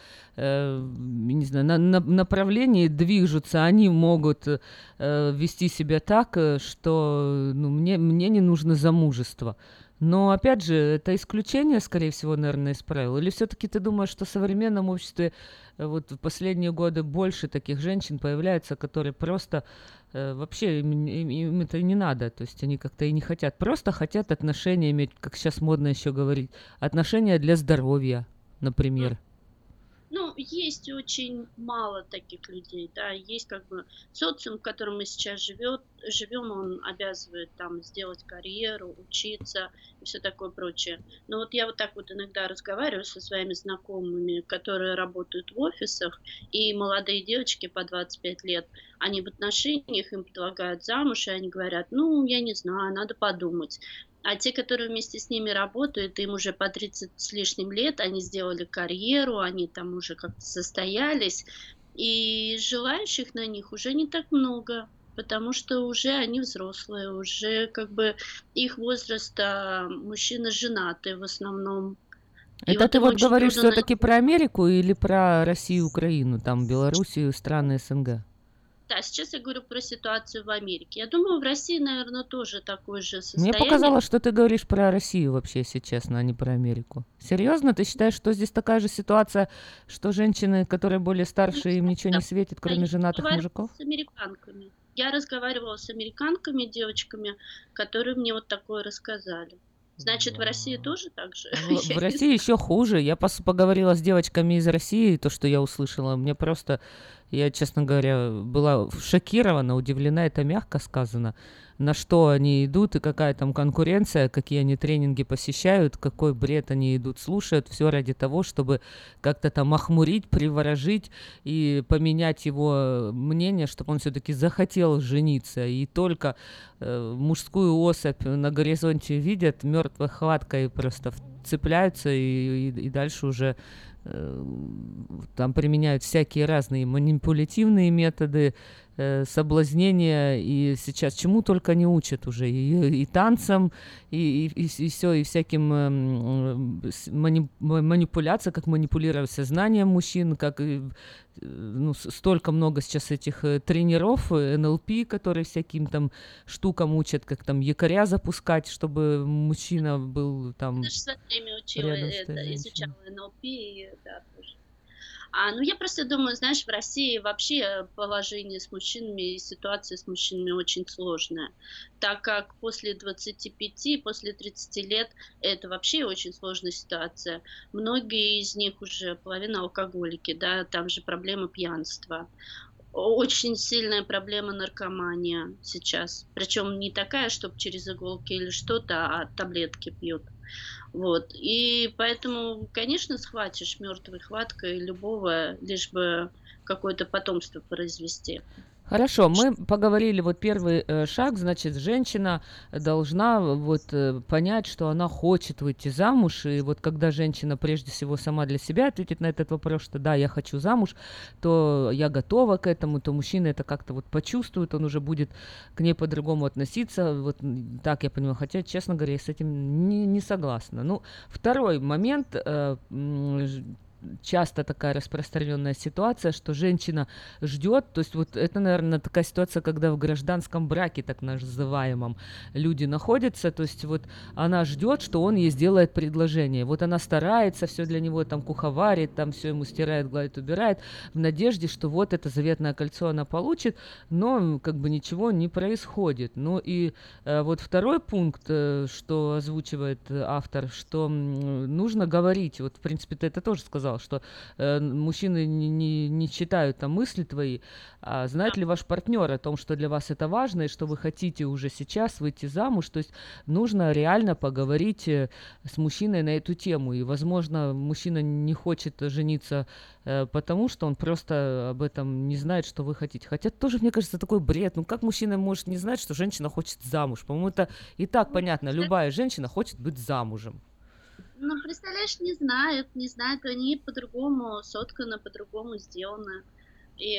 [SPEAKER 3] не знаю, направлениями, движутся, они могут вести себя так, что мне не нужно замужество. Но, опять же, это исключение, скорее всего, наверное, из правил. Или все-таки ты думаешь, что в современном обществе вот в последние годы больше таких женщин появляется, которые просто вообще им это не надо, то есть они как-то и не хотят, просто хотят отношения иметь, как сейчас модно еще говорить, отношения для здоровья, например.
[SPEAKER 1] Ну, есть очень мало таких людей, да, есть как бы социум, в котором мы сейчас живем, он обязывает там сделать карьеру, учиться и все такое прочее. Но вот я вот так вот иногда разговариваю со своими знакомыми, которые работают в офисах, и молодые девочки по 25 лет, они в отношениях, им предлагают замуж, и они говорят, ну, я не знаю, надо подумать. А те, которые вместе с ними работают, им уже по 30 с лишним лет, они сделали карьеру, они там уже как-то состоялись, и желающих на них уже не так много, потому что уже они взрослые, уже как бы их возраста мужчины женаты в основном.
[SPEAKER 3] Это ты вот говоришь все-таки про Америку или про Россию и Украину, там Белоруссию, страны СНГ?
[SPEAKER 1] Да, сейчас я говорю про ситуацию в Америке. Я думаю, в России, наверное, тоже такое же состояние.
[SPEAKER 3] Мне показалось, что ты говоришь про Россию вообще, если честно, а не про Америку. Серьезно? Ты считаешь, что здесь такая же ситуация, что женщины, которые более старшие, им ничего не светит, кроме женатых мужиков?
[SPEAKER 1] С американками. Я разговаривала с американками, девочками, которые мне вот такое рассказали. Значит, в России тоже так же?
[SPEAKER 3] В России еще хуже. Я поговорила с девочками из России, то, что я услышала. Мне просто, я, честно говоря, была шокирована, удивлена, это мягко сказано, на что они идут и какая там конкуренция, какие они тренинги посещают, какой бред они идут, слушают. Все ради того, чтобы как-то там охмурить, приворожить и поменять его мнение, чтобы он все-таки захотел жениться. И только мужскую особь на горизонте видят, мертвой хваткой просто цепляются и дальше уже там применяют всякие разные манипулятивные методы, соблазнения, и сейчас чему только не учат уже, и танцам, и все, и всяким манипуляциям, как манипулировать сознанием мужчин, как столько много сейчас этих тренеров, НЛП, которые всяким там штукам учат, как там якоря запускать, чтобы мужчина был там.
[SPEAKER 1] Я же в свое время учила изучала НЛП, да, тоже. Я просто думаю, знаешь, в России вообще положение с мужчинами и ситуация с мужчинами очень сложная, так как после 25, после 30 лет это вообще очень сложная ситуация. Многие из них уже половина алкоголики, да, там же проблема пьянства. Очень сильная проблема наркомания сейчас. Причем не такая, чтобы через иголки или что-то, а таблетки пьют. Вот. И поэтому, конечно, схватишь мертвой хваткой любого, лишь бы какое-то потомство произвести.
[SPEAKER 3] Хорошо, мы поговорили, вот первый шаг, значит, женщина должна вот понять, что она хочет выйти замуж, и вот когда женщина прежде всего сама для себя ответит на этот вопрос, что да, я хочу замуж, то я готова к этому, то мужчина это как-то вот почувствует, он уже будет к ней по-другому относиться, вот так я понимаю, хотя, честно говоря, я с этим не согласна. Ну, второй момент, часто такая распространенная ситуация, что женщина ждет, то есть вот это, наверное, такая ситуация, когда в гражданском браке, так называемом, люди находятся, то есть вот она ждет, что он ей сделает предложение, вот она старается, все для него там куховарит, там все ему стирает, гладит, убирает, в надежде, что вот это заветное кольцо она получит, но как бы ничего не происходит. Ну и вот второй пункт, что озвучивает автор, что нужно говорить, вот в принципе ты это тоже сказал, что мужчины не читают там мысли твои, а знает ли ваш партнер о том, что для вас это важно, и что вы хотите уже сейчас выйти замуж, то есть нужно реально поговорить с мужчиной на эту тему, и, возможно, мужчина не хочет жениться, потому что он просто об этом не знает, что вы хотите, хотя тоже, мне кажется, такой бред, ну как мужчина может не знать, что женщина хочет замуж, по-моему, это и так понятно, любая женщина хочет быть замужем.
[SPEAKER 1] Ну, представляешь, не знают, они по-другому сотканы, по-другому сделаны. И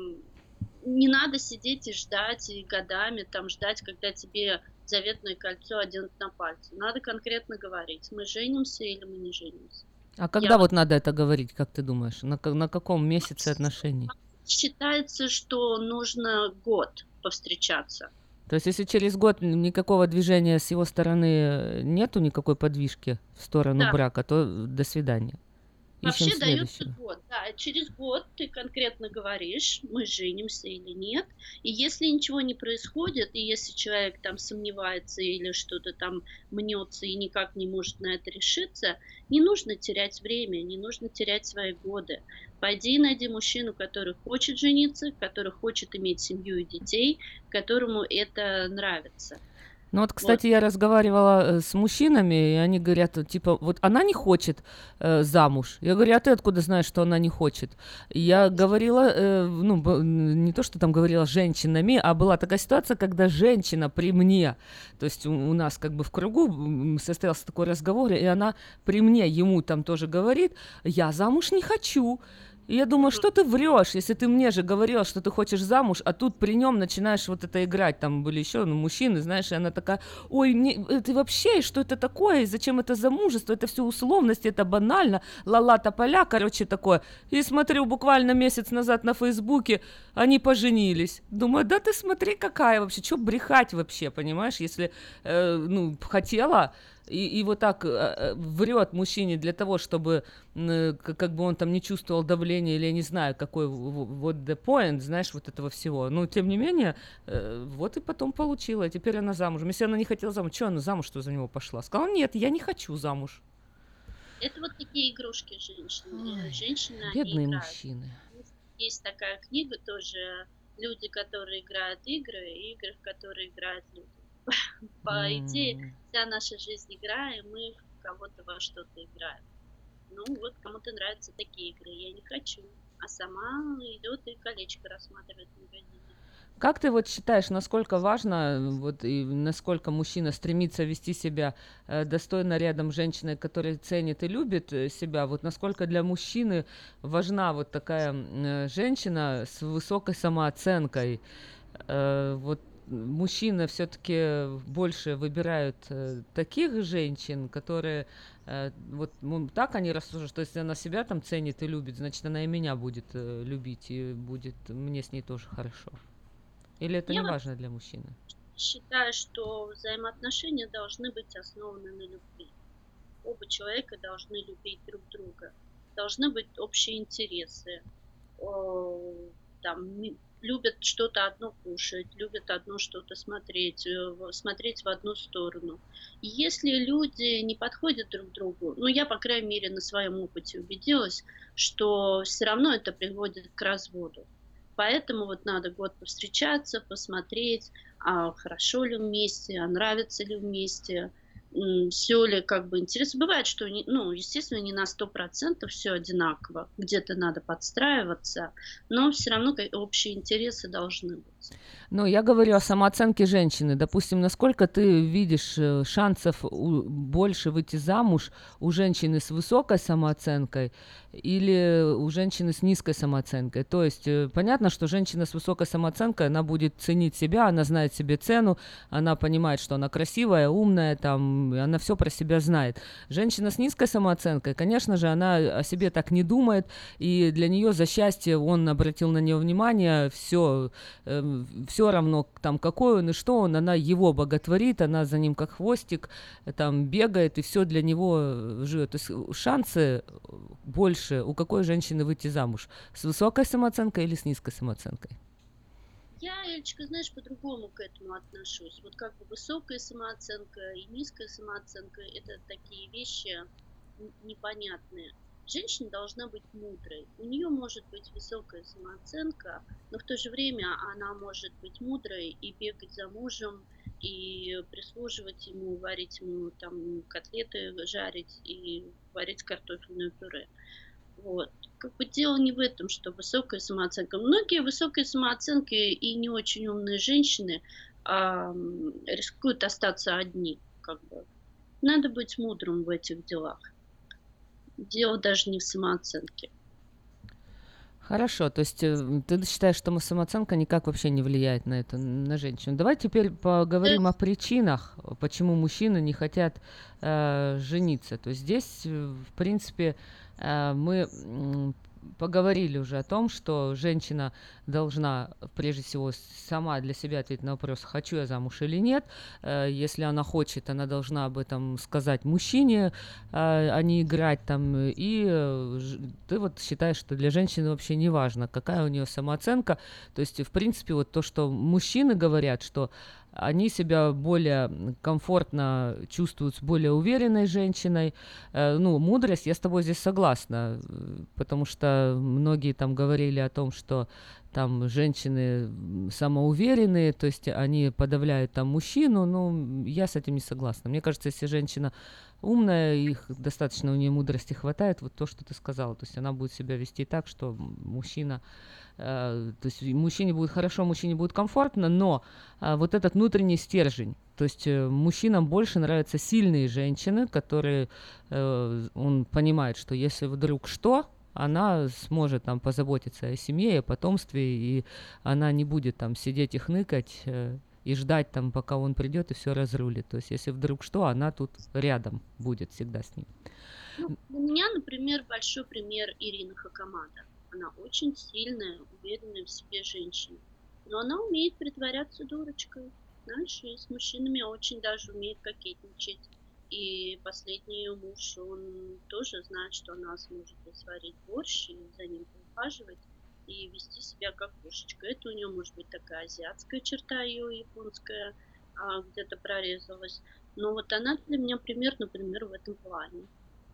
[SPEAKER 1] не надо сидеть и ждать, и годами там ждать, когда тебе заветное кольцо оденут на пальце. Надо конкретно говорить, мы женимся или мы не женимся.
[SPEAKER 3] А когда вот надо это говорить, как ты думаешь? На каком месяце отношений?
[SPEAKER 1] Считается, что нужно год повстречаться.
[SPEAKER 3] То есть, если через год никакого движения с его стороны нету, никакой подвижки в сторону брака, то до свидания.
[SPEAKER 1] Вообще дается год, да, через год ты конкретно говоришь, мы женимся или нет, и если ничего не происходит, и если человек там сомневается или что-то там мнется и никак не может на это решиться, не нужно терять время, не нужно терять свои годы. Пойди и найди мужчину, который хочет жениться, который хочет иметь семью и детей, которому это нравится.
[SPEAKER 3] Ну вот, кстати, я разговаривала с мужчинами, и они говорят, типа, вот она не хочет замуж. Я говорю, а ты откуда знаешь, что она не хочет? Я говорила, не то, что там говорила с женщинами, а была такая ситуация, когда женщина при мне, то есть у нас как бы в кругу состоялся такой разговор, и она при мне ему там тоже говорит, я замуж не хочу. И я думаю, что ты врешь, если ты мне же говорила, что ты хочешь замуж, а тут при нем начинаешь вот это играть. Там были еще мужчины, знаешь, и она такая, ой, ты вообще, что это такое, зачем это замужество, это все условности, это банально, ла-ла тополя, короче, такое. И смотрю, буквально месяц назад на Фейсбуке они поженились. Думаю, да ты смотри, какая вообще, что брехать вообще, понимаешь, если, хотела... И вот так врет мужчине для того, чтобы как бы он там не чувствовал давления, или я не знаю, какой вот the point, знаешь, вот этого всего. Но тем не менее, вот и потом получила, и теперь она замужем. Если она не хотела замуж, что она замуж, что за него пошла? Сказала, нет, я не хочу замуж.
[SPEAKER 1] Это вот такие игрушки женщины. Женщины,
[SPEAKER 3] бедные
[SPEAKER 1] они играют.
[SPEAKER 3] Мужчины.
[SPEAKER 1] Есть такая книга тоже, люди, которые играют игры, и игры, в которые играют люди. По идее, вся наша жизнь игра, и мы кого-то во что-то играем. Ну вот, кому-то нравятся такие игры, я не хочу. А сама идет и колечко рассматривает в магазине.
[SPEAKER 3] Как ты вот считаешь, насколько важно, вот, и насколько мужчина стремится вести себя достойно рядом с женщиной, которая ценит и любит себя, вот насколько для мужчины важна вот такая женщина с высокой самооценкой? Вот мужчины все-таки больше выбирают таких женщин, которые вот так они рассуждают, что если она себя там ценит и любит, значит она и меня будет любить, и будет мне с ней тоже хорошо. Или это не важно для мужчины?
[SPEAKER 1] Считаю, что взаимоотношения должны быть основаны на любви. Оба человека должны любить друг друга. Должны быть общие интересы. Там, любят что-то одно кушать, любят одно что-то смотреть в одну сторону. И если люди не подходят друг к другу, ну, я, по крайней мере, на своем опыте убедилась, что все равно это приводит к разводу. Поэтому вот надо год повстречаться, посмотреть, а хорошо ли вместе, а нравится ли вместе, все ли как бы интересно. Бывает, что, ну, естественно, не на 100% все одинаково, где-то надо подстраиваться, но все равно общие интересы должны быть.
[SPEAKER 3] Ну, я говорю о самооценке женщины. Допустим, насколько ты видишь шансов больше выйти замуж у женщины с высокой самооценкой или у женщины с низкой самооценкой? То есть понятно, что женщина с высокой самооценкой, она будет ценить себя, она знает себе цену, она понимает, что она красивая, умная, там, она все про себя знает. Женщина с низкой самооценкой, конечно же, она о себе так не думает, и для нее за счастье он обратил на нее внимание, все равно, там, какой он и что он, она его боготворит, она за ним как хвостик, там, бегает, и все для него живет. То есть шансы больше у какой женщины выйти замуж? С высокой самооценкой или с низкой самооценкой?
[SPEAKER 1] Я, Элечка, знаешь, по-другому к этому отношусь. Вот как бы высокая самооценка и низкая самооценка – это такие вещи непонятные. Женщина должна быть мудрой. У нее может быть высокая самооценка, но в то же время она может быть мудрой и бегать за мужем, и прислуживать ему, варить ему там котлеты, жарить и варить картофельное пюре. Вот. Как бы дело не в этом, что высокая самооценка. Многие высокие самооценки и не очень умные женщины рискуют остаться одни. Как бы. Надо быть мудрым в этих делах. Дело даже не в самооценке.
[SPEAKER 3] Хорошо, то есть ты считаешь, что самооценка никак вообще не влияет на это, на женщину. Давай теперь поговорим о причинах, почему мужчины не хотят жениться. То есть здесь, в принципе, мы поговорили уже о том, что женщина должна, прежде всего, сама для себя ответить на вопрос, хочу я замуж или нет. Если она хочет, она должна об этом сказать мужчине, а не играть там. И ты вот считаешь, что для женщины вообще не важно, какая у нее самооценка. То есть, в принципе, вот то, что мужчины говорят, что они себя более комфортно чувствуют с более уверенной женщиной. Ну, мудрость, я с тобой здесь согласна, потому что многие там говорили о том, что там женщины самоуверенные, то есть они подавляют там мужчину, но я с этим не согласна. Мне кажется, если женщина умная, их достаточно у нее мудрости хватает, вот то, что ты сказала, то есть она будет себя вести так, что мужчина, то есть мужчине будет хорошо, мужчине будет комфортно, но вот этот внутренний стержень, то есть мужчинам больше нравятся сильные женщины, которые, он понимает, что если вдруг что, она сможет там позаботиться о семье, о потомстве, и она не будет там сидеть и хныкать и ждать там, пока он придет и все разрулит. То есть если вдруг что, она тут рядом будет всегда с ним.
[SPEAKER 1] Ну, у меня, например, большой пример Ирина Хакамада. Она очень сильная, уверенная в себе женщина. Но она умеет притворяться дурочкой. Знаешь, и с мужчинами очень даже умеет кокетничать. И последний ее муж, он тоже знает, что она сможет сварить борщ, и за ним поухаживать, и вести себя как кошечка. Это у нее может быть такая азиатская черта, ее японская где-то прорезалась. Но вот она для меня пример, например, в этом плане.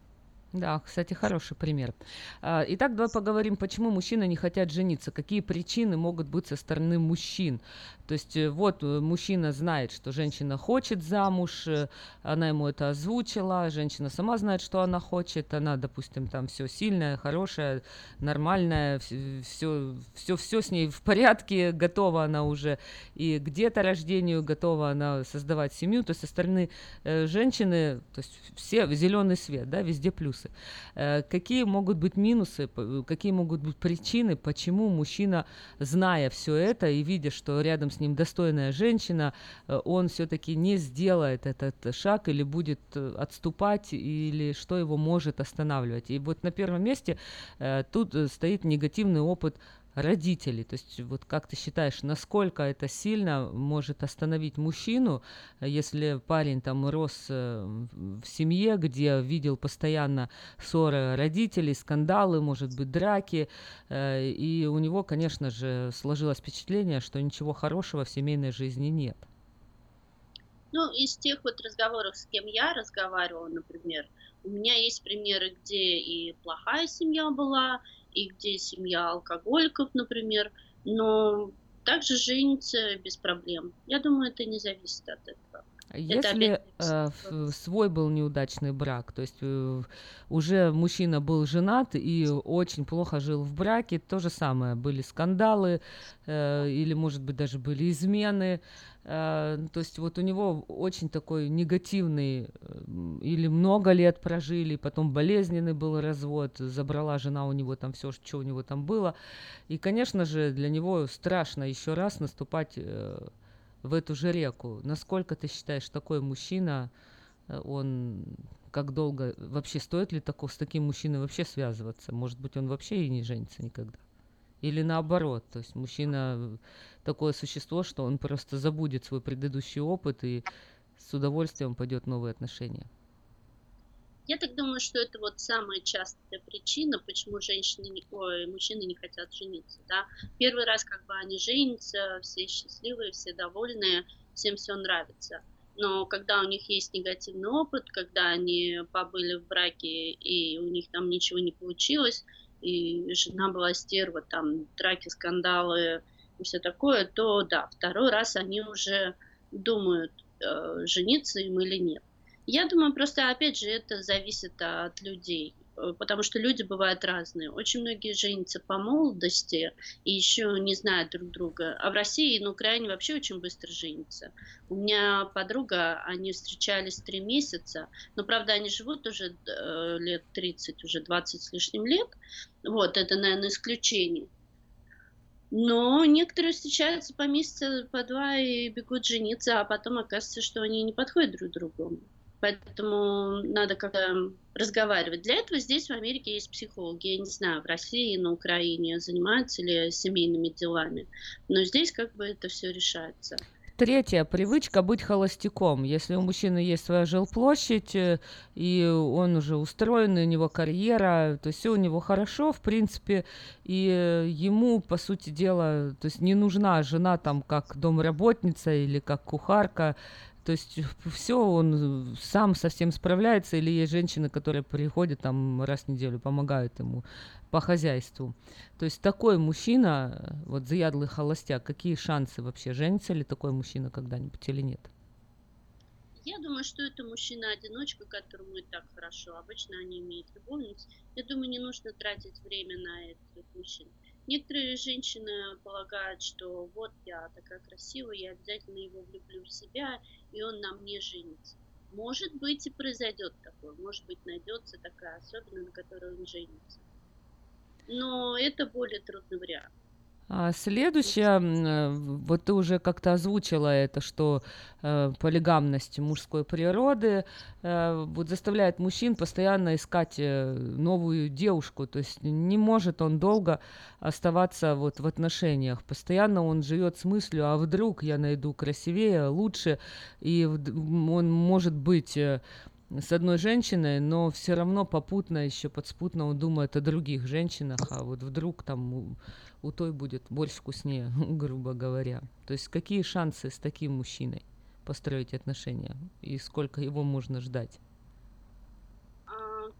[SPEAKER 3] Да, кстати, хороший пример. Итак, давай поговорим, почему мужчины не хотят жениться, какие причины могут быть со стороны мужчин. То есть вот мужчина знает, что женщина хочет замуж, она ему это озвучила, женщина сама знает, что она хочет, она, допустим, там все сильная, хорошая, нормальная, все с ней в порядке, готова она уже и к деторождению, готова она создавать семью. То есть со стороны женщины, то есть все зеленый свет, да, везде плюсы. Какие могут быть минусы, какие могут быть причины, почему мужчина, зная все это и видя, что рядом с ним достойная женщина, он все-таки не сделает этот шаг или будет отступать, или что его может останавливать. И вот на первом месте тут стоит негативный опыт родителей. То есть вот как ты считаешь, насколько это сильно может остановить мужчину, если парень там рос в семье, где видел постоянно ссоры родителей, скандалы, может быть, драки, и у него, конечно же, сложилось впечатление, что ничего хорошего в семейной жизни нет.
[SPEAKER 1] Ну, из тех вот разговоров, с кем я разговаривала, например, у меня есть примеры, где и плохая семья была, и где семья алкоголиков, например, но также женится без проблем. Я думаю, это не зависит от этого.
[SPEAKER 3] Если свой был неудачный брак, то есть уже мужчина был женат и очень плохо жил в браке, то же самое, были скандалы или, может быть, даже были измены, то есть вот у него очень такой негативный, или много лет прожили, потом болезненный был развод, забрала жена у него там все, что у него там было, и, конечно же, для него страшно еще раз наступать в эту же реку. Насколько ты считаешь, такой мужчина, он как долго, вообще стоит ли с таким мужчиной вообще связываться? Может быть, он вообще и не женится никогда? Или наоборот, то есть мужчина такое существо, что он просто забудет свой предыдущий опыт и с удовольствием пойдет в новые отношения?
[SPEAKER 1] Я так думаю, что это вот самая частая причина, почему мужчины не хотят жениться. Да? Первый раз, как бы они женятся, все счастливые, все довольные, всем все нравится. Но когда у них есть негативный опыт, когда они побыли в браке и у них там ничего не получилось, и жена была стерва, там драки, скандалы и все такое, то да, второй раз они уже думают, жениться им или нет. Я думаю, просто, опять же, это зависит от людей, потому что люди бывают разные. Очень многие женятся по молодости и еще не знают друг друга. А в России, на Украине вообще очень быстро женятся. У меня подруга, они встречались 3 месяца, но, правда, они живут уже лет 30, уже 20 с лишним лет. Вот, это, наверное, исключение. Но некоторые встречаются по месяца, по 2 и бегут жениться, а потом оказывается, что они не подходят друг другу. Поэтому надо как-то разговаривать. Для этого здесь в Америке есть психологи. Я не знаю, в России, на Украине занимаются ли семейными делами. Но здесь как бы это все решается.
[SPEAKER 3] Третья привычка — быть холостяком. Если у мужчины есть своя жилплощадь, и он уже устроен, у него карьера, то все у него хорошо, в принципе, и ему, по сути дела, то есть не нужна жена там как домработница или как кухарка. То есть все, он сам совсем справляется, или есть женщины, которые приходят там раз в неделю, помогают ему по хозяйству. То есть такой мужчина, вот заядлый холостяк, какие шансы вообще? Женится ли такой мужчина когда-нибудь или нет?
[SPEAKER 1] Я думаю, что это мужчина-одиночка, которому и так хорошо. Обычно они имеют любовниц. Я думаю, не нужно тратить время на этих мужчин. Некоторые женщины полагают, что вот я такая красивая, я обязательно его влюблю в себя, и он на мне женится. Может быть, и произойдет такое. Может быть, найдется такая особенная, на которой он женится. Но это более трудный вариант.
[SPEAKER 3] Следующее, вот ты уже как-то озвучила это, что полигамность мужской природы вот заставляет мужчин постоянно искать новую девушку, то есть не может он долго оставаться вот в отношениях, постоянно он живет с мыслью, а вдруг я найду красивее, лучше, и он может быть с одной женщиной, но все равно попутно, еще подспутно он думает о других женщинах, а вот вдруг там у той будет больше вкуснее, грубо говоря. То есть какие шансы с таким мужчиной построить отношения и сколько его можно ждать?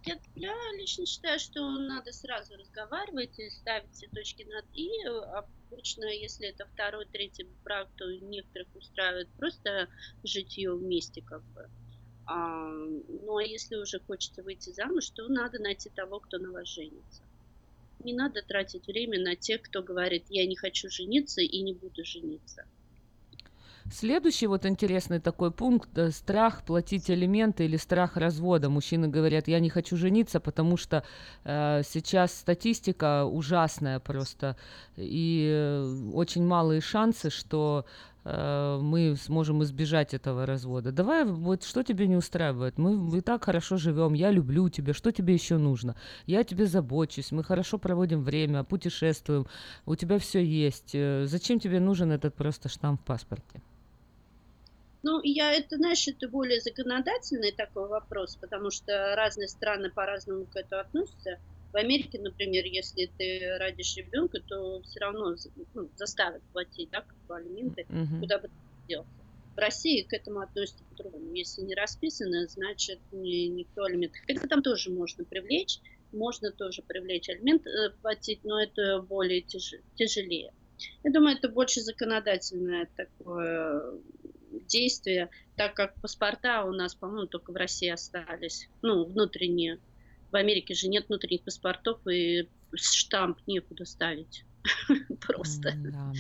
[SPEAKER 1] Я лично считаю, что надо сразу разговаривать и ставить все точки над «и». Обычно, если это второй, третий брак, то некоторых устраивает просто житье вместе как бы. Ну а если уже хочется выйти замуж, то надо найти того, кто на вас женится. Не надо тратить время на тех, кто говорит: я не хочу жениться и не буду жениться.
[SPEAKER 3] Следующий вот интересный такой пункт – страх платить алименты или страх развода. Мужчины говорят: я не хочу жениться, потому что сейчас статистика ужасная просто, и очень малые шансы, что мы сможем избежать этого развода. Давай, вот что тебе не устраивает? Мы и так хорошо живем, я люблю тебя, что тебе еще нужно? Я о тебе забочусь, мы хорошо проводим время, путешествуем, у тебя все есть. Зачем тебе нужен этот просто штамп в паспорте?
[SPEAKER 1] Ну, это более законодательный такой вопрос, потому что разные страны по-разному к этому относятся. В Америке, например, если ты родишь ребенка, то все равно заставят платить, да, как бы алименты, куда бы ты ни делся. В России к этому относятся по-другому. Если не расписано, значит никто алимент. Это там тоже можно привлечь алимент платить, но это более тяжелее. Я думаю, это больше законодательное такое действия, так как паспорта у нас, по-моему, только в России остались, внутренние. В Америке же нет внутренних паспортов, и штамп некуда ставить просто.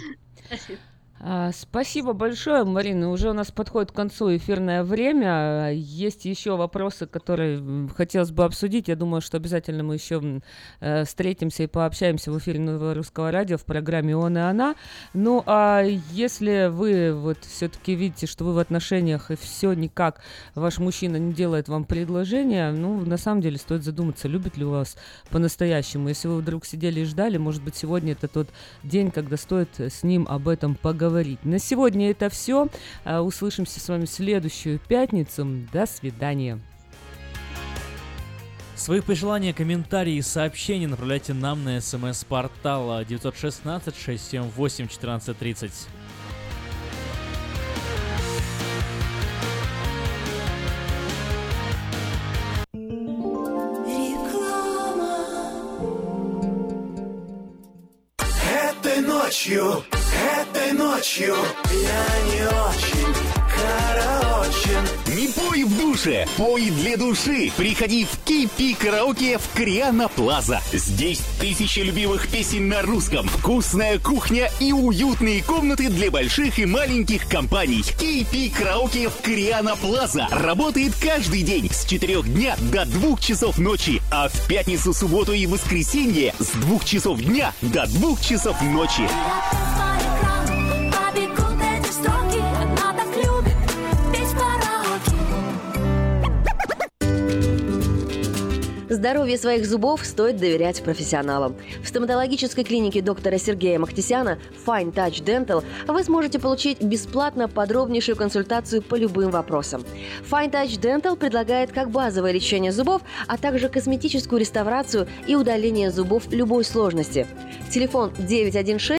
[SPEAKER 3] Спасибо большое, Марина. Уже у нас подходит к концу эфирное время. Есть еще вопросы, которые хотелось бы обсудить. Я думаю, что обязательно мы еще встретимся и пообщаемся в эфире Нового Русского Радио в программе «Он и она». Ну, а если вы вот все-таки видите, что вы в отношениях и все никак ваш мужчина не делает вам предложение, на самом деле стоит задуматься, любит ли вас по-настоящему. Если вы вдруг сидели и ждали, может быть, сегодня это тот день, когда стоит с ним об этом поговорить. На сегодня это все. Услышимся с вами в следующую пятницу. До свидания.
[SPEAKER 4] Свои пожелания, комментарии и сообщения направляйте нам на смс-портал 916-678-1430.
[SPEAKER 15] Этой ночью я не очень караочен.
[SPEAKER 2] Не пой в душе, пой для души. Приходи в KP Караоке в Криана Плаза. Здесь тысячи любимых песен на русском, вкусная кухня и уютные комнаты для больших и маленьких компаний. KP Караоке в Криана Плаза работает каждый день с 4 дня до 2 часов ночи, а в пятницу, субботу и воскресенье с 2 часов дня до 2 часов ночи.
[SPEAKER 22] Здоровье своих зубов стоит доверять профессионалам. В стоматологической клинике доктора Сергея Махтисяна Fine Touch Dental вы сможете получить бесплатно подробнейшую консультацию по любым вопросам. Fine Touch Dental предлагает как базовое лечение зубов, а также косметическую реставрацию и удаление зубов любой сложности. Телефон 916